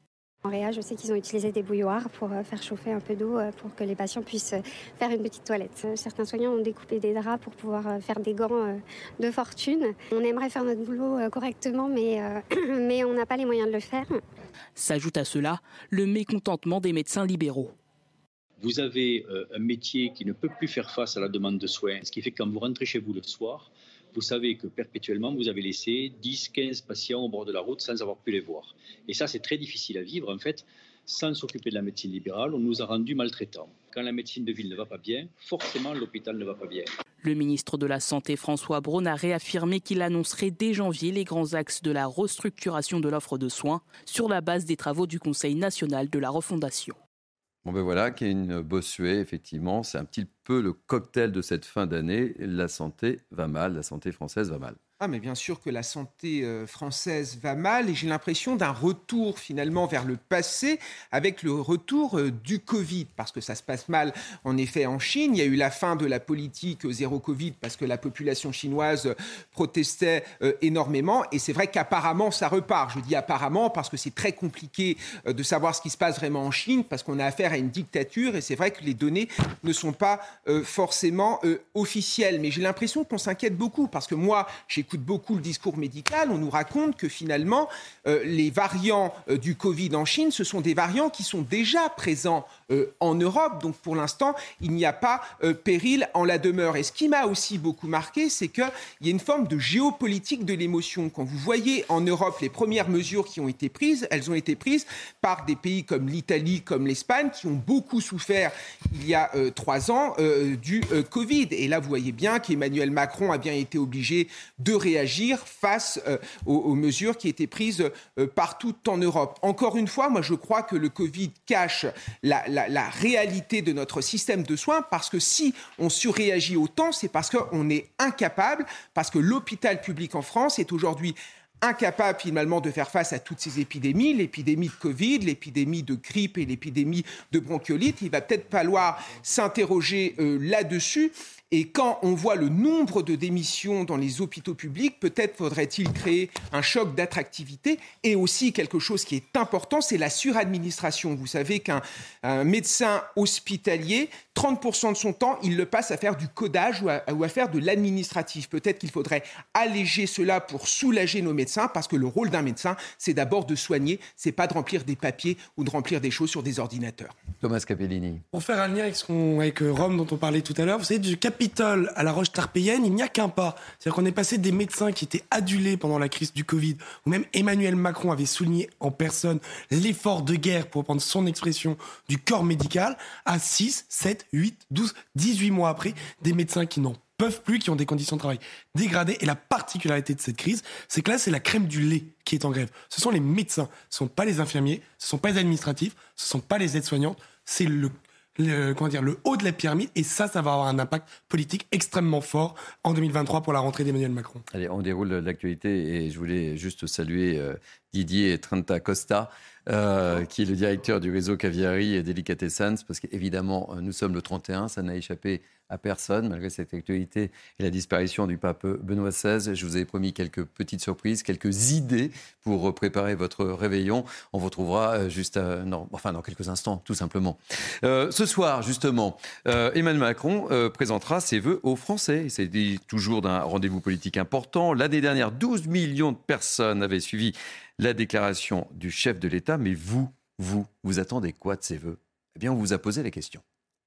En réa, je sais qu'ils ont utilisé des bouilloires pour faire chauffer un peu d'eau pour que les patients puissent faire une petite toilette. Certains soignants ont découpé des draps pour pouvoir faire des gants de fortune. On aimerait faire notre boulot correctement, mais, mais on n'a pas les moyens de le faire. S'ajoute à cela le mécontentement des médecins libéraux. Vous avez un métier qui ne peut plus faire face à la demande de soins, ce qui fait que quand vous rentrez chez vous le soir, vous savez que perpétuellement, vous avez laissé dix, quinze patients au bord de la route sans avoir pu les voir. Et ça, c'est très difficile à vivre, en fait. Sans s'occuper de la médecine libérale, on nous a rendus maltraitants. Quand la médecine de ville ne va pas bien, forcément, l'hôpital ne va pas bien. Le ministre de la Santé, François Braun, a réaffirmé qu'il annoncerait dès janvier les grands axes de la restructuration de l'offre de soins sur la base des travaux du Conseil national de la refondation. Bon ben voilà, Kevin Bossuet, effectivement, c'est un petit peu le cocktail de cette fin d'année. La santé va mal, la santé française va mal. Ah, mais bien sûr que la santé euh, française va mal et j'ai l'impression d'un retour finalement vers le passé avec le retour euh, du Covid, parce que ça se passe mal en effet en Chine. Il y a eu la fin de la politique zéro Covid parce que la population chinoise protestait euh, énormément et c'est vrai qu'apparemment ça repart. Je dis apparemment parce que c'est très compliqué euh, de savoir ce qui se passe vraiment en Chine parce qu'on a affaire à une dictature et c'est vrai que les données ne sont pas euh, forcément euh, officielles. Mais j'ai l'impression qu'on s'inquiète beaucoup parce que moi, j'ai J'écoute beaucoup le discours médical, on nous raconte que finalement, euh, les variants euh, du Covid en Chine, ce sont des variants qui sont déjà présents euh, en Europe. Donc pour l'instant, il n'y a pas euh, péril en la demeure. Et ce qui m'a aussi beaucoup marqué, c'est qu'il y a une forme de géopolitique de l'émotion. Quand vous voyez en Europe les premières mesures qui ont été prises, elles ont été prises par des pays comme l'Italie, comme l'Espagne, qui ont beaucoup souffert il y a euh, trois ans euh, du euh, Covid. Et là, vous voyez bien qu'Emmanuel Macron a bien été obligé de réagir face euh, aux, aux mesures qui étaient prises euh, partout en Europe. Encore une fois, moi je crois que le Covid cache la, la, la réalité de notre système de soins parce que si on surréagit autant, c'est parce qu'on est incapable, parce que l'hôpital public en France est aujourd'hui incapable finalement de faire face à toutes ces épidémies, l'épidémie de Covid, l'épidémie de grippe et l'épidémie de bronchiolite. Il va peut-être falloir s'interroger euh, là-dessus. Et quand on voit le nombre de démissions dans les hôpitaux publics, peut-être faudrait-il créer un choc d'attractivité et aussi quelque chose qui est important, c'est la suradministration. Vous savez qu'un un médecin hospitalier, trente pour cent de son temps, il le passe à faire du codage ou à, ou à faire de l'administratif. Peut-être qu'il faudrait alléger cela pour soulager nos médecins parce que le rôle d'un médecin, c'est d'abord de soigner, c'est pas de remplir des papiers ou de remplir des choses sur des ordinateurs. Thomas Capellini. Pour faire un lien avec, ce qu'on, avec Rome dont on parlait tout à l'heure, vous savez, du Capitole à la Roche-Tarpéienne, il n'y a qu'un pas. C'est-à-dire qu'on est passé des médecins qui étaient adulés pendant la crise du Covid, où même Emmanuel Macron avait souligné en personne l'effort de guerre, pour reprendre son expression, du corps médical, à six, sept, huit, douze, dix-huit mois après, des médecins qui n'en peuvent plus, qui ont des conditions de travail dégradées. Et la particularité de cette crise, c'est que là, c'est la crème du lait qui est en grève. Ce sont les médecins, ce ne sont pas les infirmiers, ce ne sont pas les administratifs, ce ne sont pas les aides-soignantes, c'est le Le, comment dire, le haut de la pyramide et ça, ça va avoir un impact politique extrêmement fort en deux mille vingt-trois pour la rentrée d'Emmanuel Macron. Allez, on déroule l'actualité et je voulais juste saluer euh, Didier Trenta Costa, euh, qui est le directeur du réseau Caviari et Delicatessens, parce qu'évidemment, nous sommes le trente et un, ça n'a échappé à personne, malgré cette actualité et la disparition du pape Benoît seize. Je vous avais promis quelques petites surprises, quelques idées pour préparer votre réveillon. On vous retrouvera juste à, non, enfin, dans quelques instants, tout simplement. Euh, ce soir, justement, euh, Emmanuel Macron euh, présentera ses vœux aux Français. C'est dit toujours d'un rendez-vous politique important. L'année dernière, douze millions de personnes avaient suivi la déclaration du chef de l'État. Mais vous, vous, vous attendez quoi de ces vœux ? Eh bien, on vous a posé la question.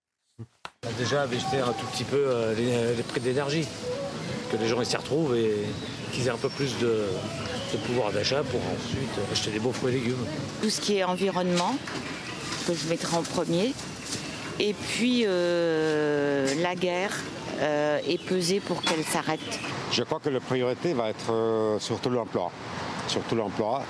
Déjà, baisser un tout petit peu euh, les, les prix de l'énergie, que les gens s'y retrouvent et qu'ils aient un peu plus de, de pouvoir d'achat pour ensuite acheter des beaux fruits et légumes. Tout ce qui est environnement, que je mettrai en premier, et puis euh, la guerre euh, est pesée pour qu'elle s'arrête. Je crois que la priorité va être euh, surtout l'emploi. Surtout l'emploi.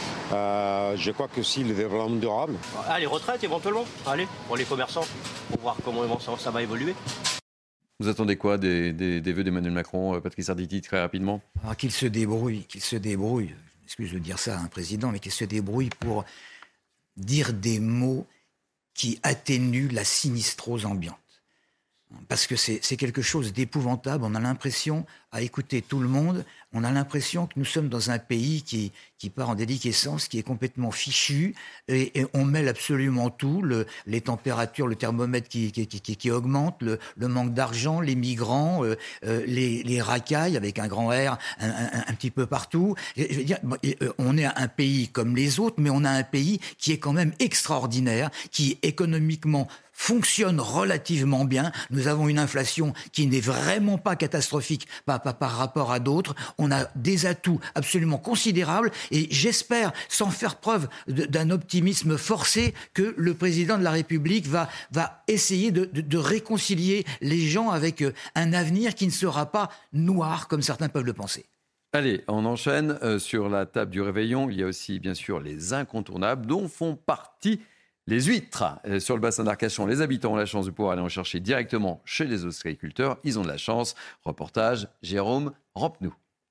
Euh, je crois que si le développement durable. Ah, les retraites éventuellement, allez, pour les commerçants, pour voir comment ça, ça va évoluer. Vous attendez quoi des, des, des vœux d'Emmanuel Macron, Patrice Arditi, très rapidement ? Alors qu'il se débrouille, qu'il se débrouille, excuse de dire ça à un président, mais qu'il se débrouille pour dire des mots qui atténuent la sinistrose ambiante. parce que c'est, c'est quelque chose d'épouvantable. On a l'impression, à écouter tout le monde, on a l'impression que nous sommes dans un pays qui, qui part en déliquescence, qui est complètement fichu, et, et on mêle absolument tout, le, les températures, le thermomètre qui, qui, qui, qui augmente, le, le manque d'argent, les migrants, euh, euh, les, les racailles, avec un grand R, un, un, un petit peu partout. Je veux dire, on est un pays comme les autres, mais on a un pays qui est quand même extraordinaire, qui économiquement fonctionne relativement bien. Nous avons une inflation qui n'est vraiment pas catastrophique par, par, par rapport à d'autres. On a des atouts absolument considérables et j'espère, sans faire preuve de, d'un optimisme forcé, que le président de la République va, va essayer de, de, de réconcilier les gens avec un avenir qui ne sera pas noir comme certains peuvent le penser. Allez, on enchaîne euh, sur la table du réveillon. Il y a aussi, bien sûr, les incontournables dont font partie les huîtres. Euh, sur le bassin d'Arcachon, les habitants ont la chance de pouvoir aller en chercher directement chez les ostréiculteurs. Ils ont de la chance. Reportage, Jérôme Rampenou.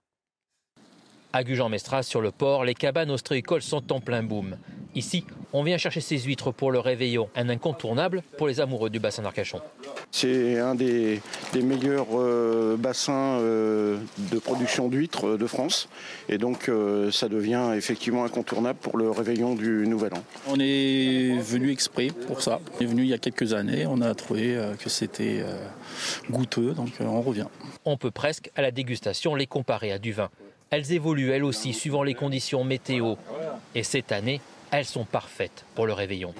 À Gujan-Mestras, sur le port, les cabanes ostréicoles sont en plein boom. Ici, on vient chercher ces huîtres pour le réveillon, un incontournable pour les amoureux du bassin d'Arcachon. C'est un des, des meilleurs euh, bassins euh, de production d'huîtres de France. Et donc, euh, ça devient effectivement incontournable pour le réveillon du Nouvel An. On est venu exprès pour ça. On est venu il y a quelques années. On a trouvé euh, que c'était euh, goûteux, donc euh, on revient. On peut presque, à la dégustation, les comparer à du vin. Elles évoluent elles aussi suivant les conditions météo. Et cette année, elles sont parfaites pour le réveillon.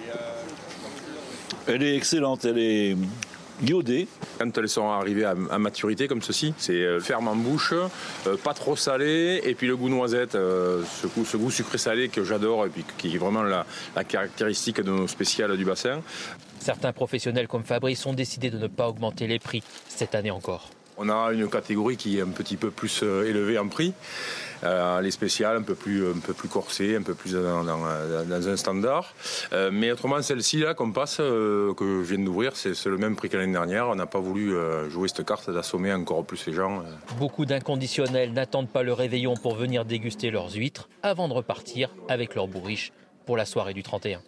Elle est excellente, elle est iodée. Quand elles sont arrivées à, à maturité comme ceci, c'est ferme en bouche, euh, pas trop salé, et puis le goût noisette, euh, ce goût, ce goût sucré-salé que j'adore, et puis qui est vraiment la, la caractéristique de nos spéciales du bassin. Certains professionnels comme Fabrice ont décidé de ne pas augmenter les prix cette année encore. On a une catégorie qui est un petit peu plus euh, élevée en prix. Euh, les spéciales un peu plus, un peu plus corsées, un peu plus dans, dans, dans un standard. Euh, mais autrement, celle-ci là qu'on passe, euh, que je viens d'ouvrir, c'est, c'est le même prix que l'année dernière. On n'a pas voulu euh, jouer cette carte d'assommer encore plus les gens. Beaucoup d'inconditionnels n'attendent pas le réveillon pour venir déguster leurs huîtres avant de repartir avec leur bourriche pour la soirée du trente et un.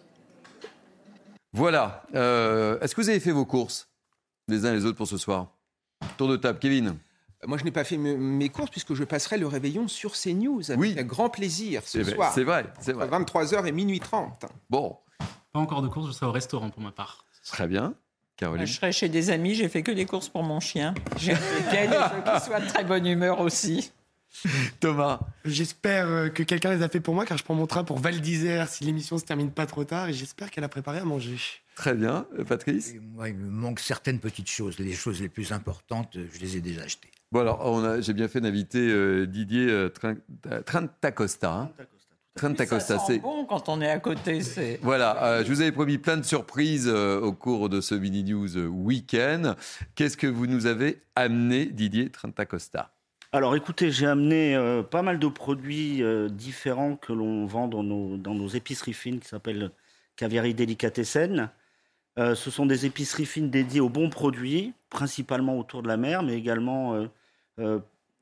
Voilà. Euh, est-ce que vous avez fait vos courses, les uns et les autres, pour ce soir ? Tour de table, Kevin. Moi, je n'ai pas fait mes courses puisque je passerai le réveillon sur CNews avec oui. grand plaisir ce c'est soir. C'est vrai, c'est vrai. vingt-trois heures et minuit trente. Bon. Pas encore de courses, je serai au restaurant pour ma part. Très bien. Caroline. Moi, je serai chez des amis, j'ai fait que des courses pour mon chien. J'ai un week-end et je veux qu'il soit de très bonne humeur aussi. Thomas. J'espère que quelqu'un les a fait pour moi car je prends mon train pour Val d'Isère si l'émission se termine pas trop tard et j'espère qu'elle a préparé à manger. Très bien. Patrice ? Et moi, il me manque certaines petites choses. Les choses les plus importantes, je les ai déjà achetées. Bon alors, on a, j'ai bien fait d'inviter euh, Didier euh, Trentacosta. Hein. Trentacosta, c'est bon quand on est à côté. C'est... Voilà, euh, je vous avais promis plein de surprises euh, au cours de ce Mini News Week-end. Qu'est-ce que vous nous avez amené, Didier Trentacosta ? Alors écoutez, j'ai amené euh, pas mal de produits euh, différents que l'on vend dans nos, dans nos épiceries fines qui s'appellent Caviari Delicatessen. Euh, ce sont des épiceries fines dédiées aux bons produits, principalement autour de la mer, mais également euh, euh,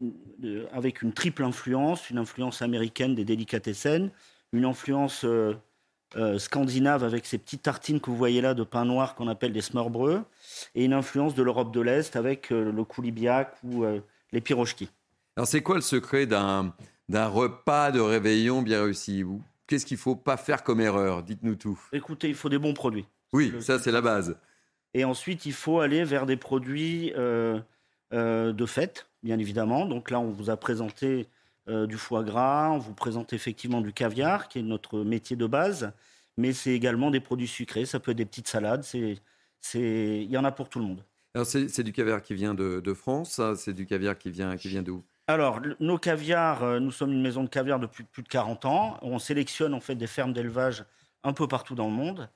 avec une triple influence, une influence américaine des Delicatessen, une influence euh, euh, scandinave avec ces petites tartines que vous voyez là de pain noir qu'on appelle des smørbrød, et une influence de l'Europe de l'Est avec euh, le koulibiac ou euh, les pirochki. Alors c'est quoi le secret d'un, d'un repas de réveillon bien réussi ? Qu'est-ce qu'il ne faut pas faire comme erreur ? Dites-nous tout. Écoutez, il faut des bons produits. Oui, ça c'est la base. Et ensuite, il faut aller vers des produits euh, euh, de fête, bien évidemment. Donc là, on vous a présenté euh, du foie gras, on vous présente effectivement du caviar, qui est notre métier de base. Mais c'est également des produits sucrés, ça peut être des petites salades, c'est, c'est... il y en a pour tout le monde. Alors c'est, c'est du caviar qui vient de, de France, ça, c'est du caviar qui vient, qui vient d'où ? Alors, nos caviars, euh, nous sommes une maison de caviar depuis plus de quarante ans. On sélectionne en fait des fermes d'élevage un peu partout dans le monde.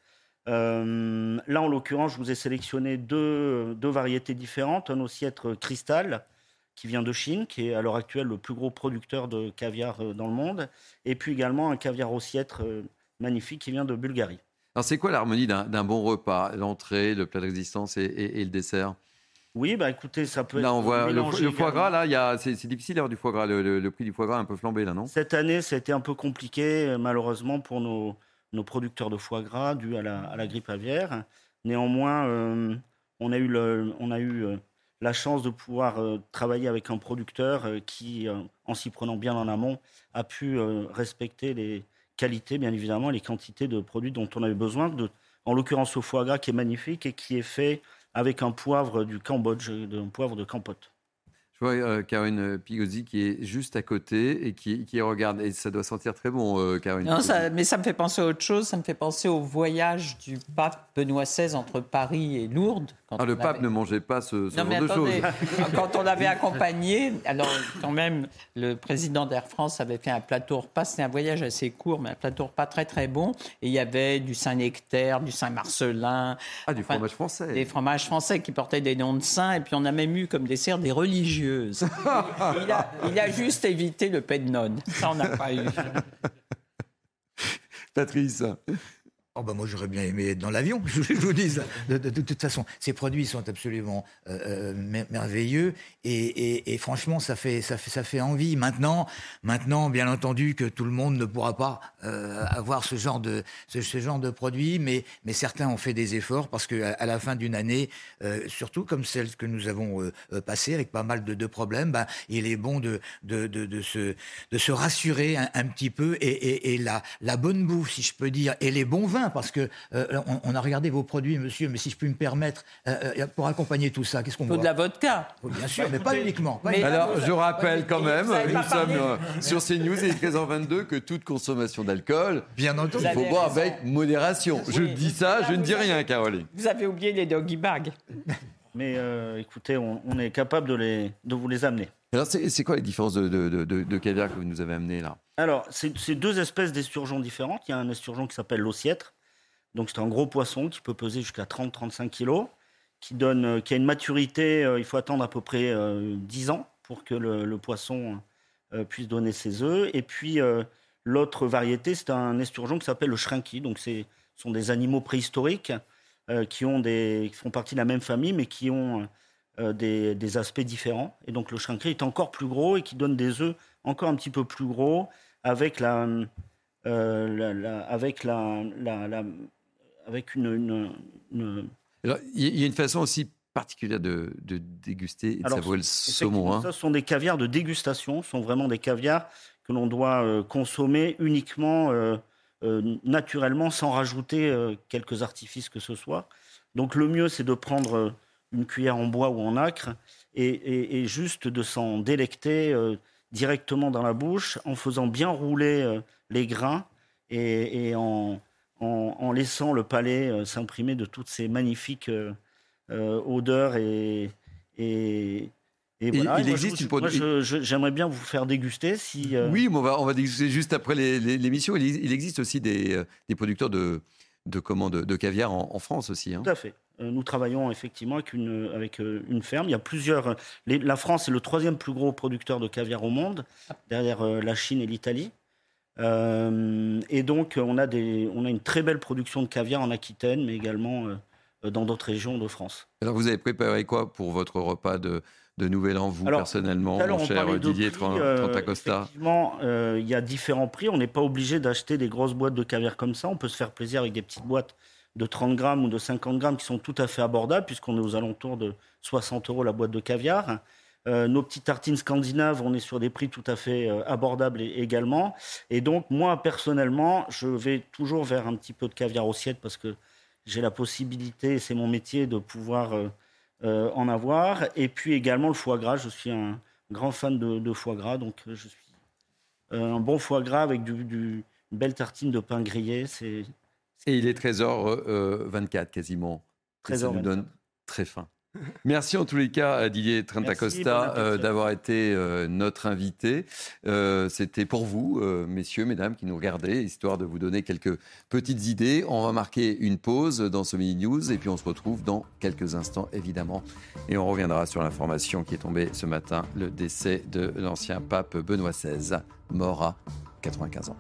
Euh, là, en l'occurrence, je vous ai sélectionné deux, deux variétés différentes. Un ossiètre cristal, qui vient de Chine, qui est à l'heure actuelle le plus gros producteur de caviar dans le monde. Et puis également un caviar ossiètre magnifique qui vient de Bulgarie. Alors, c'est quoi l'harmonie d'un, d'un bon repas ? L'entrée, le plat de résistance et, et, et le dessert ? Oui, bah écoutez, ça peut là, être on voit le, le foie gras, là, y a, c'est, c'est difficile d'avoir du foie gras. Le, le, le prix du foie gras a un peu flambé, là, non ? Cette année, ça a été un peu compliqué, malheureusement, pour nos... nos producteurs de foie gras dus à la, à la grippe aviaire. Néanmoins, euh, on a eu, le, on a eu euh, la chance de pouvoir euh, travailler avec un producteur euh, qui, euh, en s'y prenant bien en amont, a pu euh, respecter les qualités, bien évidemment, les quantités de produits dont on avait besoin, de, en l'occurrence au foie gras qui est magnifique et qui est fait avec un poivre du Cambodge, un poivre de Campote. Je vois euh, Caroline Pigozzi qui est juste à côté et qui, qui regarde. Et ça doit sentir très bon, euh, Caroline. Non, ça, mais ça me fait penser à autre chose. Ça me fait penser au voyage du pape Benoît seize entre Paris et Lourdes. Ah, le pape avait... ne mangeait pas ce, ce non, genre de attendez, choses. Quand on l'avait accompagné, alors quand même, le président d'Air France avait fait un plateau repas. C'était un voyage assez court, mais un plateau repas très très bon. Et il y avait du Saint-Nectaire, du Saint-Marcellin. Ah, du enfin, fromage français. Des fromages français qui portaient des noms de saints. Et puis on a même eu comme dessert des religieuses. il, a, il a juste évité le paix de nonne. Ça, on n'a pas eu. Patrice. Oh ben moi, j'aurais bien aimé être dans l'avion, je, je vous dis. De, de, de, de toute façon, ces produits sont absolument euh, merveilleux et, et, et franchement, ça fait, ça, fait, ça fait envie. Maintenant, maintenant, bien entendu, que tout le monde ne pourra pas euh, avoir ce genre de, ce, ce genre de produits, mais, mais certains ont fait des efforts parce qu'à à la fin d'une année, euh, surtout comme celle que nous avons euh, passée avec pas mal de, de problèmes, ben, il est bon de, de, de, de, se, de se rassurer un, un petit peu et, et, et la, la bonne bouffe, si je peux dire, et les bons vins. Parce que euh, on, on a regardé vos produits, monsieur, mais si je puis me permettre, euh, pour accompagner tout ça, qu'est-ce qu'on voit ? Il faut de la vodka. Oui, bien sûr, mais pas uniquement. Pas mais uniquement. Alors, je rappelle quand même, nous sommes euh, sur CNews, il est treize heures vingt-deux, que toute consommation d'alcool, bien entendu, il faut boire avec modération. Oui, je dis ça, je ne dis rien, Caroline. Vous avez oublié les doggy bags. Mais euh, écoutez, on, on est capable de, les, de vous les amener. Alors, c'est, c'est quoi les différences de, de, de, de caviar que vous nous avez amené là ? Alors, c'est, c'est deux espèces d'esturgeons différentes. Il y a un esturgeon qui s'appelle l'ossiètre. Donc c'est un gros poisson qui peut peser jusqu'à trente à trente-cinq kilos, qui, donne, qui a une maturité, euh, il faut attendre à peu près euh, dix ans pour que le, le poisson euh, puisse donner ses œufs. Et puis euh, l'autre variété, c'est un esturgeon qui s'appelle le shrinky. Donc ce sont des animaux préhistoriques euh, qui, ont des, qui font partie de la même famille, mais qui ont euh, des, des aspects différents. Et donc le shrinky est encore plus gros et qui donne des œufs encore un petit peu plus gros avec la... Euh, la, la avec la, la, la avec une... une, une... Alors, il y a une façon aussi particulière de, de déguster et de Alors, savourer le saumon. Hein. Ça, ce sont des caviars de dégustation, ce sont vraiment des caviars que l'on doit euh, consommer uniquement, euh, euh, naturellement, sans rajouter euh, quelques artifices que ce soit. Donc le mieux, c'est de prendre une cuillère en bois ou en acre et, et, et juste de s'en délecter euh, directement dans la bouche en faisant bien rouler euh, les grains et, et en... En, en laissant le palais euh, s'imprimer de toutes ces magnifiques euh, euh, odeurs et, et, et voilà. Il, il moi, existe je, une moi, je, je, j'aimerais bien vous faire déguster. Si, euh... Oui, mais on va, on va déguster juste après les, les, l'émission. Il, il existe aussi des, euh, des producteurs de, de, comment, de, de caviar en, en France aussi. Hein. Tout à fait. Euh, nous travaillons effectivement avec une, avec euh, une ferme. Il y a plusieurs. Les, la France est le troisième plus gros producteur de caviar au monde, derrière euh, la Chine et l'Italie. Euh, et donc, on a, des, on a une très belle production de caviar en Aquitaine, mais également euh, dans d'autres régions de France. Alors, vous avez préparé quoi pour votre repas de, de Nouvel An, vous, alors, personnellement, mon cher Didier Trentacosta ? euh, Effectivement, euh, il y a différents prix. On n'est pas obligé d'acheter des grosses boîtes de caviar comme ça. On peut se faire plaisir avec des petites boîtes de trente grammes ou de cinquante grammes qui sont tout à fait abordables, puisqu'on est aux alentours de soixante euros la boîte de caviar. Euh, nos petites tartines scandinaves, on est sur des prix tout à fait euh, abordables également. Et donc, moi, personnellement, je vais toujours vers un petit peu de caviar assiette parce que j'ai la possibilité, c'est mon métier, de pouvoir euh, euh, en avoir. Et puis également le foie gras. Je suis un grand fan de, de foie gras. Donc, je suis euh, un bon foie gras avec du, du, une belle tartine de pain grillé. C'est, c'est... Et il est treize heures vingt-quatre quasiment. treize heures vingt-quatre. Ça nous donne très faim. Merci en tous les cas, Didier Trentacosta, euh, d'avoir été euh, notre invité. Euh, c'était pour vous, euh, messieurs, mesdames, qui nous regardez, histoire de vous donner quelques petites idées. On va marquer une pause dans ce Mini News et puis on se retrouve dans quelques instants, évidemment. Et on reviendra sur l'information qui est tombée ce matin, le décès de l'ancien pape Benoît seize, mort à quatre-vingt-quinze ans.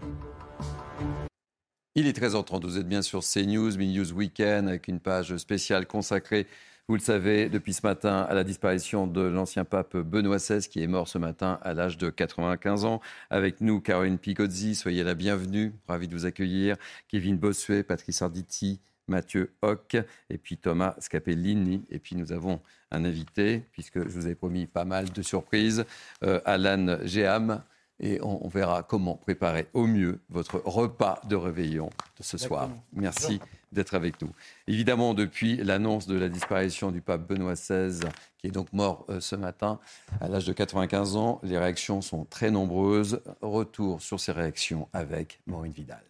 Il est treize heures trente, vous êtes bien sur CNews, Mini News Weekend, avec une page spéciale consacrée, vous le savez, depuis ce matin, à la disparition de l'ancien pape Benoît seize, qui est mort ce matin à l'âge de quatre-vingt-quinze ans. Avec nous, Caroline Pigozzi, soyez la bienvenue, ravi de vous accueillir. Kevin Bossuet, Patrice Arditi, Mathieu Hoc et puis Thomas Scapellini. Et puis nous avons un invité, puisque je vous avais promis pas mal de surprises, euh, Alan Géham. Et on, on verra comment préparer au mieux votre repas de réveillon de ce soir. Merci d'être avec nous. Évidemment, depuis l'annonce de la disparition du pape Benoît seize, qui est donc mort euh, ce matin à l'âge de quatre-vingt-quinze ans, les réactions sont très nombreuses. Retour sur ces réactions avec Maureen Vidal.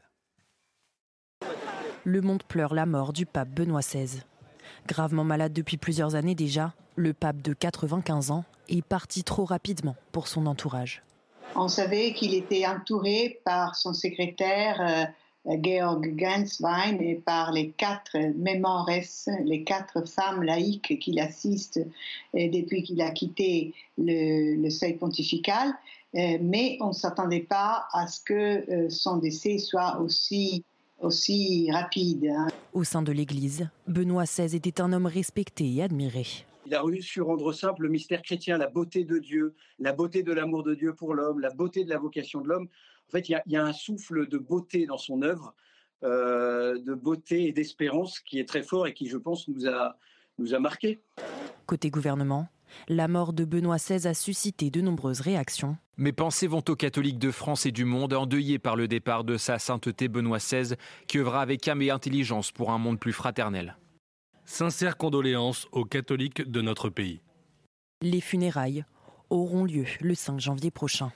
Le monde pleure la mort du pape Benoît seize. Gravement malade depuis plusieurs années déjà, le pape de quatre-vingt-quinze ans est parti trop rapidement pour son entourage. On savait qu'il était entouré par son secrétaire euh, Georg Genswein et par les quatre mémores, les quatre femmes laïques qui l'assistent euh, depuis qu'il a quitté le, le seuil pontifical. Euh, mais on ne s'attendait pas à ce que euh, son décès soit aussi, aussi rapide. Hein. Au sein de l'Église, Benoît seize était un homme respecté et admiré. Il a su rendre simple le mystère chrétien, la beauté de Dieu, la beauté de l'amour de Dieu pour l'homme, la beauté de la vocation de l'homme. En fait, il y a, il y a un souffle de beauté dans son œuvre, euh, de beauté et d'espérance qui est très fort et qui, je pense, nous a, nous a marqués. Côté gouvernement, la mort de Benoît seize a suscité de nombreuses réactions. Mes pensées vont aux catholiques de France et du monde, endeuillés par le départ de sa sainteté Benoît seize, qui œuvra avec âme et intelligence pour un monde plus fraternel. Sincères condoléances aux catholiques de notre pays. Les funérailles auront lieu le cinq janvier prochain.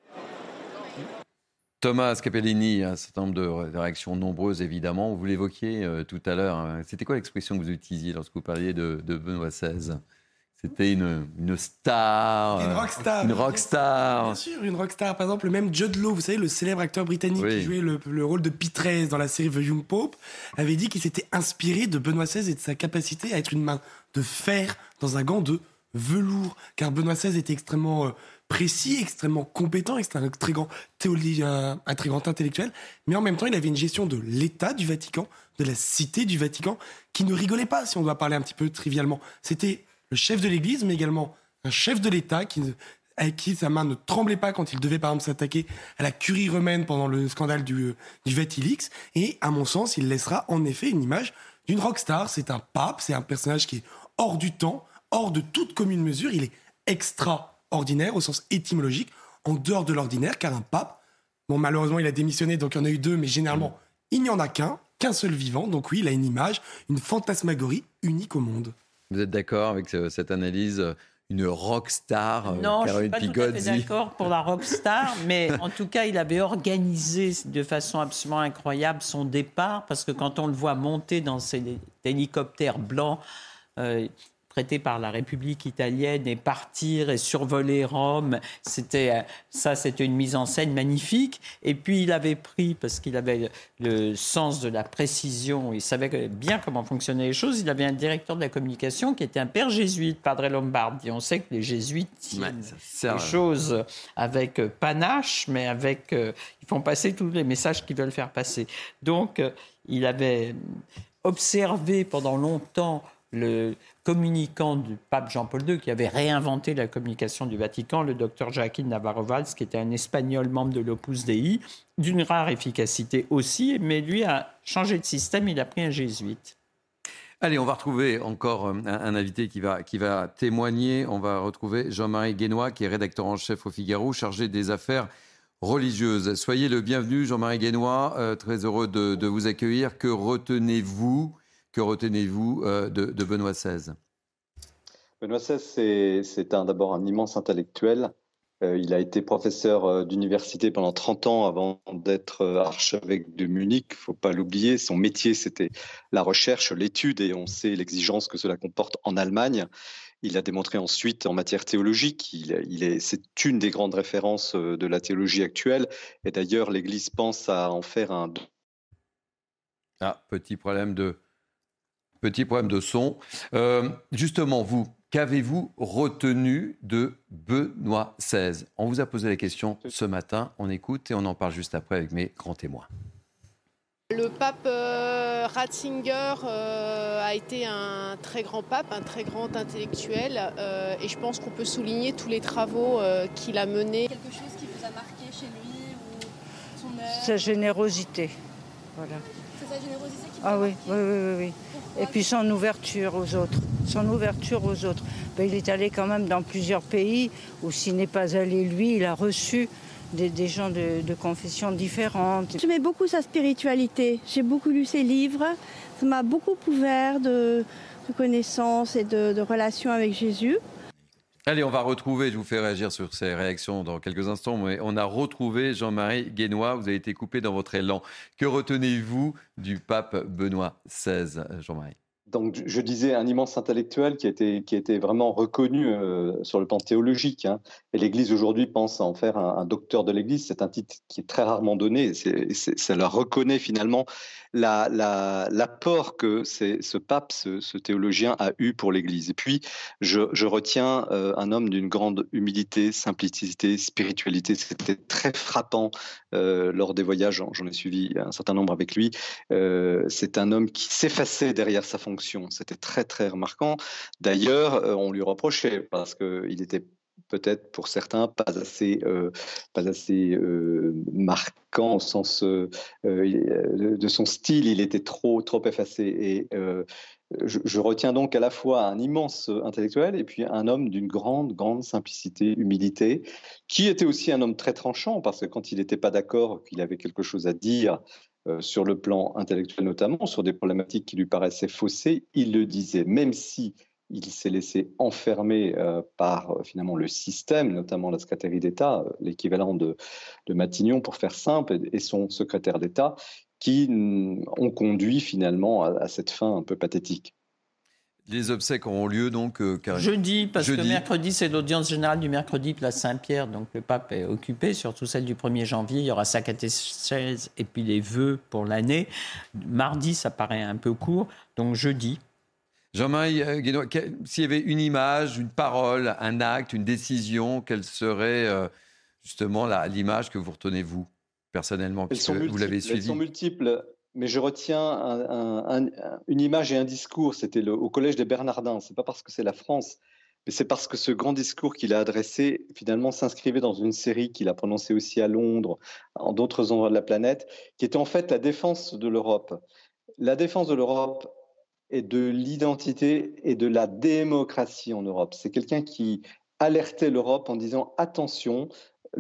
Thomas Scapellini, un certain nombre de réactions nombreuses évidemment. Vous l'évoquiez euh, tout à l'heure. Hein. C'était quoi l'expression que vous utilisiez lorsque vous parliez de, de Benoît seize ? C'était une, une star. Une rockstar. Une rockstar. Bien sûr, une rockstar. Par exemple, même Jude Law, vous savez, le célèbre acteur britannique oui. qui jouait le, le rôle de Pete Reyes dans la série The Young Pope, avait dit qu'il s'était inspiré de Benoît seize et de sa capacité à être une main de fer dans un gant de velours. Car Benoît seize était extrêmement euh, précis, extrêmement compétent, c'était un très grand théologien, un très grand intellectuel. Mais en même temps, il avait une gestion de l'État du Vatican, de la cité du Vatican, qui ne rigolait pas, si on doit parler un petit peu trivialement. C'était le chef de l'Église, mais également un chef de l'État qui, avec qui sa main ne tremblait pas quand il devait par exemple s'attaquer à la curie romaine pendant le scandale du, du Vatilix. Et à mon sens, il laissera en effet une image d'une rockstar. C'est un pape, c'est un personnage qui est hors du temps, hors de toute commune mesure. Il est extraordinaire au sens étymologique, en dehors de l'ordinaire, car un pape, bon malheureusement il a démissionné, donc il y en a eu deux, mais généralement il n'y en a qu'un, qu'un seul vivant. Donc oui, il a une image, une fantasmagorie unique au monde. Vous êtes d'accord avec cette analyse, une rockstar, Non, Caroline je ne suis pas Pigozzi. tout à fait d'accord pour la rockstar, mais en tout cas, il avait organisé de façon absolument incroyable son départ, parce que quand on le voit monter dans ces hélicoptères blancs euh, prêtés par la République italienne et partir et survoler Rome, c'était, ça c'était une mise en scène magnifique. Et puis il avait pris, parce qu'il avait le sens de la précision, il savait bien comment fonctionnaient les choses, il avait un directeur de la communication qui était un père jésuite, Padre Lombardi. On sait que les jésuites tiennent ouais, les choses avec panache, mais avec, euh, ils font passer tous les messages qu'ils veulent faire passer. Donc euh, il avait observé pendant longtemps le communicant du pape Jean-Paul deux, qui avait réinventé la communication du Vatican, le docteur Joaquín Navarro Valls, qui était un Espagnol membre de l'Opus Dei, d'une rare efficacité aussi, mais lui a changé de système, il a pris un jésuite. Allez, on va retrouver encore un, un invité qui va, qui va témoigner. On va retrouver Jean-Marie Guénois, qui est rédacteur en chef au Figaro, chargé des affaires religieuses. Soyez le bienvenu, Jean-Marie Guénois, euh, très heureux de, de vous accueillir. Que retenez-vous Que retenez-vous euh, de, de Benoît seize ? Benoît seize, c'est, c'est un, d'abord un immense intellectuel. Euh, il a été professeur euh, d'université pendant trente ans avant d'être euh, archevêque de Munich. Il ne faut pas l'oublier. Son métier, c'était la recherche, l'étude, et on sait l'exigence que cela comporte en Allemagne. Il a démontré ensuite en matière théologique. Il, il est, c'est une des grandes références de la théologie actuelle. Et d'ailleurs, l'Église pense à en faire un... Ah, petit problème de... Petit problème de son. Euh, justement, vous, qu'avez-vous retenu de Benoît seize ? On vous a posé la question ce matin. On écoute et on en parle juste après avec mes grands témoins. Le pape euh, Ratzinger euh, a été un très grand pape, un très grand intellectuel. Euh, et je pense qu'on peut souligner tous les travaux euh, qu'il a menés. Quelque chose qui vous a marqué chez lui ou son œuvre ? Sa générosité. Voilà. sa générosité qui Ah oui, oui, oui, oui. oui. Et puis son ouverture aux autres. Son ouverture aux autres. Ben, il est allé quand même dans plusieurs pays où s'il n'est pas allé lui, il a reçu des, des gens de, de confessions différentes. J'aimais beaucoup sa spiritualité. J'ai beaucoup lu ses livres. Ça m'a beaucoup ouvert de, de connaissances et de, de relations avec Jésus. Allez, on va retrouver, je vous fais réagir sur ces réactions dans quelques instants, mais on a retrouvé Jean-Marie Guénois. Vous avez été coupé dans votre élan. Que retenez-vous du pape Benoît seize, Jean-Marie ? Donc, je disais un immense intellectuel qui a été, qui a été vraiment reconnu euh, sur le plan théologique. Hein. Et l'Église aujourd'hui pense à en faire un, un docteur de l'Église. C'est un titre qui est très rarement donné. C'est, c'est, ça leur reconnaît finalement la, la, l'apport que c'est, ce pape, ce, ce théologien a eu pour l'Église. Et puis, je, je retiens euh, un homme d'une grande humilité, simplicité, spiritualité. C'était très frappant euh, lors des voyages. J'en, j'en ai suivi un certain nombre avec lui. Euh, c'est un homme qui s'effaçait derrière sa fonction. C'était très, très remarquant. D'ailleurs, euh, on lui reprochait parce qu'il était peut-être pour certains pas assez, euh, pas assez euh, marquant au sens euh, euh, de son style. Il était trop, trop effacé. Et euh, je, je retiens donc à la fois un immense intellectuel et puis un homme d'une grande, grande simplicité, humilité, qui était aussi un homme très tranchant parce que quand il n'était pas d'accord, qu'il avait quelque chose à dire, Euh, sur le plan intellectuel notamment, sur des problématiques qui lui paraissaient faussées, il le disait, même si il s'est laissé enfermer euh, par euh, finalement le système, notamment la secrétaire d'État, euh, l'équivalent de, de Matignon pour faire simple, et, et son secrétaire d'État, qui mm, ont conduit finalement à, à cette fin un peu pathétique. Les obsèques auront lieu donc euh, car... jeudi, parce jeudi. que mercredi, c'est l'audience générale du mercredi, place Saint-Pierre, donc le pape est occupé, surtout celle du premier janvier. Il y aura sa catéchèse et puis les vœux pour l'année. Mardi, ça paraît un peu court, donc jeudi. Jean-Marie Guénois, s'il y avait une image, une parole, un acte, une décision, quelle serait euh, justement la, l'image que vous retenez, vous, personnellement, puisque vous l'avez suivi? Elles sont multiples. Mais je retiens un, un, un, une image et un discours. C'était le, au Collège des Bernardins. Ce n'est pas parce que c'est la France, mais c'est parce que ce grand discours qu'il a adressé, finalement, s'inscrivait dans une série qu'il a prononcée aussi à Londres, en d'autres endroits de la planète, qui était en fait la défense de l'Europe. La défense de l'Europe et de l'identité et de la démocratie en Europe. C'est quelqu'un qui alertait l'Europe en disant « Attention, l'Europe... »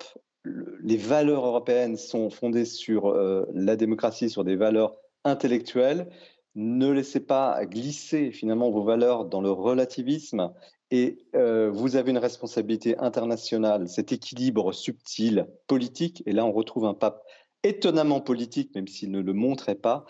les valeurs européennes sont fondées sur euh, la démocratie, sur des valeurs intellectuelles. Ne laissez pas glisser finalement vos valeurs dans le relativisme et euh, vous avez une responsabilité internationale, cet équilibre subtil, politique. Et là, on retrouve un pape étonnamment politique, même s'il ne le montrait pas.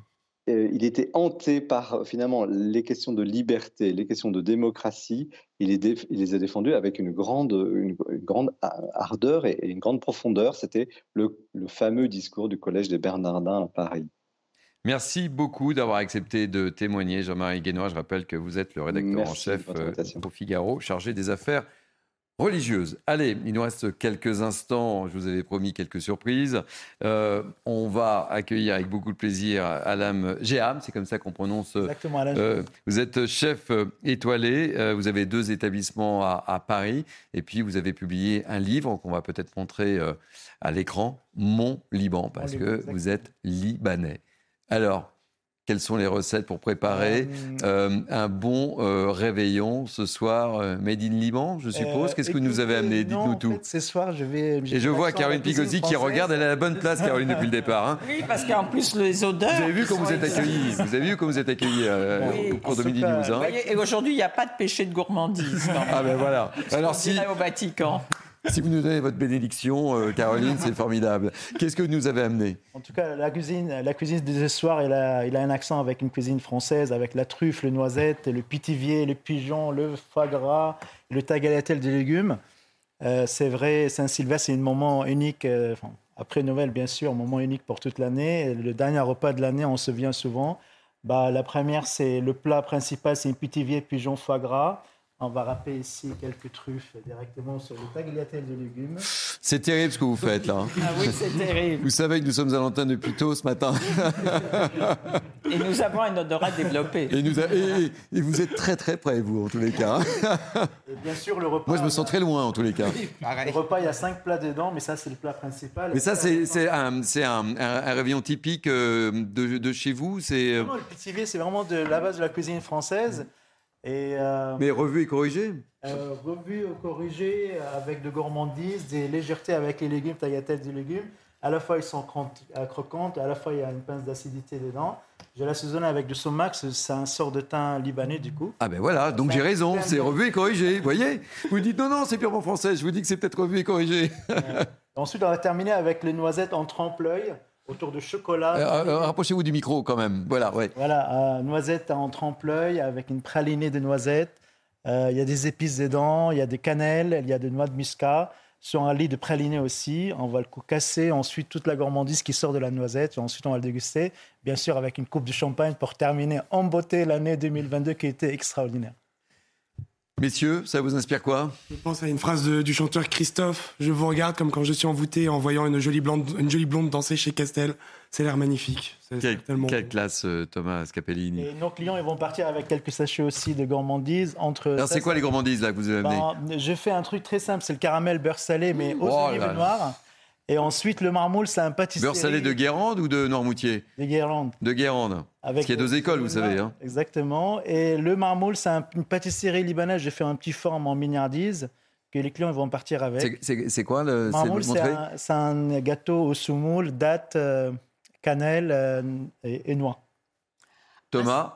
Il était hanté par finalement les questions de liberté, les questions de démocratie. Il les, déf- il les a défendues avec une grande, une, une grande ardeur et, et une grande profondeur. C'était le, le fameux discours du Collège des Bernardins à Paris. Merci beaucoup d'avoir accepté de témoigner, Jean-Marie Guénois. Je rappelle que vous êtes le rédacteur Merci en chef euh, au Figaro, chargé des affaires religieuse. Allez, il nous reste quelques instants. Je vous avais promis quelques surprises. Euh, on va accueillir avec beaucoup de plaisir Alam Géham, c'est comme ça qu'on prononce. Exactement, Alam. Euh, vous êtes chef étoilé. Euh, vous avez deux établissements à, à Paris. Et puis, vous avez publié un livre qu'on va peut-être montrer euh, à l'écran, Mon Liban, parce Mon que Liban, vous êtes libanais. Alors, quelles sont les recettes pour préparer euh, euh, un bon euh, réveillon ce soir euh, Made in Liban, je suppose. Qu'est-ce écoutez, que vous nous avez amené? Dites-nous non, tout. En fait, ce soir, je vais... Et je vois Caroline Pigozzi qui regarde. Elle est à la bonne place, Caroline, depuis le départ. Hein. Oui, parce qu'en plus, les odeurs... Vous avez vu comment vous êtes accueillis. Vous avez vu comment vous êtes accueillis euh, oui, au cours de Midi News. Hein. Et aujourd'hui, il n'y a pas de péché de gourmandise. Ah ben voilà. Alors si... au Vatican. Si vous nous donnez votre bénédiction, euh, Caroline, c'est formidable. Qu'est-ce que vous nous avez amené? En tout cas, la cuisine, la cuisine de ce soir, il a, il a un accent avec une cuisine française, avec la truffe, le noisette, le pitivier, le pigeon, le foie gras, le tagliatelle de légumes. Euh, c'est vrai, Saint-Sylvestre, c'est un moment unique, euh, enfin, après Noël, bien sûr, un moment unique pour toute l'année. Le dernier repas de l'année, on se souvient souvent. Bah, la première, c'est le plat principal, c'est un pitivier, pigeon, foie gras. On va râper ici quelques truffes directement sur le tagliatelle de légumes. C'est terrible ce que vous faites là. Ah oui, c'est terrible. Vous savez que nous sommes à l'antenne depuis tôt ce matin. Et nous avons un odorat développé. Et, nous a... et, et vous êtes très très près, vous, en tous les cas. Et bien sûr, le repas... Moi, je me sens très loin, en tous les cas. Le repas, il y a cinq plats dedans, mais ça, c'est le plat principal. Mais ça, c'est, c'est, un, c'est un, un, un réveillon typique de, de chez vous c'est... Non, non, le pithiviers, c'est vraiment de la base de la cuisine française. Et, euh, mais revu et corrigé euh, Revu et corrigé avec de gourmandise, des légèretés avec les légumes, tagliatelles de légumes. À la fois, ils sont croquantes, à la fois, il y a une pince d'acidité dedans. Je l'assaisonne avec du sumac, c'est un sort de thym libanais du coup. Ah ben voilà, donc j'ai raison, c'est revu et corrigé, vous voyez. Vous dites non, non, c'est purement français, je vous dis que c'est peut-être revu et corrigé. euh, ensuite, on va terminer avec les noisettes en trempe-l'œil, autour de chocolat. Euh, euh, rapprochez-vous du micro quand même, voilà, ouais. Voilà, euh, noisettes en trempe-l'œil avec une pralinée de noisettes. Euh, il y a des épices dedans, il y a des cannelles, il y a des noix de muscat. Sur un lit de praliné aussi, on va le casser, ensuite toute la gourmandise qui sort de la noisette, et ensuite on va le déguster, bien sûr avec une coupe de champagne pour terminer en beauté l'année deux mille vingt-deux qui était extraordinaire. Messieurs, ça vous inspire quoi? Je pense à une phrase de, du chanteur Christophe. Je vous regarde comme quand je suis envoûté en voyant une jolie blonde, une jolie blonde danser chez Castel. C'est l'air magnifique. C'est, quelle, c'est tellement quelle beau. classe, Thomas Scapellini. Et nos clients, ils vont partir avec quelques sachets aussi de gourmandises. Entre Alors, ça, c'est quoi ça... les gourmandises là que vous avez amenées? Ben, j'ai fait un truc très simple, c'est le caramel beurre salé, mais aux oh olives là noires. Et ensuite, le marmoule, c'est un pâtisserie. Beurre salé de Guérande ou de Noirmoutier? De Guérande. De Guérande. Avec Parce qu'il y a deux écoles, vous savez. Hein. Exactement. Et le marmoule, c'est un, une pâtisserie libanaise. J'ai fait un petit forme en mignardise que les clients vont partir avec. C'est, c'est, c'est quoi le marmoule? C'est, c'est, un, c'est un gâteau au soumoule, date, euh, cannelle euh, et, et noix. Thomas,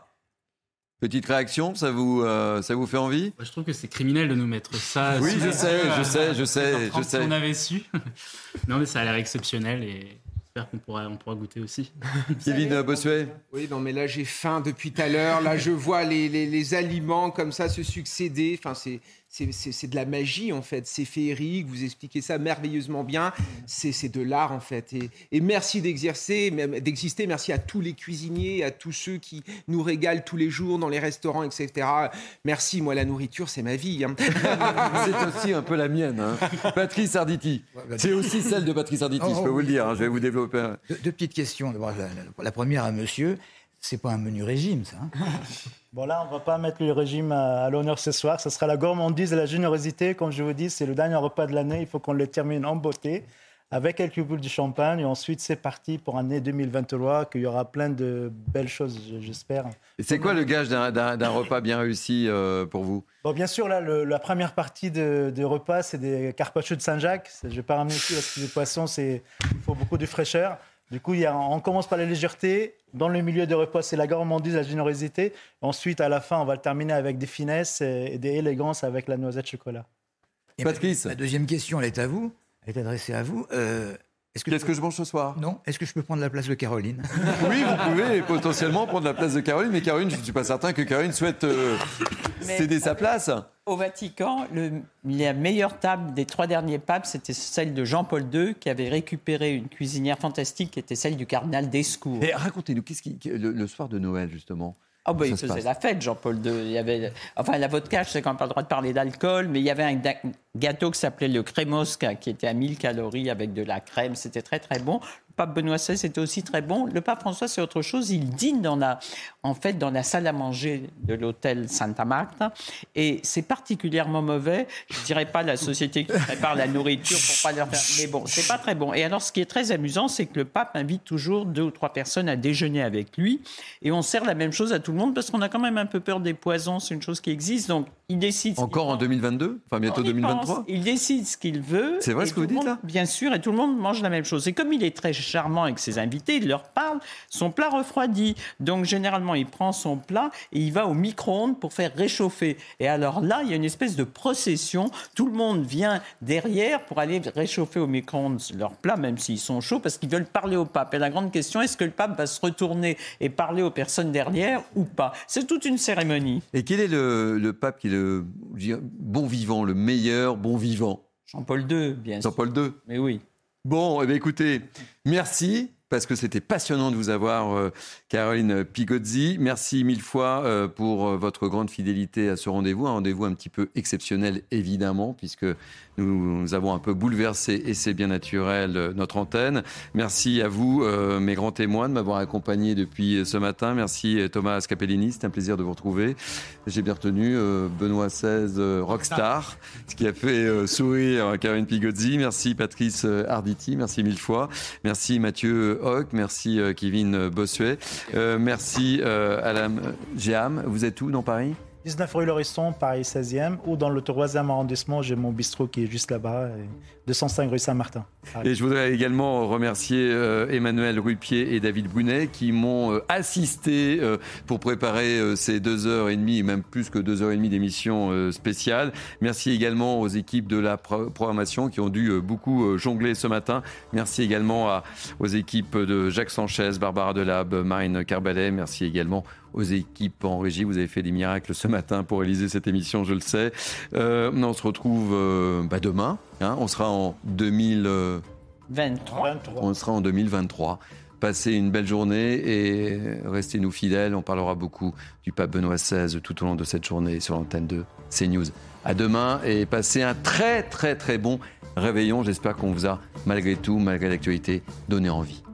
petite réaction, ça vous, euh, ça vous fait envie? Je trouve que c'est criminel de nous mettre ça. Oui, je sais, je sais, je sais, je sais. Si on avait su. Non, mais ça a l'air exceptionnel et j'espère qu'on pourra, on pourra goûter aussi. Kevin Bossuet. Oui, non, mais là j'ai faim depuis tout à l'heure. Là, je vois les, les, les aliments comme ça se succéder. Enfin, c'est C'est, c'est, c'est de la magie, en fait. C'est féerique. Vous expliquez ça merveilleusement bien. C'est, c'est de l'art, en fait. Et, et merci d'exercer, d'exister. Merci à tous les cuisiniers, à tous ceux qui nous régalent tous les jours dans les restaurants, et cetera. Merci. Moi, la nourriture, c'est ma vie. Hein. C'est aussi un peu la mienne. Hein. Patrice Arditi. C'est aussi celle de Patrice Arditi, oh, je peux vous le dire. Hein. Je vais vous développer. Un... Deux, deux petites questions. La, la, la première à monsieur. C'est pas un menu régime, ça. Hein. Bon, là, on va pas mettre le régime à, à l'honneur ce soir. Ce sera la gourmandise et la générosité. Comme je vous dis, c'est le dernier repas de l'année. Il faut qu'on le termine en beauté, avec quelques boules de champagne. Et ensuite, c'est parti pour l'année deux mille vingt-trois, qu'il y aura plein de belles choses, j'espère. Et c'est quoi le gage d'un, d'un, d'un repas bien réussi euh, pour vous? Bon, bien sûr, là, le, la première partie de, de repas, c'est des carpaccio de Saint-Jacques. Je ne vais pas ramener ici parce que le poisson, c'est, il faut beaucoup de fraîcheur. Du coup, il y a, on commence par la légèreté. Dans le milieu des repas, c'est la gourmandise, la générosité. Ensuite, à la fin, on va le terminer avec des finesses et des élégances avec la noisette chocolat. Et Patrice, ma deuxième question, elle est à vous. Elle est adressée à vous. Euh, est-ce que Qu'est-ce peux... que je mange ce soir? Non. Est-ce que je peux prendre la place de Caroline? Oui, vous pouvez potentiellement prendre la place de Caroline. Mais Caroline, je ne suis pas certain que Caroline souhaite euh, céder sa place. Au Vatican, le, la meilleure table des trois derniers papes, c'était celle de Jean-Paul deux, qui avait récupéré une cuisinière fantastique qui était celle du cardinal Descours. Et racontez-nous, qu'est-ce qui, le, le soir de Noël, justement? Ah oh bah, il faisait la fête, Jean-Paul deux. Il y avait, enfin, la vodka, je sais qu'on n'a pas le droit de parler d'alcool, mais il y avait un gâteau qui s'appelait le Crémosca, qui était à mille calories avec de la crème. C'était très, très bon. Le pape Benoît seize, c'était aussi très bon. Le pape François, c'est autre chose. Il dîne dans la, en fait, dans la salle à manger de l'hôtel Santa Marta. Et c'est particulièrement mauvais. Je ne dirais pas la société qui prépare la nourriture pour pas leur faire... Mais bon, c'est pas très bon. Et alors, ce qui est très amusant, c'est que le pape invite toujours deux ou trois personnes à déjeuner avec lui. Et on sert la même chose à tout le monde parce qu'on a quand même un peu peur des poisons. C'est une chose qui existe. Donc, il décide... Encore en deux mille vingt-deux? Enfin, bientôt deux mille vingt-trois? Il décide ce qu'il veut. C'est vrai ce que vous dites, monde, là? Bien sûr, et tout le monde mange la même chose. Et comme il est très charmant avec ses invités, il leur parle, son plat refroidit. Donc, généralement, il prend son plat et il va au micro-ondes pour faire réchauffer. Et alors là, il y a une espèce de procession. Tout le monde vient derrière pour aller réchauffer au micro-ondes leur plat, même s'ils sont chauds, parce qu'ils veulent parler au pape. Et la grande question, est-ce que le pape va se retourner et parler aux personnes derrière ou pas? C'est toute une cérémonie. Et quel est le, le pape qui est le bon vivant, le meilleur bon vivant? Jean-Paul deux, bien sûr. Jean-Paul deux. Mais oui. Bon, eh bien, écoutez, merci parce que c'était passionnant de vous avoir, euh, Caroline Pigozzi. Merci mille fois euh, pour euh, votre grande fidélité à ce rendez-vous. Un rendez-vous un petit peu exceptionnel, évidemment, puisque nous, nous avons un peu bouleversé, et c'est bien naturel, euh, notre antenne. Merci à vous, euh, mes grands témoins, de m'avoir accompagné depuis ce matin. Merci Thomas Scapellini, c'est un plaisir de vous retrouver. J'ai bien retenu euh, Benoît seize, euh, rockstar, ce qui a fait euh, sourire Caroline Pigozzi. Merci Patrice Arditi, merci mille fois. Merci Mathieu Hoc, merci euh, Kevin Bossuet. Euh, merci euh, Alain Géam. Vous êtes où dans Paris ? dix-neuf rue Lauriston, Paris seizième, ou dans le troisième arrondissement, j'ai mon bistrot qui est juste là-bas, deux cent cinq rue Saint-Martin. Paris. Et je voudrais également remercier euh, Emmanuel Rupier et David Brunet qui m'ont euh, assisté euh, pour préparer euh, ces deux heures et demie, même plus que deux heures et demie d'émission euh, spéciale. Merci également aux équipes de la pro- programmation qui ont dû euh, beaucoup euh, jongler ce matin. Merci également à, aux équipes de Jacques Sanchez, Barbara Delab, Marine Carbalet. Merci également aux équipes en régie. Vous avez fait des miracles ce matin pour réaliser cette émission, je le sais. Euh, on se retrouve euh, bah demain. Hein, on sera en deux mille vingt-trois. On sera en deux mille vingt-trois. Passez une belle journée et restez-nous fidèles. On parlera beaucoup du pape Benoît seize tout au long de cette journée sur l'antenne de CNews. À demain et passez un très très très bon réveillon. J'espère qu'on vous a, malgré tout, malgré l'actualité, donné envie.